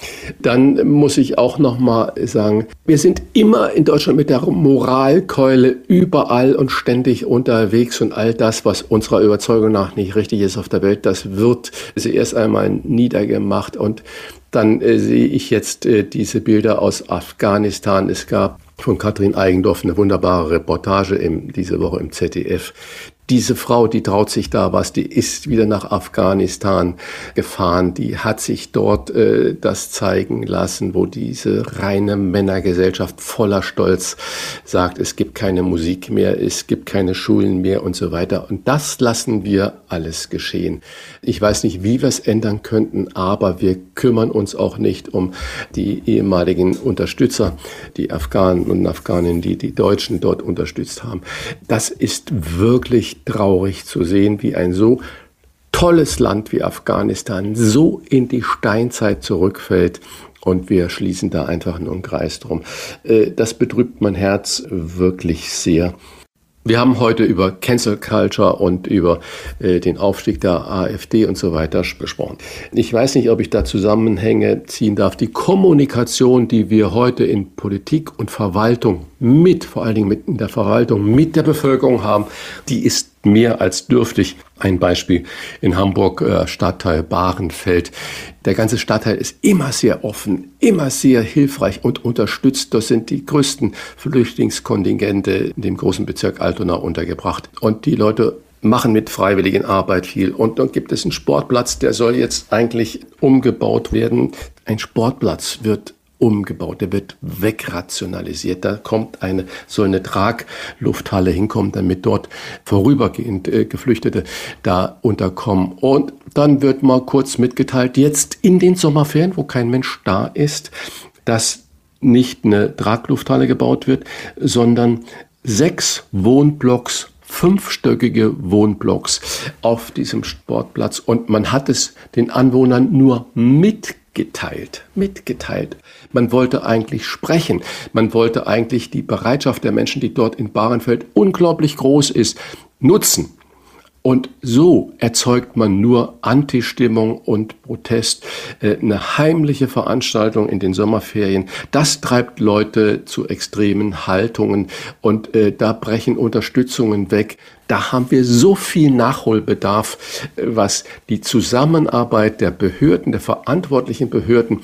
Dann muss ich auch noch mal sagen, wir sind immer in Deutschland mit der Moralkeule überall und ständig unterwegs und all das, was unserer Überzeugung nach nicht richtig ist auf der Welt, das wird erst einmal niedergemacht. Und dann äh, sehe ich jetzt äh, diese Bilder aus Afghanistan. Es gab von Katrin Eigendorf eine wunderbare Reportage im, diese Woche im Z D F. Diese Frau, die traut sich da was, die ist wieder nach Afghanistan gefahren, die hat sich dort äh, das zeigen lassen, wo diese reine Männergesellschaft voller Stolz sagt, es gibt keine Musik mehr, es gibt keine Schulen mehr und so weiter. Und das lassen wir alles geschehen. Ich weiß nicht, wie wir es ändern könnten, aber wir kümmern uns auch nicht um die ehemaligen Unterstützer, die Afghanen und Afghaninnen, die die Deutschen dort unterstützt haben. Das ist wirklich traurig zu sehen, wie ein so tolles Land wie Afghanistan so in die Steinzeit zurückfällt. Und wir schließen da einfach nur einen Kreis drum. Das betrübt mein Herz wirklich sehr. Wir haben heute über Cancel Culture und über äh, den Aufstieg der AfD und so weiter gesprochen. Ich weiß nicht, ob ich da Zusammenhänge ziehen darf. Die Kommunikation, die wir heute in Politik und Verwaltung mit, vor allen Dingen mit in der Verwaltung, mit der Bevölkerung haben, die ist mehr als dürftig. Ein Beispiel in Hamburg, äh, Stadtteil Bahrenfeld. Der ganze Stadtteil ist immer sehr offen, immer sehr hilfreich und unterstützt. Das sind die größten Flüchtlingskontingente in dem großen Bezirk Altona untergebracht. Und die Leute machen mit freiwilligen Arbeit viel. Und dann gibt es einen Sportplatz, der soll jetzt eigentlich umgebaut werden. Ein Sportplatz wird umgebaut, der wird wegrationalisiert. Da kommt eine, soll eine Traglufthalle hinkommen, damit dort vorübergehend äh, Geflüchtete da unterkommen. Und dann wird mal kurz mitgeteilt, jetzt in den Sommerferien, wo kein Mensch da ist, dass nicht eine Traglufthalle gebaut wird, sondern sechs Wohnblocks, fünfstöckige Wohnblocks auf diesem Sportplatz. Und man hat es den Anwohnern nur mitgeteilt. Geteilt, mitgeteilt. Man wollte eigentlich sprechen. Man wollte eigentlich die Bereitschaft der Menschen, die dort in Bahrenfeld unglaublich groß ist, nutzen. Und so erzeugt man nur Antistimmung und Protest. Eine heimliche Veranstaltung in den Sommerferien, das treibt Leute zu extremen Haltungen und da brechen Unterstützungen weg. Da haben wir so viel Nachholbedarf, was die Zusammenarbeit der Behörden, der verantwortlichen Behörden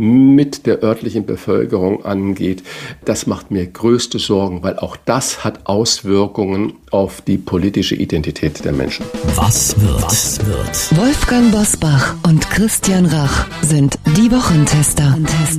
mit der örtlichen Bevölkerung angeht. Das macht mir größte Sorgen, weil auch das hat Auswirkungen auf die politische Identität der Menschen. Was wird? Was wird? Wolfgang Bosbach und Christian Rach sind die Wochentester.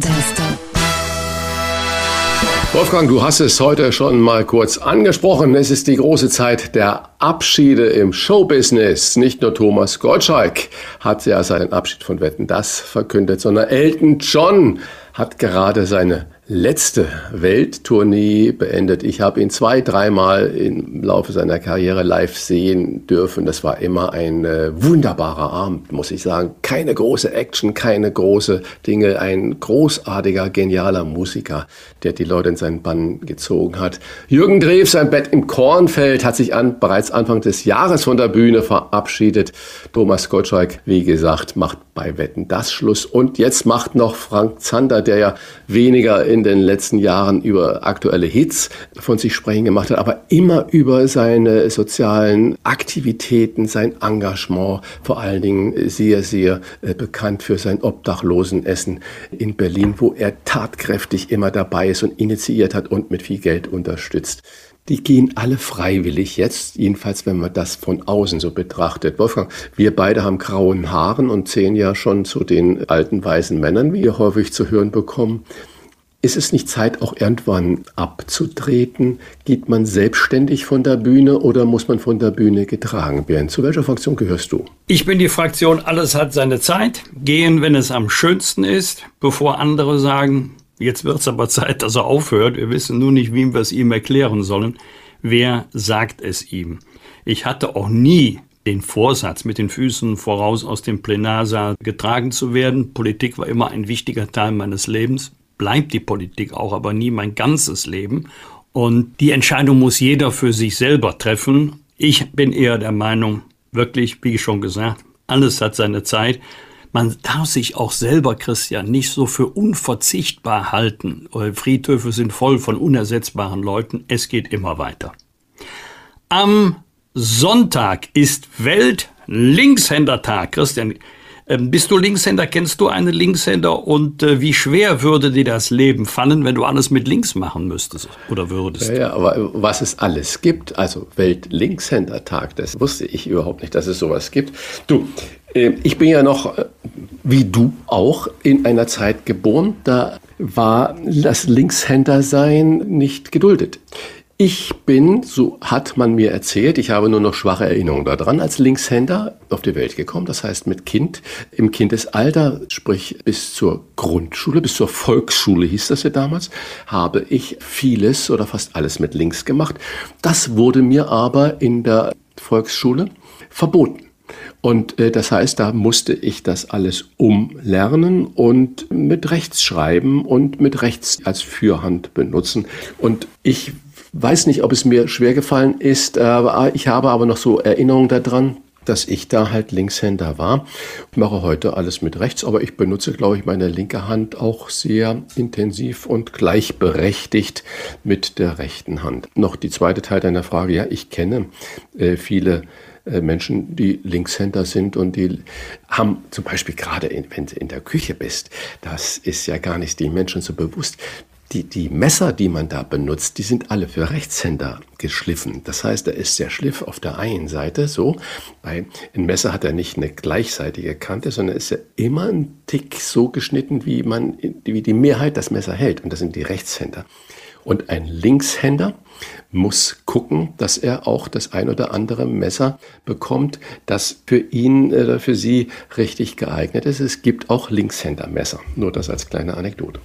Wolfgang, du hast es heute schon mal kurz angesprochen. Es ist die große Zeit der Abschiede im Showbusiness. Nicht nur Thomas Gottschalk hat ja seinen Abschied von Wetten, das verkündet, sondern Elton John hat gerade seine letzte Welttournee beendet. Ich habe ihn zwei, dreimal im Laufe seiner Karriere live sehen dürfen. Das war immer ein äh, wunderbarer Abend, muss ich sagen. Keine große Action, keine große Dinge. Ein großartiger, genialer Musiker, der die Leute in seinen Bann gezogen hat. Jürgen Drews, sein Bett im Kornfeld, hat sich an, bereits Anfang des Jahres von der Bühne verabschiedet. Thomas Gottschalk, wie gesagt, macht bei Wetten das Schluss. Und jetzt macht noch Frank Zander, der ja weniger in den letzten Jahren über aktuelle Hits von sich sprechen gemacht hat, aber immer über seine sozialen Aktivitäten, sein Engagement, vor allen Dingen sehr, sehr äh, bekannt für sein Obdachlosenessen in Berlin, wo er tatkräftig immer dabei ist und initiiert hat und mit viel Geld unterstützt. Die gehen alle freiwillig jetzt, jedenfalls wenn man das von außen so betrachtet. Wolfgang, wir beide haben grauen Haaren und zählen ja schon zu den alten weißen Männern, wie wir häufig zu hören bekommen. Ist es nicht Zeit, auch irgendwann abzutreten? Geht man selbstständig von der Bühne oder muss man von der Bühne getragen werden? Zu welcher Fraktion gehörst du? Ich bin die Fraktion, alles hat seine Zeit. Gehen, wenn es am schönsten ist, bevor andere sagen, jetzt wird es aber Zeit, dass er aufhört. Wir wissen nur nicht, wie wir es ihm erklären sollen. Wer sagt es ihm? Ich hatte auch nie den Vorsatz, mit den Füßen voraus aus dem Plenarsaal getragen zu werden. Politik war immer ein wichtiger Teil meines Lebens. Bleibt die Politik auch, aber nie mein ganzes Leben. Und die Entscheidung muss jeder für sich selber treffen. Ich bin eher der Meinung, wirklich, wie schon gesagt, alles hat seine Zeit. Man darf sich auch selber, Christian, nicht so für unverzichtbar halten. Friedhöfe sind voll von unersetzbaren Leuten. Es geht immer weiter. Am Sonntag ist Welt-Linkshändertag. Christian, bist du Linkshänder? Kennst du einen Linkshänder? Und äh, wie schwer würde dir das Leben fallen, wenn du alles mit links machen müsstest oder würdest? Ja, ja, aber was es alles gibt, also Welt-Linkshändertag, das wusste ich überhaupt nicht, dass es sowas gibt. Du, äh, ich bin ja noch, äh, wie du auch, in einer Zeit geboren, da war das Linkshändersein nicht geduldet. Ich bin, so hat man mir erzählt, ich habe nur noch schwache Erinnerungen daran, als Linkshänder auf die Welt gekommen. Das heißt mit Kind, im Kindesalter, sprich bis zur Grundschule, bis zur Volksschule hieß das ja damals, habe ich vieles oder fast alles mit links gemacht. Das wurde mir aber in der Volksschule verboten. Und äh, das heißt, da musste ich das alles umlernen und mit rechts schreiben und mit rechts als Fürhand benutzen. Und ich weiß nicht, ob es mir schwer gefallen ist, aber ich habe aber noch so Erinnerungen daran, dass ich da halt Linkshänder war. Ich mache heute alles mit rechts, aber ich benutze, glaube ich, meine linke Hand auch sehr intensiv und gleichberechtigt mit der rechten Hand. Noch die zweite Teil deiner Frage. Ja, ich kenne äh, viele äh, Menschen, die Linkshänder sind und die haben zum Beispiel gerade, in, wenn du in der Küche bist, das ist ja gar nicht den Menschen so bewusst. Die, die Messer, die man da benutzt, die sind alle für Rechtshänder geschliffen. Das heißt, da ist der Schliff auf der einen Seite so. Bei ein Messer hat er nicht eine gleichseitige Kante, sondern ist ja immer ein Tick so geschnitten, wie man, wie die Mehrheit das Messer hält. Und das sind die Rechtshänder. Und ein Linkshänder muss gucken, dass er auch das ein oder andere Messer bekommt, das für ihn oder für sie richtig geeignet ist. Es gibt auch Linkshändermesser. Nur das als kleine Anekdote.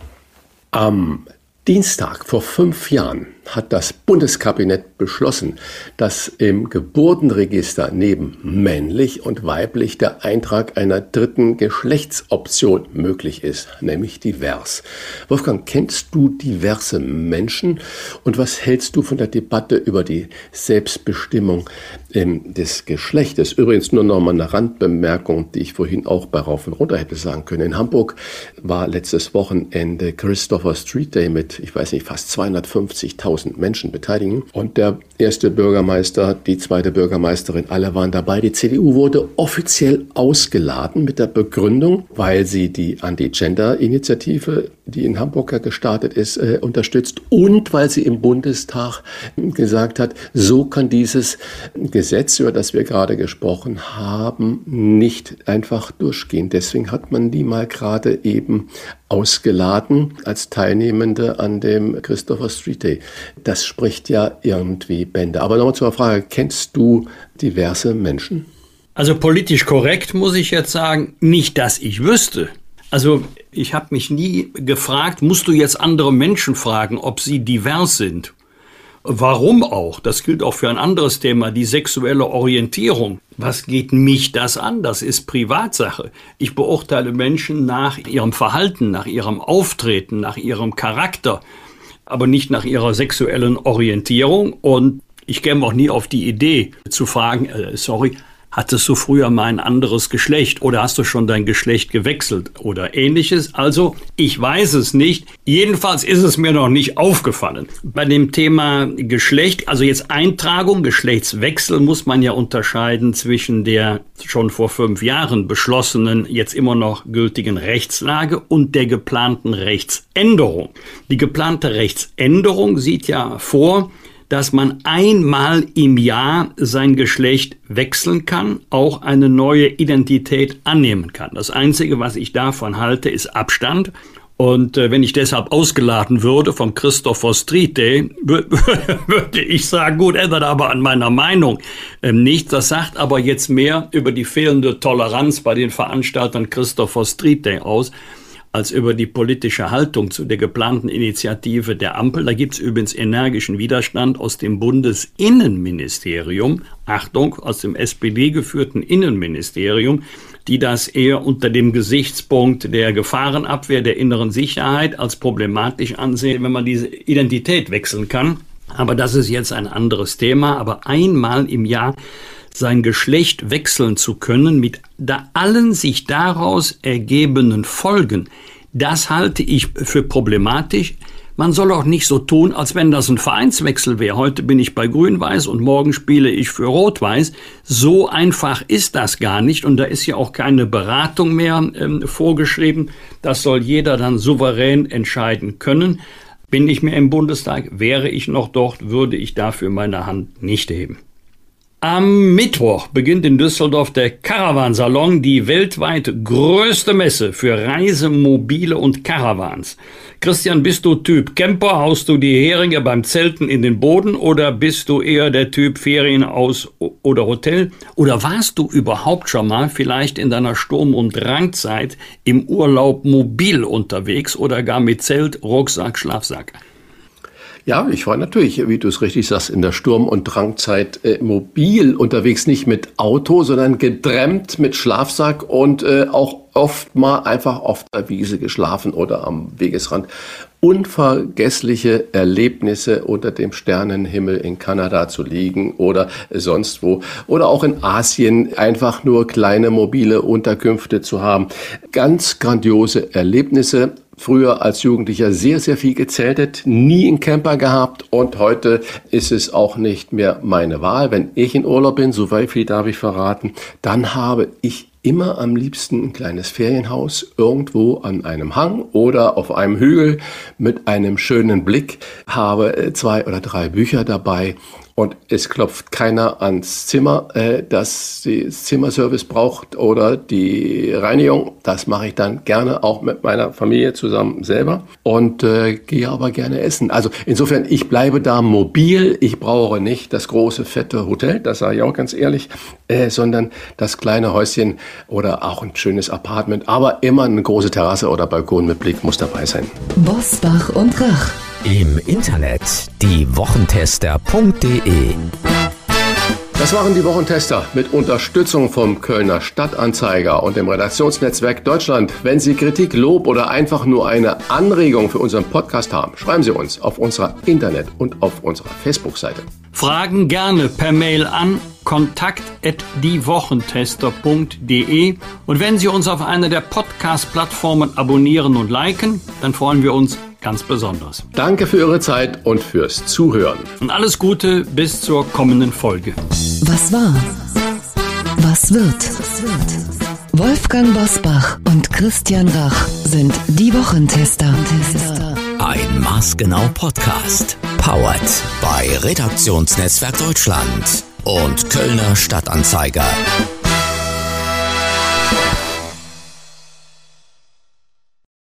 Am Dienstag vor fünf Jahren hat das Bundeskabinett beschlossen, dass im Geburtenregister neben männlich und weiblich der Eintrag einer dritten Geschlechtsoption möglich ist, nämlich divers. Wolfgang, kennst du diverse Menschen und was hältst du von der Debatte über die Selbstbestimmung ähm, des Geschlechtes? Übrigens nur noch mal eine Randbemerkung, die ich vorhin auch bei Rauf und Runter hätte sagen können. In Hamburg war letztes Wochenende Christopher Street Day mit, ich weiß nicht, fast zweihundertfünfzigtausend Menschen beteiligen. Und der erste Bürgermeister, die zweite Bürgermeisterin, alle waren dabei. Die C D U wurde offiziell ausgeladen mit der Begründung, weil sie die Anti-Gender-Initiative, die in Hamburg ja gestartet ist, äh, unterstützt und weil sie im Bundestag gesagt hat, so kann dieses Gesetz, über das wir gerade gesprochen haben, nicht einfach durchgehen. Deswegen hat man die mal gerade eben ausgeladen als Teilnehmende an dem Christopher Street Day. Das spricht ja irgendwie Bände. Aber nochmal zur Frage, kennst du diverse Menschen? Also politisch korrekt muss ich jetzt sagen, nicht, dass ich wüsste. Also ich habe mich nie gefragt, musst du jetzt andere Menschen fragen, ob sie divers sind? Warum auch? Das gilt auch für ein anderes Thema, die sexuelle Orientierung. Was geht mich das an? Das ist Privatsache. Ich beurteile Menschen nach ihrem Verhalten, nach ihrem Auftreten, nach ihrem Charakter, aber nicht nach ihrer sexuellen Orientierung. Und ich käme auch nie auf die Idee zu fragen, äh, sorry, hattest du früher mal ein anderes Geschlecht oder hast du schon dein Geschlecht gewechselt oder ähnliches? Also, ich weiß es nicht. Jedenfalls ist es mir noch nicht aufgefallen. Bei dem Thema Geschlecht, also jetzt Eintragung, Geschlechtswechsel, muss man ja unterscheiden zwischen der schon vor fünf Jahren beschlossenen, jetzt immer noch gültigen Rechtslage und der geplanten Rechtsänderung. Die geplante Rechtsänderung sieht ja vor, dass man einmal im Jahr sein Geschlecht wechseln kann, auch eine neue Identität annehmen kann. Das Einzige, was ich davon halte, ist Abstand. Und äh, wenn ich deshalb ausgeladen würde vom Christopher Street Day, würde ich sagen, gut, ändert aber an meiner Meinung ähm, nichts. Das sagt aber jetzt mehr über die fehlende Toleranz bei den Veranstaltern Christopher Street Day aus, als über die politische Haltung zu der geplanten Initiative der Ampel. Da gibt es übrigens energischen Widerstand aus dem Bundesinnenministerium, Achtung, aus dem S P D geführten Innenministerium, die das eher unter dem Gesichtspunkt der Gefahrenabwehr, der inneren Sicherheit als problematisch ansehen, wenn man diese Identität wechseln kann. Aber das ist jetzt ein anderes Thema. Aber einmal im Jahr sein Geschlecht wechseln zu können mit da allen sich daraus ergebenden Folgen, das halte ich für problematisch. Man soll auch nicht so tun, als wenn das ein Vereinswechsel wäre. Heute bin ich bei Grün-Weiß und morgen spiele ich für Rot-Weiß. So einfach ist das gar nicht und da ist ja auch keine Beratung mehr ähm, vorgeschrieben. Das soll jeder dann souverän entscheiden können. Bin ich mehr im Bundestag, wäre ich noch dort, würde ich dafür meine Hand nicht heben. Am Mittwoch beginnt in Düsseldorf der Caravansalon, die weltweit größte Messe für Reisemobile und Caravans. Christian, bist du Typ Camper, haust du die Heringe beim Zelten in den Boden oder bist du eher der Typ Ferienhaus oder Hotel? Oder warst du überhaupt schon mal vielleicht in deiner Sturm- und Drangzeit im Urlaub mobil unterwegs oder gar mit Zelt, Rucksack, Schlafsack? Ja, ich war natürlich, wie du es richtig sagst, in der Sturm- und Drangzeit äh, mobil unterwegs, nicht mit Auto, sondern gedrängt mit Schlafsack und äh, auch oft mal einfach auf der Wiese geschlafen oder am Wegesrand. Unvergessliche Erlebnisse unter dem Sternenhimmel in Kanada zu liegen oder sonst wo. Oder auch in Asien einfach nur kleine mobile Unterkünfte zu haben. Ganz grandiose Erlebnisse. Früher als Jugendlicher sehr, sehr viel gezeltet, nie einen Camper gehabt und heute ist es auch nicht mehr meine Wahl. Wenn ich in Urlaub bin, so weit viel darf ich verraten, dann habe ich immer am liebsten ein kleines Ferienhaus irgendwo an einem Hang oder auf einem Hügel mit einem schönen Blick, habe zwei oder drei Bücher dabei. Und es klopft keiner ans Zimmer, äh, das die Zimmerservice braucht oder die Reinigung. Das mache ich dann gerne auch mit meiner Familie zusammen selber und äh, gehe aber gerne essen. Also insofern, ich bleibe da mobil. Ich brauche nicht das große, fette Hotel, das sage ich auch ganz ehrlich, äh, sondern das kleine Häuschen oder auch ein schönes Apartment. Aber immer eine große Terrasse oder Balkon mit Blick muss dabei sein. Bosbach und Rach. Im Internet die Wochentester punkt de. Das waren die Wochentester mit Unterstützung vom Kölner Stadtanzeiger und dem Redaktionsnetzwerk Deutschland. Wenn Sie Kritik, Lob oder einfach nur eine Anregung für unseren Podcast haben, schreiben Sie uns auf unserer Internet- und auf unserer Facebook-Seite. Fragen gerne per Mail an kontakt at die wochentester punkt de und wenn Sie uns auf einer der Podcast-Plattformen abonnieren und liken, dann freuen wir uns ganz besonders. Danke für Ihre Zeit und fürs Zuhören. Und alles Gute bis zur kommenden Folge. Was war? Was wird? Wolfgang Bosbach und Christian Rach sind die Wochentester. Ein Maßgenau Podcast. Powered bei Redaktionsnetzwerk Deutschland und Kölner Stadtanzeiger.